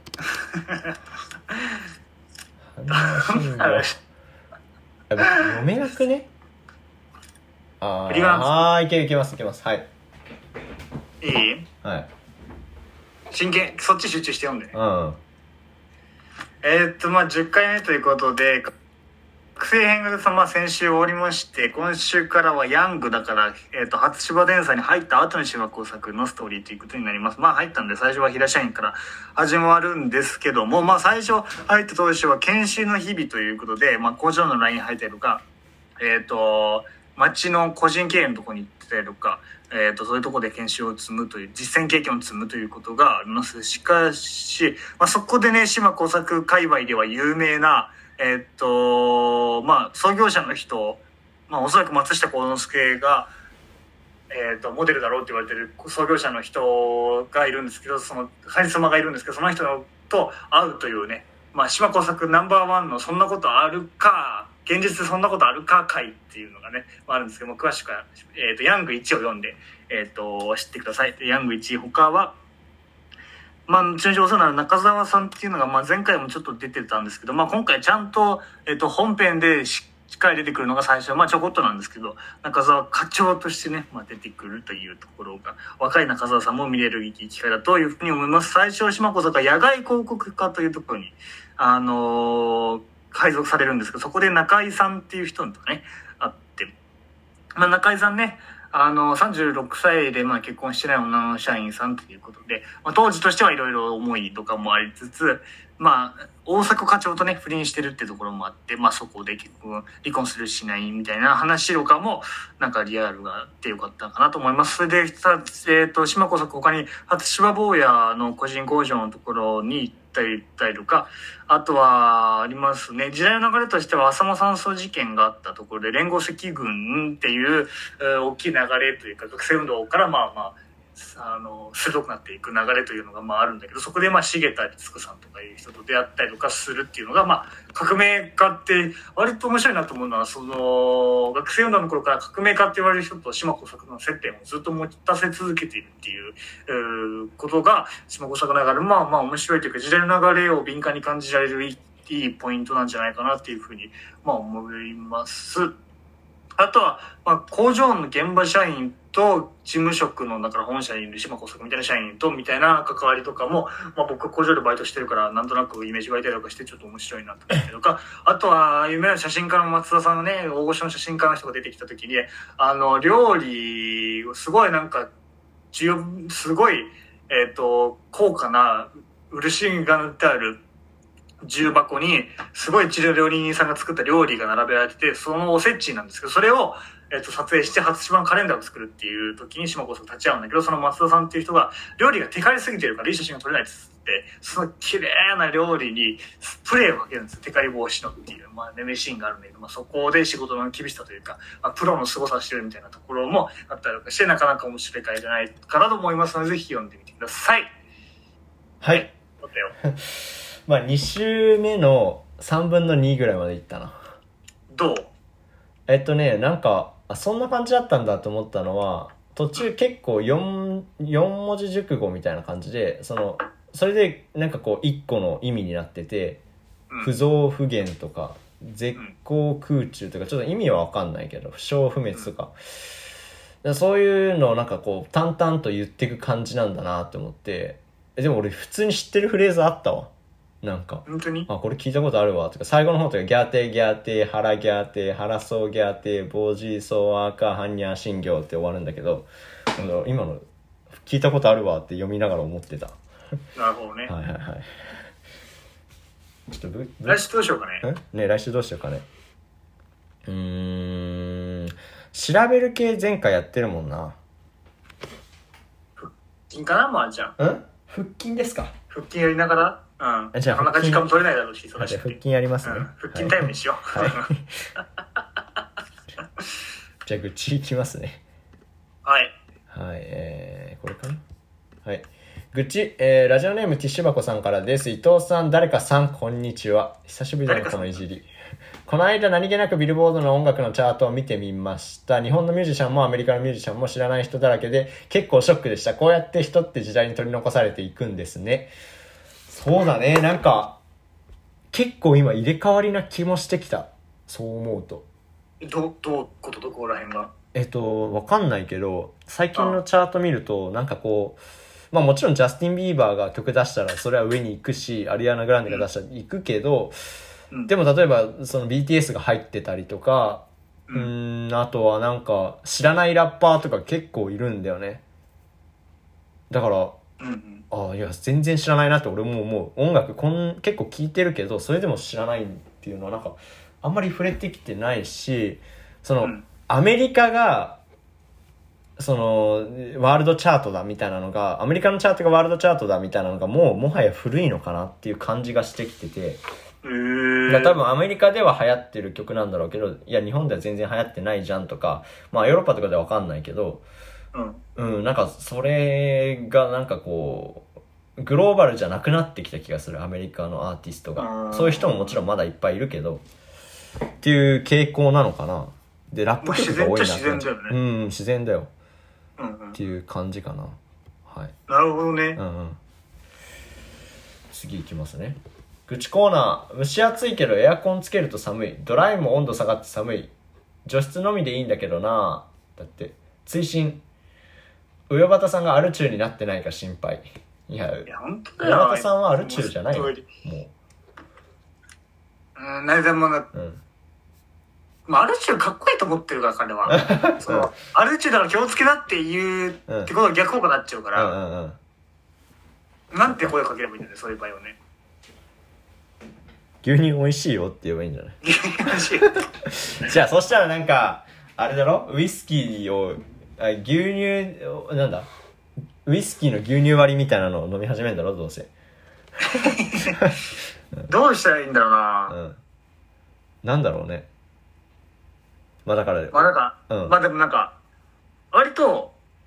般若心経やっぱ読めなくね。あああいけるいけますいけます。はいいいはい真剣そっち集中して読んで。 うんえー、っとまあじゅっかいめということで学生編がまあ先週終わりまして、今週からはヤングだから、えっと、初芝電車に入った後の芝工作のストーリーということになります。まあ入ったんで最初は平社員から始まるんですけども、まあ最初入った当初は研修の日々ということで、まあ工場のライン入ったりとか、えっと、町の個人経営のところに行ってたりとか、えっと、そういうところで研修を積むという、実践経験を積むということがあります。しかし、まあそこでね、芝工作界隈では有名な、えー、っとまあ創業者の人、まあ、おそらく松下幸之助が、えー、っとモデルだろうって言われてる創業者の人がいるんですけど、そのカリスマがいるんですけど、その人と会うというね、まあ、島工作ナンバーワンのそんなことあるか現実でそんなことあるか会っていうのがね、まあ、あるんですけども、詳しくは、えー、っとヤングいちを読んで、えー、っと知ってください。ヤングいち他はまあ、通常お世話になる中澤さんっていうのが、まあ、前回もちょっと出てたんですけど、まあ、今回ちゃんと、えっと、本編でしっかり出てくるのが最初、まあ、ちょこっとなんですけど、中澤課長としてね、まあ、出てくるというところが、若い中澤さんも見れるいい機会だというふうに思います。最初、島小坂野外広告課というところに、あのー、配属されるんですけど、そこで中井さんっていう人とね、会って、まあ、中井さんね、あのさんじゅうろくさいでまあ結婚してない女の社員さんということで、まあ、当時としてはいろいろ思いとかもありつつ、まあ大迫課長とね不倫してるってところもあって、まあそこで結婚離婚するしないみたいな話とかもなんかリアルがあってよかったかなと思います。それでさ、えっと島工作他に初芝坊やの個人工場のところに行ったり行ったりとか、あとはありますね、時代の流れとしては浅間山荘事件があったところで連合赤軍っていう、えー、大きい流れというか学生運動からまあまああの鋭くなっていく流れというのがまああるんだけど、そこでまあ重田律子さんとかいう人と出会ったりとかするっていうのが、まあ革命家って割と面白いなと思うのは、その学生運動の頃から革命家って言われる人と島耕作の接点をずっと持たせ続けているっていう、うことが島耕作の流れ、まあまあ面白いというか、時代の流れを敏感に感じられるいいいいポイントなんじゃないかなっていうふうにまあ思います。あとは、まあ、工場の現場社員と事務職の、だから本社にいる島耕作みたいな社員とみたいな関わりとかも、まあ僕は工場でバイトしてるから、なんとなくイメージ湧いたりとかしてちょっと面白いなと思ったりとか、あとは、有名な写真家の松田さんがね、大御所の写真家の人が出てきた時に、あの、料理をすごいなんか、需要、すごい、えっと、高価な漆が塗ってある、重箱にすごい一流料理人さんが作った料理が並べられてて、そのおせちなんですけど、それを、えっと、撮影して初島のカレンダーを作るっていう時に島耕作立ち会うんだけど、その松田さんっていう人が料理がテカりすぎてるからいい写真が撮れないっつって、その綺麗な料理にスプレーをかけるんですよ。テカリ防止のっていう、まあ、ね、名シーンがあるんだけど、まあ、そこで仕事の厳しさというか、まあ、プロの凄さしてるみたいなところもあったりとかして、なかなか面白い回じゃないかなと思いますので、ぜひ読んでみてください。 はい。 撮ったよ。 まあに週目のさんぶんのにぐらいまでいったな。 どう？ えっとね、なんか、あ、そんな感じだったんだと思ったのは、途中結構よん、よん文字熟語みたいな感じで、その、それでなんかこういっこの意味になってて、不増不減とか、絶好空中とか、ちょっと意味はわかんないけど、不傷不滅とか、そういうのをなんかこう淡々と言っていく感じなんだなって思って、でも俺普通に知ってるフレーズあったわ。なんか、 本当に？ あ、これ聞いたことあるわとか、最後の方とかギャーテーギャーテー、ハラギャーテー、ハラソーギャーテー、ボージーソーアーカーハンニャーシンギョーって終わるんだけど、今の聞いたことあるわって読みながら思ってた。 なるほどね。 はいはいはい。ちょっとぶ来週どうしようかね。 ね、来週どうしようかね。うーん、調べる系前回やってるもんな。 腹筋かな、まあじゃあ。 ん？腹筋ですか？ 腹筋やりながら、うん。 じゃあなかなか時間も取れないだろうし、 そうだし。腹筋やりますね。うん、 腹筋タイムにしよう。はい。 じゃあ愚痴いきますね。 はい。 はい、えー、これかな。はい。愚痴、えー、ラジオネームティッシュ箱さんからです。伊藤さん、誰かさん、こんにちは。久しぶりだね、このいじり。この間何気なくビルボードの音楽のチャートを見てみました。日本のミュージシャンもアメリカのミュージシャンも知らない人だらけで結構ショックでした。こうやって人って時代に取り残されていくんですね。そうだね。なんか結構今入れ替わりな気もしてきた。そう思うと。 ど、どうことどこら辺が？ えっと、わかんないけど、最近のチャート見ると、なんかこう、まあもちろんジャスティン・ビーバーが曲出したらそれは上に行くし、アリアナ・グランデが出したら行くけど、うん、でも例えばその ビーティーエス が入ってたりとか、うん、うーん、あとはなんか知らないラッパーとか結構いるんだよね。だから、うんうん、ああ、いや全然知らないなって俺も思う。音楽こん結構聴いてるけど、それでも知らないっていうのはなんかあんまり触れてきてないし、その、うん、アメリカがそのワールドチャートだみたいなのが、アメリカのチャートがワールドチャートだみたいなのがもうもはや古いのかなっていう感じがしてきてて、えー、多分アメリカでは流行ってる曲なんだろうけど、いや日本では全然流行ってないじゃんとか、まあヨーロッパとかでは分かんないけど、うん、うん、なんかそれがなんかこうグローバルじゃなくなってきた気がする。アメリカのアーティストが、そういう人ももちろんまだいっぱいいるけどっていう傾向なのかな。でラップ曲が多いなって、 自然だよね。 うん、自然だよ、うんうん、っていう感じかな。はい。 なるほどね。 うんうん。次いきますね。愚痴コーナー。蒸し暑いけどエアコンつけると寒い。ドライも温度下がって寒い。除湿のみでいいんだけどな。だって。追伸。上端さんがアル中になってないか心配。いや、 いや本当だよ。 上端さんはアル中じゃないよ。もう。 うん、なでもな、うん。まあ、アルチューかっこいいと思ってるから彼はそのアルチューだから気をつけなって言うってことは逆効果になっちゃうから、うんうんうん、なんて声かければいいんだよね、そういう場合はね。 牛乳美味しいよって言えばいいんじゃない？ 牛乳美味しいじゃあそしたらなんかあれだろ、ウイスキーをあ牛乳なんだウイスキーの牛乳割りみたいなのを飲み始めるんだろ、どうせどうしたらいいんだろうな、うん、 なんだろうね。まあだからまあなんか、うん、まあでもなんか割と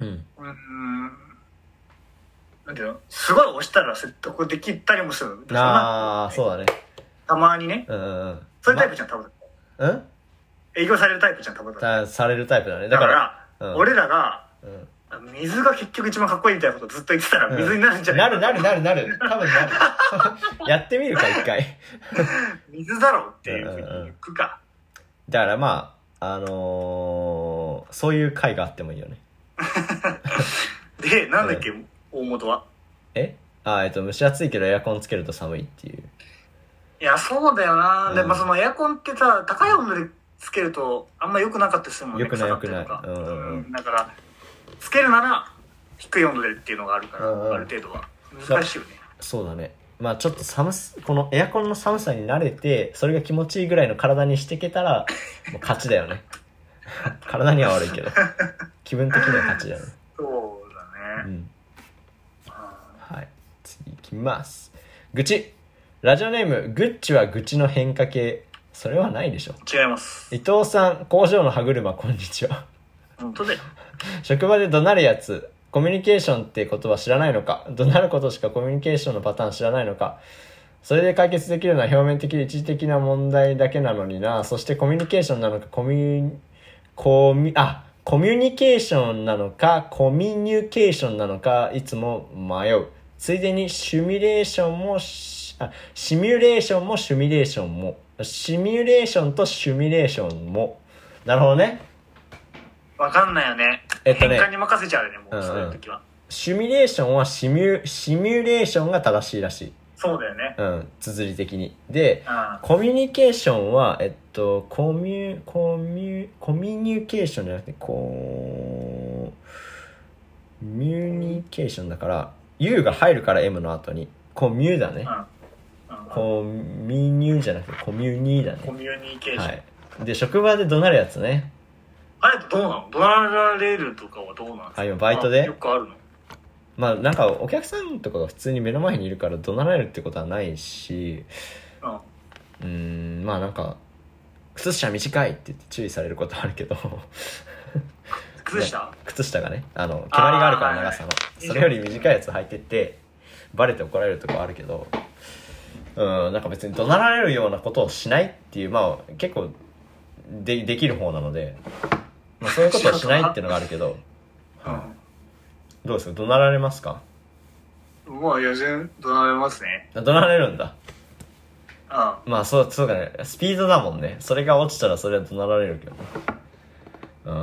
うんうーんなんていうのすごい押したら説得できたりもする。 ああそうだね。 たまにね。 うんうんうん。 そういうタイプじゃん多分。 ま、うん営業されるタイプじゃん多分。 たされるタイプだね。 だかだから、 ら、うん、俺らが、 うん水が結局一番かっこいいみたいなことずっと言ってたら水になるんじゃない、 うん、なるなるなるなる多分なるやってみるか一回水だろっていうふうに言くか、 うん、だからまああのー、そういう回があってもいいよねでなんだっけ、うん、大元はえあえっと蒸し暑いけどエアコンつけると寒いっていう。 いやそうだよな、うん、でまあそのエアコンってさ高い温度でつけるとあんま良くなかったりするもんね。 良くない良くない、 うんうん、だからつけるなら低い温度でっていうのがあるから、うんうん、ある程度は難しいよね。 そうだね。まあちょっと寒すこのエアコンの寒さに慣れてそれが気持ちいいぐらいの体にしていけたらもう勝ちだよね体には悪いけど気分的には勝ちだよね。 そうだね、うん、 はい次いきます。愚痴ラジオネームグッチは愚痴の変化系。それはないでしょ。 違います。 伊藤さん工場の歯車こんにちは。 本当だよ。 職場で怒鳴るやつコミュニケーションって言葉知らないのか。怒鳴ることしかコミュニケーションのパターン知らないのか。それで解決できるのは表面的で一時的な問題だけなのにな。そしてコミュニケーションなのかコミュコミあコミュニケーションなのかコミュニケーションなのかいつも迷う。ついでにシミュレーションもあシミュレーションもシミュレーションもシミュレーションとシミュレーションも。なるほどね。 わかんないよね。えっとね変換に任せちゃうよねもう、うんうん、そういう時は。 シミュレーションはシミュシミュレーションが正しいらしい。 そうだよね。 うん、綴り的に。で、 うん、 コミュニケーションはえっとコミュコミュコミュニケーションじゃなくてコミュニケーションだから U が入るから M の後にコミュだね。うんうん、コミュニじゃなくてコミュニだね。 コミュニケーション。はい。 で職場で怒鳴るやつね。 あれどうなの？怒鳴られるとかはどうなんですか？ あ今バイトでよくあるの？ まあなんかお客さんとかが普通に目の前にいるから怒鳴られるってことはないし、うん、うーんまあなんか靴下短いって言って注意されることはあるけど靴下？ 靴下がねあの決まりがあるから長さの、はい、それより短いやつ履いてってバレて怒られるとこはあるけど、うんなんか別に怒鳴られるようなことをしないっていうまあ結構でできる方なので。まあ、そういうことはしないっていうのがあるけど、うん、どうですか怒鳴られますか？ まあいや全然怒鳴られますね。 怒鳴られるんだ。 うん。 まあそうそうかねスピードだもんね。それが落ちたらそれは怒鳴られるけど、 うん、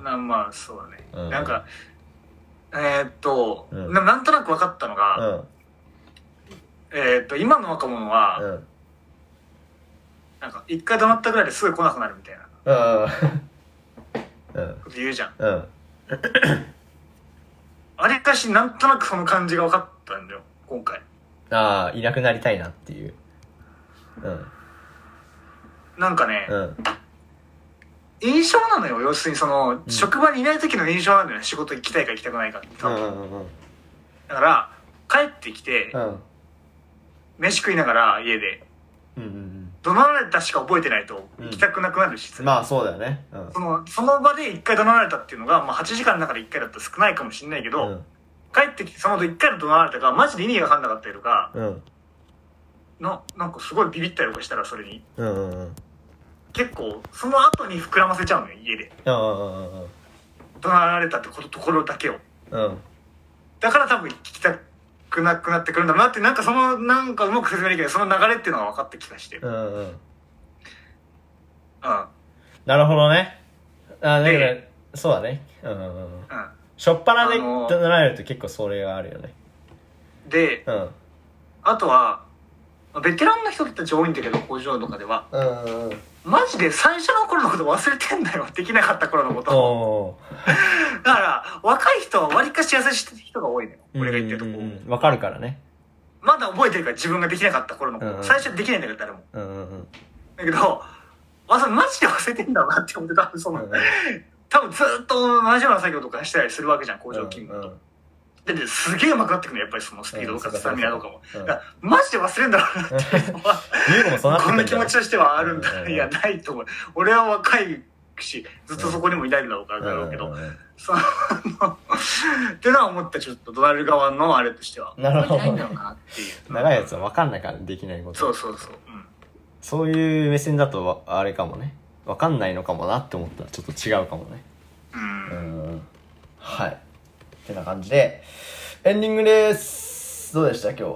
なまあそうだね、うん、なんかえー、っと、うん、な, なんとなく分かったのが、うん、えー、っと今の若者は、うん、なんか一回怒鳴ったぐらいですぐ来なくなるみたいな。うんうん、こと言うじゃん、うん、あれかしなんとなくその感じが分かったんだよ今回。 ああいなくなりたいなっていう、うん、なんかね、うん、印象なのよ要するにその、うん、職場にいない時の印象なんだよね仕事行きたいか行きたくないかって、うんうんうん、だから帰ってきて、うん、飯食いながら家で、うんうんうん怒鳴られたしか覚えてないと行きたくなくなるし、 うん、まあそうだよね、うん、 そのその場で一回怒鳴られたっていうのが、まあ、はちじかんの中でいっかいだったら少ないかもしれないけど、うん、帰ってきてその後いっかい怒鳴られたかマジで意味が分かんなかったりとか、うん、な, なんかすごいビビったりとかしたらそれに、うんうんうん、結構その後に膨らませちゃうのよ家で、うんうんうん、怒鳴られたってことところだけを、うん、だから多分聞きたくなくなってくるんだろうなってなんかそのなんかうまく説明できないけどその流れっていうのが分かった気がしてる。うんうんうん。 なるほどね。あだからそうだね。うんうんうん。うん、初っ端で怒鳴られると結構それがあるよね。 で、うん、あとはベテランの人たち多いんだけど工場とかでは、うんうんうん、マジで最初の頃のこと忘れてんだよできなかった頃のことをだから若い人はわりかし優しい人が多いのよ俺が言ってるとこ、うんうん、 分かるからねまだ覚えてるから自分ができなかった頃のこと、うんうん、最初できないんだけど誰も、うんうんうん、だけどマジで忘れてんだろうなって思って多分その、うんうん、多分ずっと同じような作業とかしたりするわけじゃん工場勤務と、うんうんですげえ上手くなってくるのやっぱりそのスピードとかスタミナとかも、うん、だマジで忘れんだろうなっていうのはこんな気持ちとしてはあるんだ、うんうん、いやないと思う俺は若いし、ずっとそこにもいないんだろうからだろうけど、 うんうんうん、 そのってのは思った、ちょっと怒鳴る側のあれとしては。 なるほど。 ないんだろうなっていう。 長いやつは分かんないからできないこと。 そうそうそう。うん、 そういう目線だとあれかもね。分かんないのかもなって思ったらちょっと違うかもね。 うん。 うん。はい。ってな感じで、エンディングです。どうでした今日？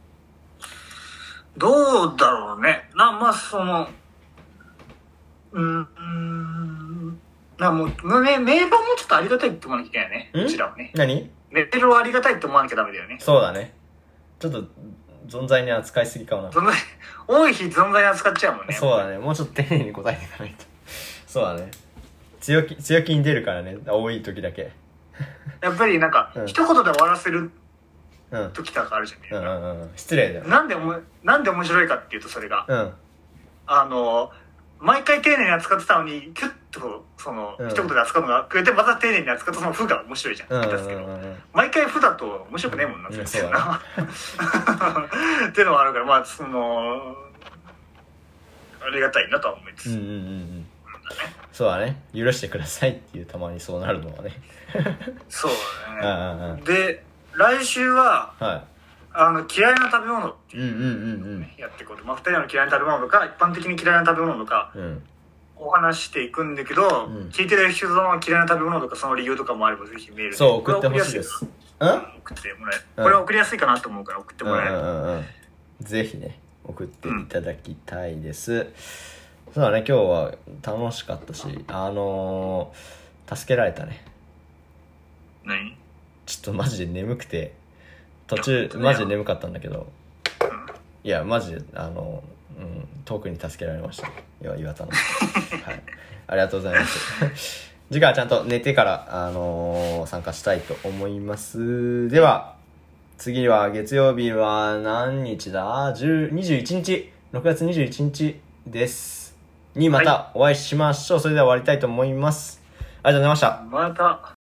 どうだろうね。な、まあ、その、うーん、な、もう、ね、メールをもうちょっとありがたいって思わなきゃいけないね。うちらはね。 何？ メールをありがたいって思わなきゃダメだよね。 そうだね。ちょっと、存在に扱いすぎかもな。 存在、多い日存在に扱っちゃうもんね。 そうだね。もうちょっと丁寧に答えていかないと。そうだね。強気、強気に出るからね。多い時だけ。 やっぱりなんか、うん、一言で終わらせる時とかあるじゃん、ね。 うんうんうん。失礼だよ。 なんでも、なんで面白いかっていうと、それが。 うん。 あの、毎回丁寧に扱ってたのに、キュッと、その、うん、一言で扱うのがくれて、また丁寧に扱ったその負が面白いじゃん。うんうんうんうん、毎回負だと面白くねえもんな、うん、そうだな。っていうのはあるから、まあ、その、ありがたいなとは思いつつ。うんうんうんうん。 そうだね。許してくださいっていうたまにそうなるのはね。 そうだね。で、来週は、はい、あの、嫌いな食べ物っていう、うんうんうんうん、やっていこうと。まあ、二人の嫌いな食べ物とか、一般的に嫌いな食べ物とか、うん、お話していくんだけど、うん、聞いてる人の嫌いな食べ物とか、その理由とかもあれば、ぜひメールで。 そう、送ってほしいです。 うん、送ってもらえ、うん、これは送りやすいかなと思うから送ってもらえる、うんうんうん、 ぜひね、送っていただきたいです。うん、そうだね、今日は楽しかったし、あのー、助けられたね。 何？ ちょっとマジで眠くて、途中マジで眠かったんだけど、うん、いやマジであの、うん、遠くに助けられました。岩田の、はい、ありがとうございます。次回はちゃんと寝てから、あのー、参加したいと思います。では次は月曜日は何日だ？にじゅういちにち、ろくがつにじゅういちにちですにまたお会いしましょう。はい、それでは終わりたいと思います。ありがとうございました。 また。